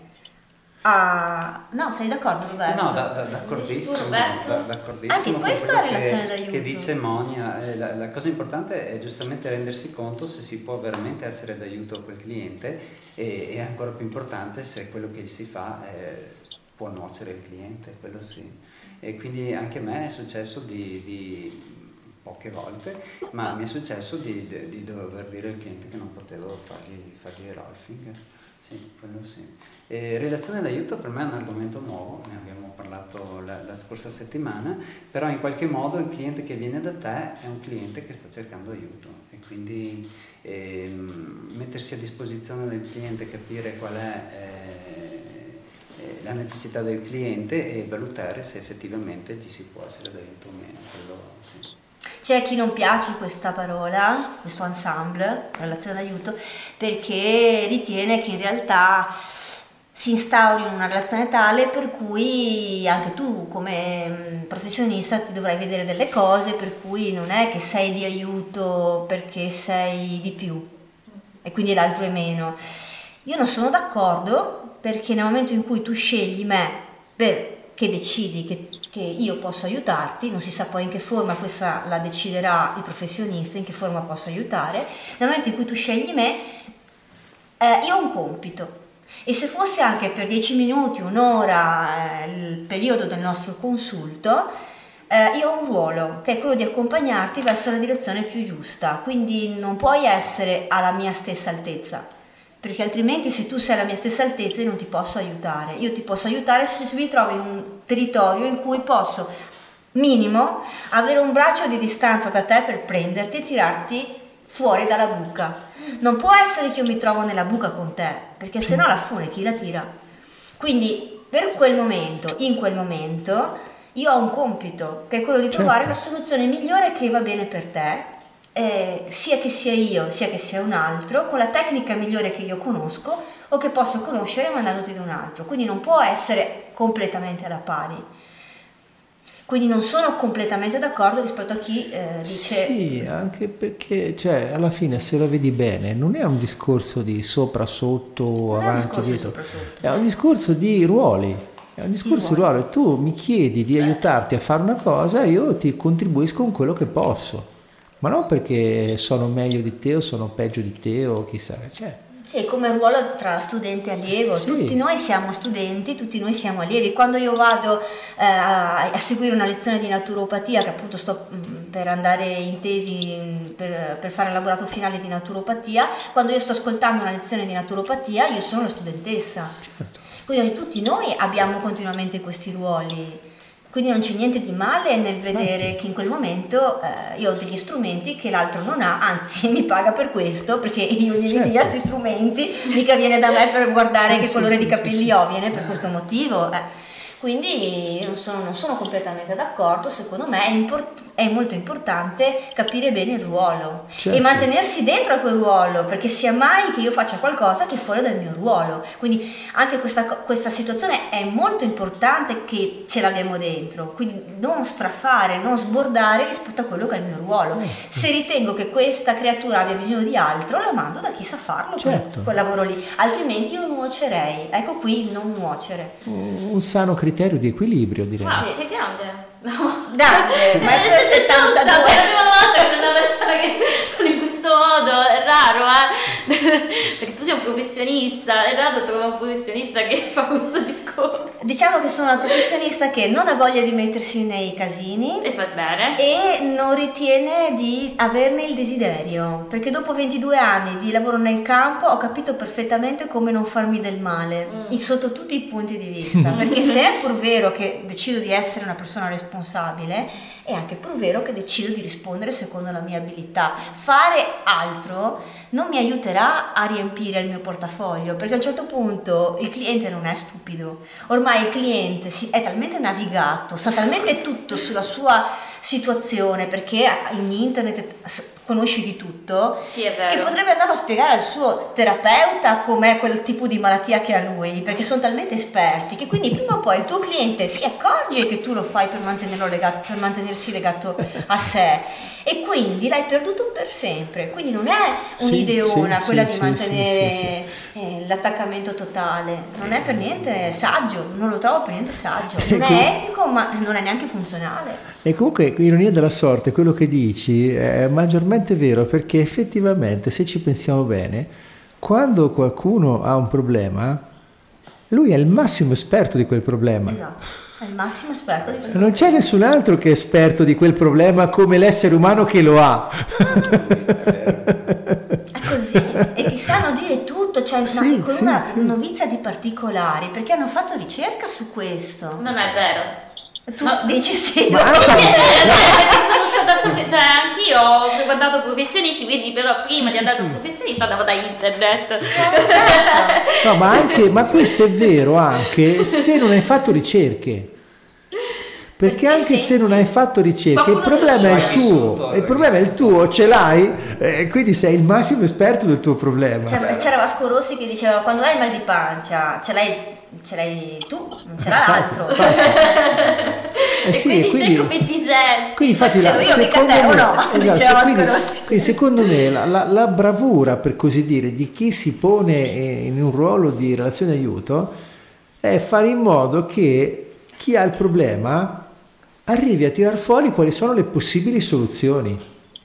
C: Ah, no, sei d'accordo, Roberto?
D: No, da, da, d'accordissimo, da, d'accordissimo.
C: Anche questo è relazione d'aiuto.
D: Che dice Monia, eh, la, la cosa importante è giustamente rendersi conto se si può veramente essere d'aiuto a quel cliente, e è ancora più importante se quello che si fa eh, può nuocere il cliente, quello sì. E quindi anche a me è successo di, di poche volte, ma mi è successo di, di, di dover dire al cliente che non potevo fargli, fargli rolfing. Sì, quello sì. E relazione d'aiuto per me è un argomento nuovo, ne abbiamo parlato la, la scorsa settimana, però in qualche modo il cliente che viene da te è un cliente che sta cercando aiuto, e quindi ehm, mettersi a disposizione del cliente, capire qual è eh, la necessità del cliente e valutare se effettivamente ci si può essere d'aiuto o meno, quello sì.
C: C'è chi non piace questa parola, questo ensemble, relazione d'aiuto, perché ritiene che in realtà si instauri in una relazione tale per cui anche tu come professionista ti dovrai vedere delle cose per cui non è che sei di aiuto perché sei di più e quindi l'altro è meno. Io non sono d'accordo, perché nel momento in cui tu scegli me perché decidi che, che io posso aiutarti, non si sa poi in che forma questa la deciderà il professionista, in che forma posso aiutare, nel momento in cui tu scegli me eh, io ho un compito. E se fosse anche per dieci minuti, un'ora, eh, il periodo del nostro consulto, eh, io ho un ruolo che è quello di accompagnarti verso la direzione più giusta, quindi non puoi essere alla mia stessa altezza, perché altrimenti se tu sei alla mia stessa altezza io non ti posso aiutare. Io ti posso aiutare se, se mi trovi in un territorio in cui posso, minimo, avere un braccio di distanza da te per prenderti e tirarti fuori dalla buca. Non può essere che io mi trovo nella buca con te, perché sennò la fune chi la tira? Quindi per quel momento, in quel momento, io ho un compito, che è quello di trovare certo. la soluzione migliore che va bene per te, eh, sia che sia io, sia che sia un altro, con la tecnica migliore che io conosco o che posso conoscere mandandoti da un altro. Quindi non può essere completamente alla pari. Quindi non sono completamente d'accordo rispetto a chi eh, dice...
A: Sì, anche perché, cioè, alla fine, se lo vedi bene, non è un discorso di sopra, sotto, non avanti, dietro. È un discorso di ruoli. È un discorso di ruoli. Tu mi chiedi di aiutarti a fare una cosa, io ti contribuisco con quello che posso. Ma non perché sono meglio di te o sono peggio di te o chissà, cioè...
C: Sì, come ruolo tra studente e allievo, sì. Tutti noi siamo studenti, tutti noi siamo allievi. Quando io vado eh, a, a seguire una lezione di naturopatia, che appunto sto mh, per andare in tesi mh, per, per fare il lavorato finale di naturopatia, quando io sto ascoltando una lezione di naturopatia io sono la studentessa. Certo. Quindi tutti noi abbiamo continuamente questi ruoli. Quindi non c'è niente di male nel vedere Infatti. Che in quel momento eh, io ho degli strumenti che l'altro non ha, anzi mi paga per questo, perché io gli certo. dia questi strumenti, mica viene da me per guardare sì, che sì, colore sì, di capelli sì, ho, viene per questo motivo. Eh. Quindi non sono, non sono completamente d'accordo, secondo me è, import- è molto importante capire bene il ruolo certo. e mantenersi dentro a quel ruolo, perché sia mai che io faccia qualcosa che è fuori dal mio ruolo. Quindi anche questa, questa situazione è molto importante che ce l'abbiamo dentro, quindi non strafare, non sbordare rispetto a quello che è il mio ruolo. Se ritengo che questa creatura abbia bisogno di altro, la mando da chi sa farlo, certo. quel, quel lavoro lì, altrimenti io nuocerei. Ecco qui il non nuocere.
A: Un sano criterio di equilibrio, direi.
E: Ah, sì. Sei grande. No.
C: Grande, ma tu sei settantadue.
E: È la prima volta che una persona che in questo modo è raro, eh? Perché tu sei un professionista, è raro trovare un professionista che fa questo discorso.
C: Diciamo che sono una professionista che non ha voglia di mettersi nei casini
E: e fa bene
C: e non ritiene di averne il desiderio, perché dopo ventidue anni di lavoro nel campo ho capito perfettamente come non farmi del male mm. sotto tutti i punti di vista, perché se è pur vero che decido di essere una persona responsabile, è anche pur vero che decido di rispondere secondo la mia abilità. Fare altro non mi aiuterà a riempire il mio portafoglio, perché a un certo punto il cliente non è stupido, ormai il cliente si è talmente navigato, sa talmente tutto sulla sua situazione, perché in internet conosci di tutto,
E: sì, è vero.
C: Che potrebbe andarlo a spiegare al suo terapeuta com'è quel tipo di malattia che ha lui, perché sono talmente esperti che quindi prima o poi il tuo cliente si accorge che tu lo fai per mantenerlo legato, per mantenersi legato a sé, e quindi l'hai perduto per sempre. Quindi non è un'ideona sì, sì, quella sì, di mantenere sì, sì, sì. Eh, l'attaccamento totale, non è per niente saggio, non lo trovo per niente saggio, non è etico, ma non è neanche funzionale.
A: E comunque, ironia della sorte, quello che dici è maggiormente vero, perché effettivamente, se ci pensiamo bene, quando qualcuno ha un problema, lui è il massimo esperto di quel problema.
C: Esatto. È il massimo esperto di quel
A: non c'è nessun altro che è esperto di quel problema come l'essere umano che lo ha.
C: È così, e ti sanno dire tutto, cioè
A: sì,
C: una, con
A: sì,
C: una
A: sì.
C: novizia di particolari, perché hanno fatto ricerca su questo.
E: Non è vero.
C: Tu
E: no.
C: dici sì,
A: ma
C: no?
E: Perché sono stata, cioè anch'io ho frequentato professionisti, quindi però prima
A: sì,
E: di
A: sì,
E: andare da un
A: sì.
E: professionista andavo da internet.
C: Eh, certo.
A: No, ma anche, ma questo è vero anche se non hai fatto ricerche. Perché anche senti, se non hai fatto ricerche, il problema è il tuo, il problema è il tuo, ce l'hai, e eh, quindi sei il massimo esperto del tuo problema.
C: C'era, c'era Vasco Rossi che diceva: quando hai il mal di pancia, ce l'hai, ce l'hai tu, non ce l'ha l'altro.
A: Eh sì,
E: e quindi,
A: quindi
E: sei come ti senti.
A: Quindi infatti la,
C: io mica te o no,
A: esatto, quindi, quindi secondo me la, la, la bravura, per così dire, di chi si pone in un ruolo di relazione d'aiuto è fare in modo che chi ha il problema arrivi a tirar fuori quali sono le possibili soluzioni.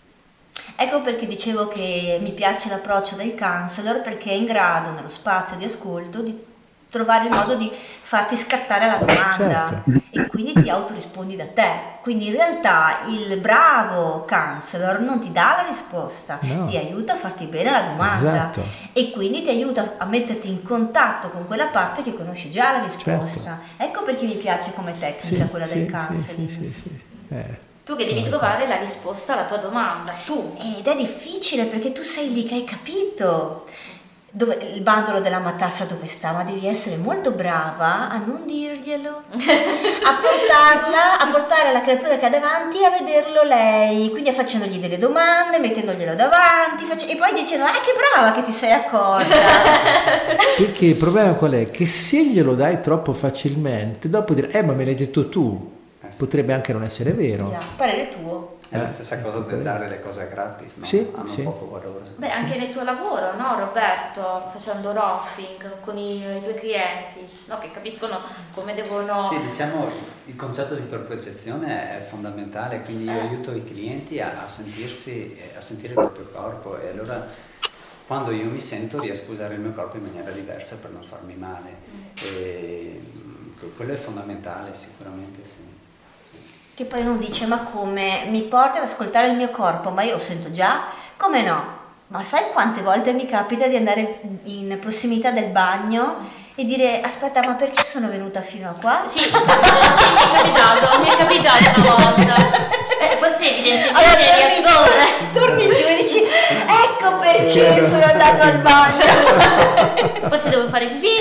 C: Ecco perché dicevo che mi piace l'approccio del counselor, perché è in grado, nello spazio di ascolto, di trovare il modo di farti scattare la domanda, certo. E quindi ti autorispondi da te. Quindi in realtà il bravo counselor non ti dà la risposta, no. Ti aiuta a farti bene la domanda, esatto. E quindi ti aiuta a metterti in contatto con quella parte che conosci già la risposta, certo. Ecco perché mi piace come tecnica, sì, quella sì, del counseling, sì, sì, sì. Eh.
E: Tu che devi trovare la risposta alla tua domanda, tu.
C: Ed è difficile perché tu sei lì che hai capito dove, il bandolo della matassa dove sta, ma devi essere molto brava a non dirglielo, a portarla, a portare la creatura che ha davanti a vederlo lei, quindi facendogli delle domande, mettendoglielo davanti, face- e poi dicendo: ah, che brava che ti sei accorta.
A: Perché il problema qual è? Che se glielo dai troppo facilmente, dopo dire: eh ma me l'hai detto tu, potrebbe anche non essere vero.
C: Già, parere tuo.
D: È la stessa cosa del dare le cose gratis, no?
A: Sì,
D: hanno
A: sì.
D: poco valore.
E: Beh, anche nel tuo lavoro, no Roberto? Facendo roughing con i, i tuoi clienti, no? Che capiscono come devono...
D: Sì, diciamo il concetto di propriocezione è fondamentale, quindi io eh. aiuto i clienti a, a sentirsi, a sentire il proprio corpo, e allora quando io mi sento riesco a usare il mio corpo in maniera diversa per non farmi male. E quello è fondamentale, sicuramente sì.
C: Che poi uno dice: ma come mi porti ad ascoltare il mio corpo? Ma io lo sento già. Come no? Ma sai quante volte mi capita di andare in prossimità del bagno e dire: aspetta, ma perché sono venuta fino a qua?
E: Sì, sì, mi è capitato, mi è capitato una volta. Eh, forse evidentemente
C: allora, torni, torni giù e dici: ecco perché sono andato al bagno.
E: Forse devo fare pipì.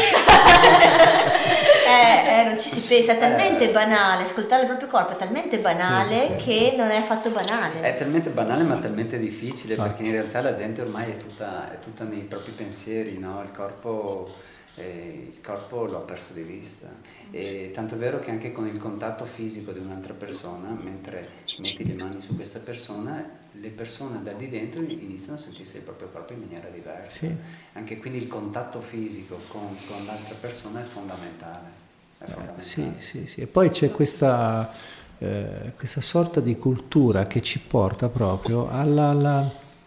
C: Eh, eh, non ci si pensa, è talmente banale, ascoltare il proprio corpo è talmente banale, sì, sì, che non è affatto banale.
D: È talmente banale ma talmente difficile, Fatti. Perché in realtà la gente ormai è tutta, è tutta nei propri pensieri, no? Il corpo, eh, il corpo lo ha perso di vista. E tanto è vero che anche con il contatto fisico di un'altra persona, mentre metti le mani su questa persona, le persone da di dentro iniziano a sentirsi il proprio corpo in maniera diversa. Sì. Anche quindi il contatto fisico con, con l'altra persona è fondamentale. È fondamentale.
A: Sì, sì, sì. E poi c'è questa, eh, questa sorta di cultura che ci porta proprio alla... alla...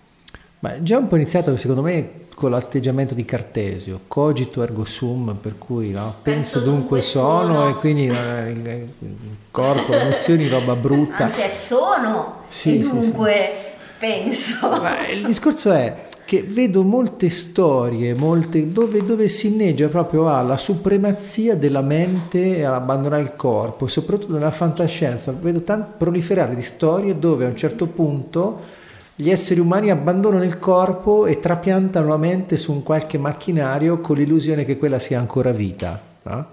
A: Ma già un po' iniziato secondo me con l'atteggiamento di Cartesio, cogito ergo sum, per cui no, penso, penso dunque sono, sono, e quindi no, il, il corpo, le emozioni, roba brutta.
C: Anzi è sono, sì, e dunque sì, sì. penso.
A: Ma il discorso è che vedo molte storie, molte, dove, dove si inneggia proprio alla supremazia della mente e all'abbandonare il corpo, soprattutto nella fantascienza. Vedo tanto proliferare di storie dove a un certo punto gli esseri umani abbandonano il corpo e trapiantano la mente su un qualche macchinario con l'illusione che quella sia ancora vita, no?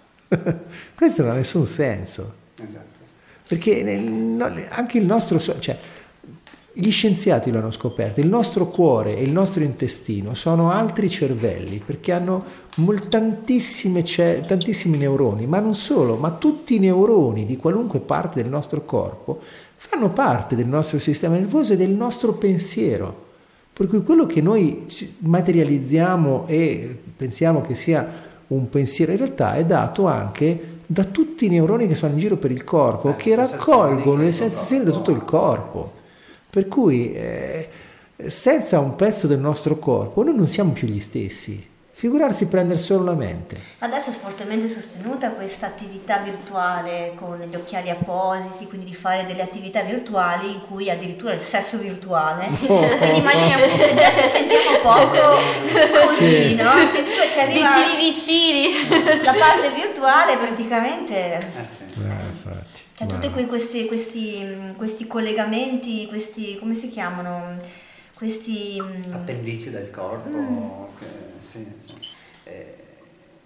A: Questo non ha nessun senso.
D: Esatto.
A: Perché nel, anche il nostro, cioè, gli scienziati lo hanno scoperto, il nostro cuore e il nostro intestino sono altri cervelli, perché hanno tantissime, tantissimi neuroni, ma non solo, ma tutti i neuroni di qualunque parte del nostro corpo fanno parte del nostro sistema nervoso e del nostro pensiero, per cui quello che noi materializziamo e pensiamo che sia un pensiero in realtà è dato anche da tutti i neuroni che sono in giro per il corpo, eh, che raccolgono le sensazioni da tutto il corpo, per cui eh, senza un pezzo del nostro corpo noi non siamo più gli stessi. Figurarsi prendere solo la mente.
C: Adesso è fortemente sostenuta questa attività virtuale con gli occhiali appositi, quindi di fare delle attività virtuali in cui addirittura il sesso virtuale. Oh, quindi immaginiamoci, se già ci sentiamo poco così, sì, no? Se poi ci arriva
E: vicini vicini
C: la parte virtuale praticamente.
D: Eh sì.
A: Eh, infatti.
C: Cioè tutti quei, questi, questi, questi collegamenti, questi come si chiamano? Questi
D: appendici del corpo, mm. che, sì, sì. E,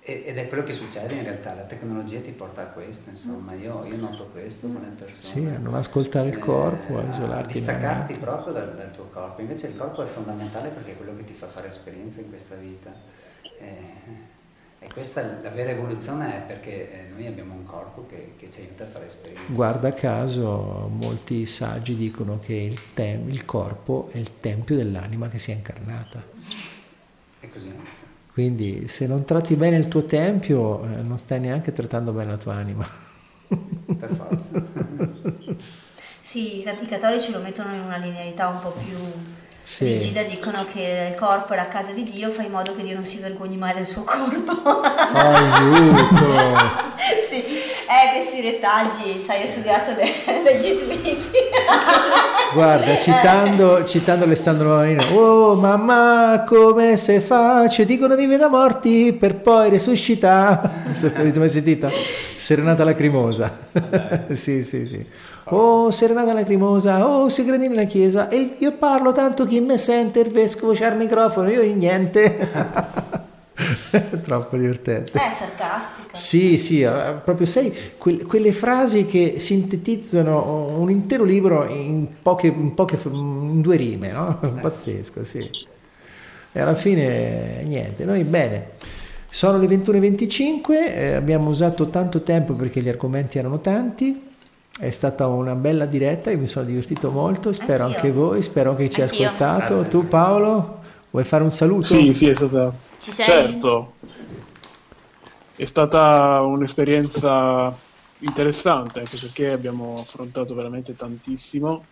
D: ed è quello che succede in realtà, la tecnologia ti porta a questo, insomma, io, io noto questo con le persone.
A: Sì, a non ascoltare il corpo,
D: eh,
A: a isolarti.
D: A distaccarti proprio dal, dal tuo corpo, invece il corpo è fondamentale perché è quello che ti fa fare esperienza in questa vita. Eh, e questa, la vera evoluzione è perché eh, noi abbiamo un corpo che, che ci aiuta a fare esperienza.
A: Guarda caso, molti saggi dicono che il, tem- il corpo è il tempio dell'anima che si è incarnata.
D: È così, no?
A: Quindi se non tratti bene il tuo tempio, eh, non stai neanche trattando bene la tua anima.
D: Per forza.
C: Sì, i cattolici lo mettono in una linearità un po' più
A: sì.
C: rigida, dicono che il corpo è la casa di Dio, fa in modo che Dio non si vergogni mai del suo corpo.
A: Aiuto!
C: Sì, eh, questi retaggi, sai, ho studiato dai, dai gesuiti.
A: Guarda, citando, citando Alessandro Marino, oh mamma, come se fa? Ci dicono di vita morti per poi risuscitare. Avete mai sentito? Serenata lacrimosa. Sì, sì, sì. Oh, serenata lacrimosa, oh, si crede nella chiesa, e io parlo tanto, chi mi sente, il vescovo c'ha il microfono, io niente. Troppo divertente.
C: È sarcastica.
A: Sì, sì, proprio sai, que- quelle frasi che sintetizzano un intero libro in poche, in poche, in due rime, no? Pazzesco, sì. E alla fine, niente, noi bene. Sono le ventuno e venticinque, eh, abbiamo usato tanto tempo perché gli argomenti erano tanti. È stata una bella diretta, io mi sono divertito molto, spero
C: Anch'io.
A: anche voi, spero che ci
E: Anch'io.
A: ascoltato.
D: Grazie.
A: Tu Paolo, vuoi fare un saluto?
B: Sì, sì, è stata...
E: Ci sei?
B: Certo. È stata un'esperienza interessante, anche perché abbiamo affrontato veramente tantissimo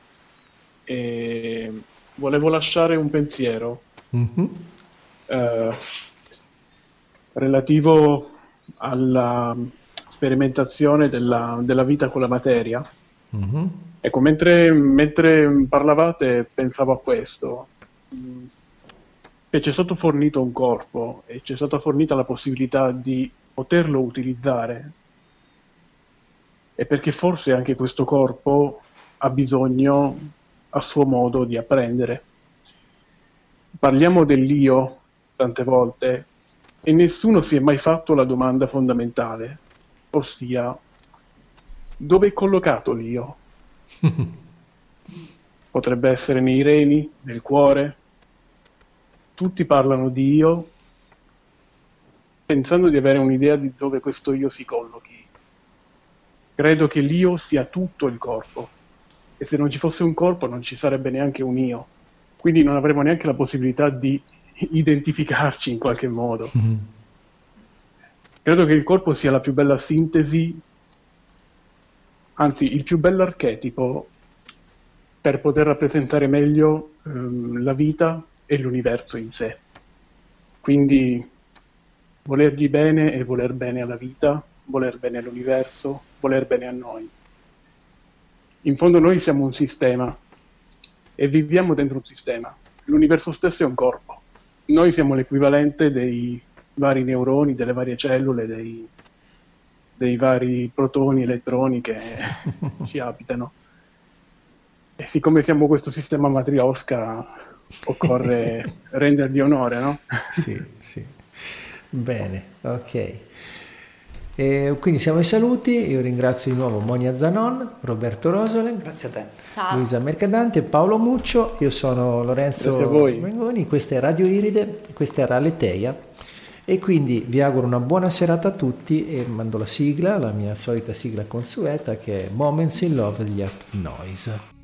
B: e volevo lasciare un pensiero
A: Mm-hmm.
B: eh, relativo alla sperimentazione della, della vita con la materia.
A: Mm-hmm.
B: Ecco, mentre, mentre parlavate pensavo a questo, mm, che ci è stato fornito un corpo e ci è stata fornita la possibilità di poterlo utilizzare, e perché forse anche questo corpo ha bisogno a suo modo di apprendere. Parliamo dell'io tante volte e nessuno si è mai fatto la domanda fondamentale, ossia dove è collocato l'io? Potrebbe essere nei reni, nel cuore. Tutti parlano di io pensando di avere un'idea di dove questo io si collochi. Credo che l'io sia tutto il corpo, e se non ci fosse un corpo non ci sarebbe neanche un io, quindi non avremo neanche la possibilità di identificarci in qualche modo.
A: Mm-hmm.
B: Credo che il corpo sia la più bella sintesi, anzi il più bello archetipo per poter rappresentare meglio ehm, la vita e l'universo in sé. Quindi volergli bene e voler bene alla vita, voler bene all'universo, voler bene a noi. In fondo noi siamo un sistema e viviamo dentro un sistema. L'universo stesso è un corpo. Noi siamo l'equivalente dei vari neuroni, delle varie cellule, dei, dei vari protoni, elettroni che ci abitano. E siccome siamo questo sistema matrioska, occorre rendergli onore, no?
A: Sì, sì. Bene, ok. E quindi siamo ai saluti, io ringrazio di nuovo Monia Zanon, Roberto Rosole,
D: Grazie a te.
E: Ciao.
A: Luisa Mercadante, Paolo Muccio, io sono Lorenzo
B: Grazie a voi.
A: Mengoni, questa è Radio Iride, questa era Aleteia, e quindi vi auguro una buona serata a tutti e mando la sigla, la mia solita sigla consueta, che è Moments in Love degli Art of Noise.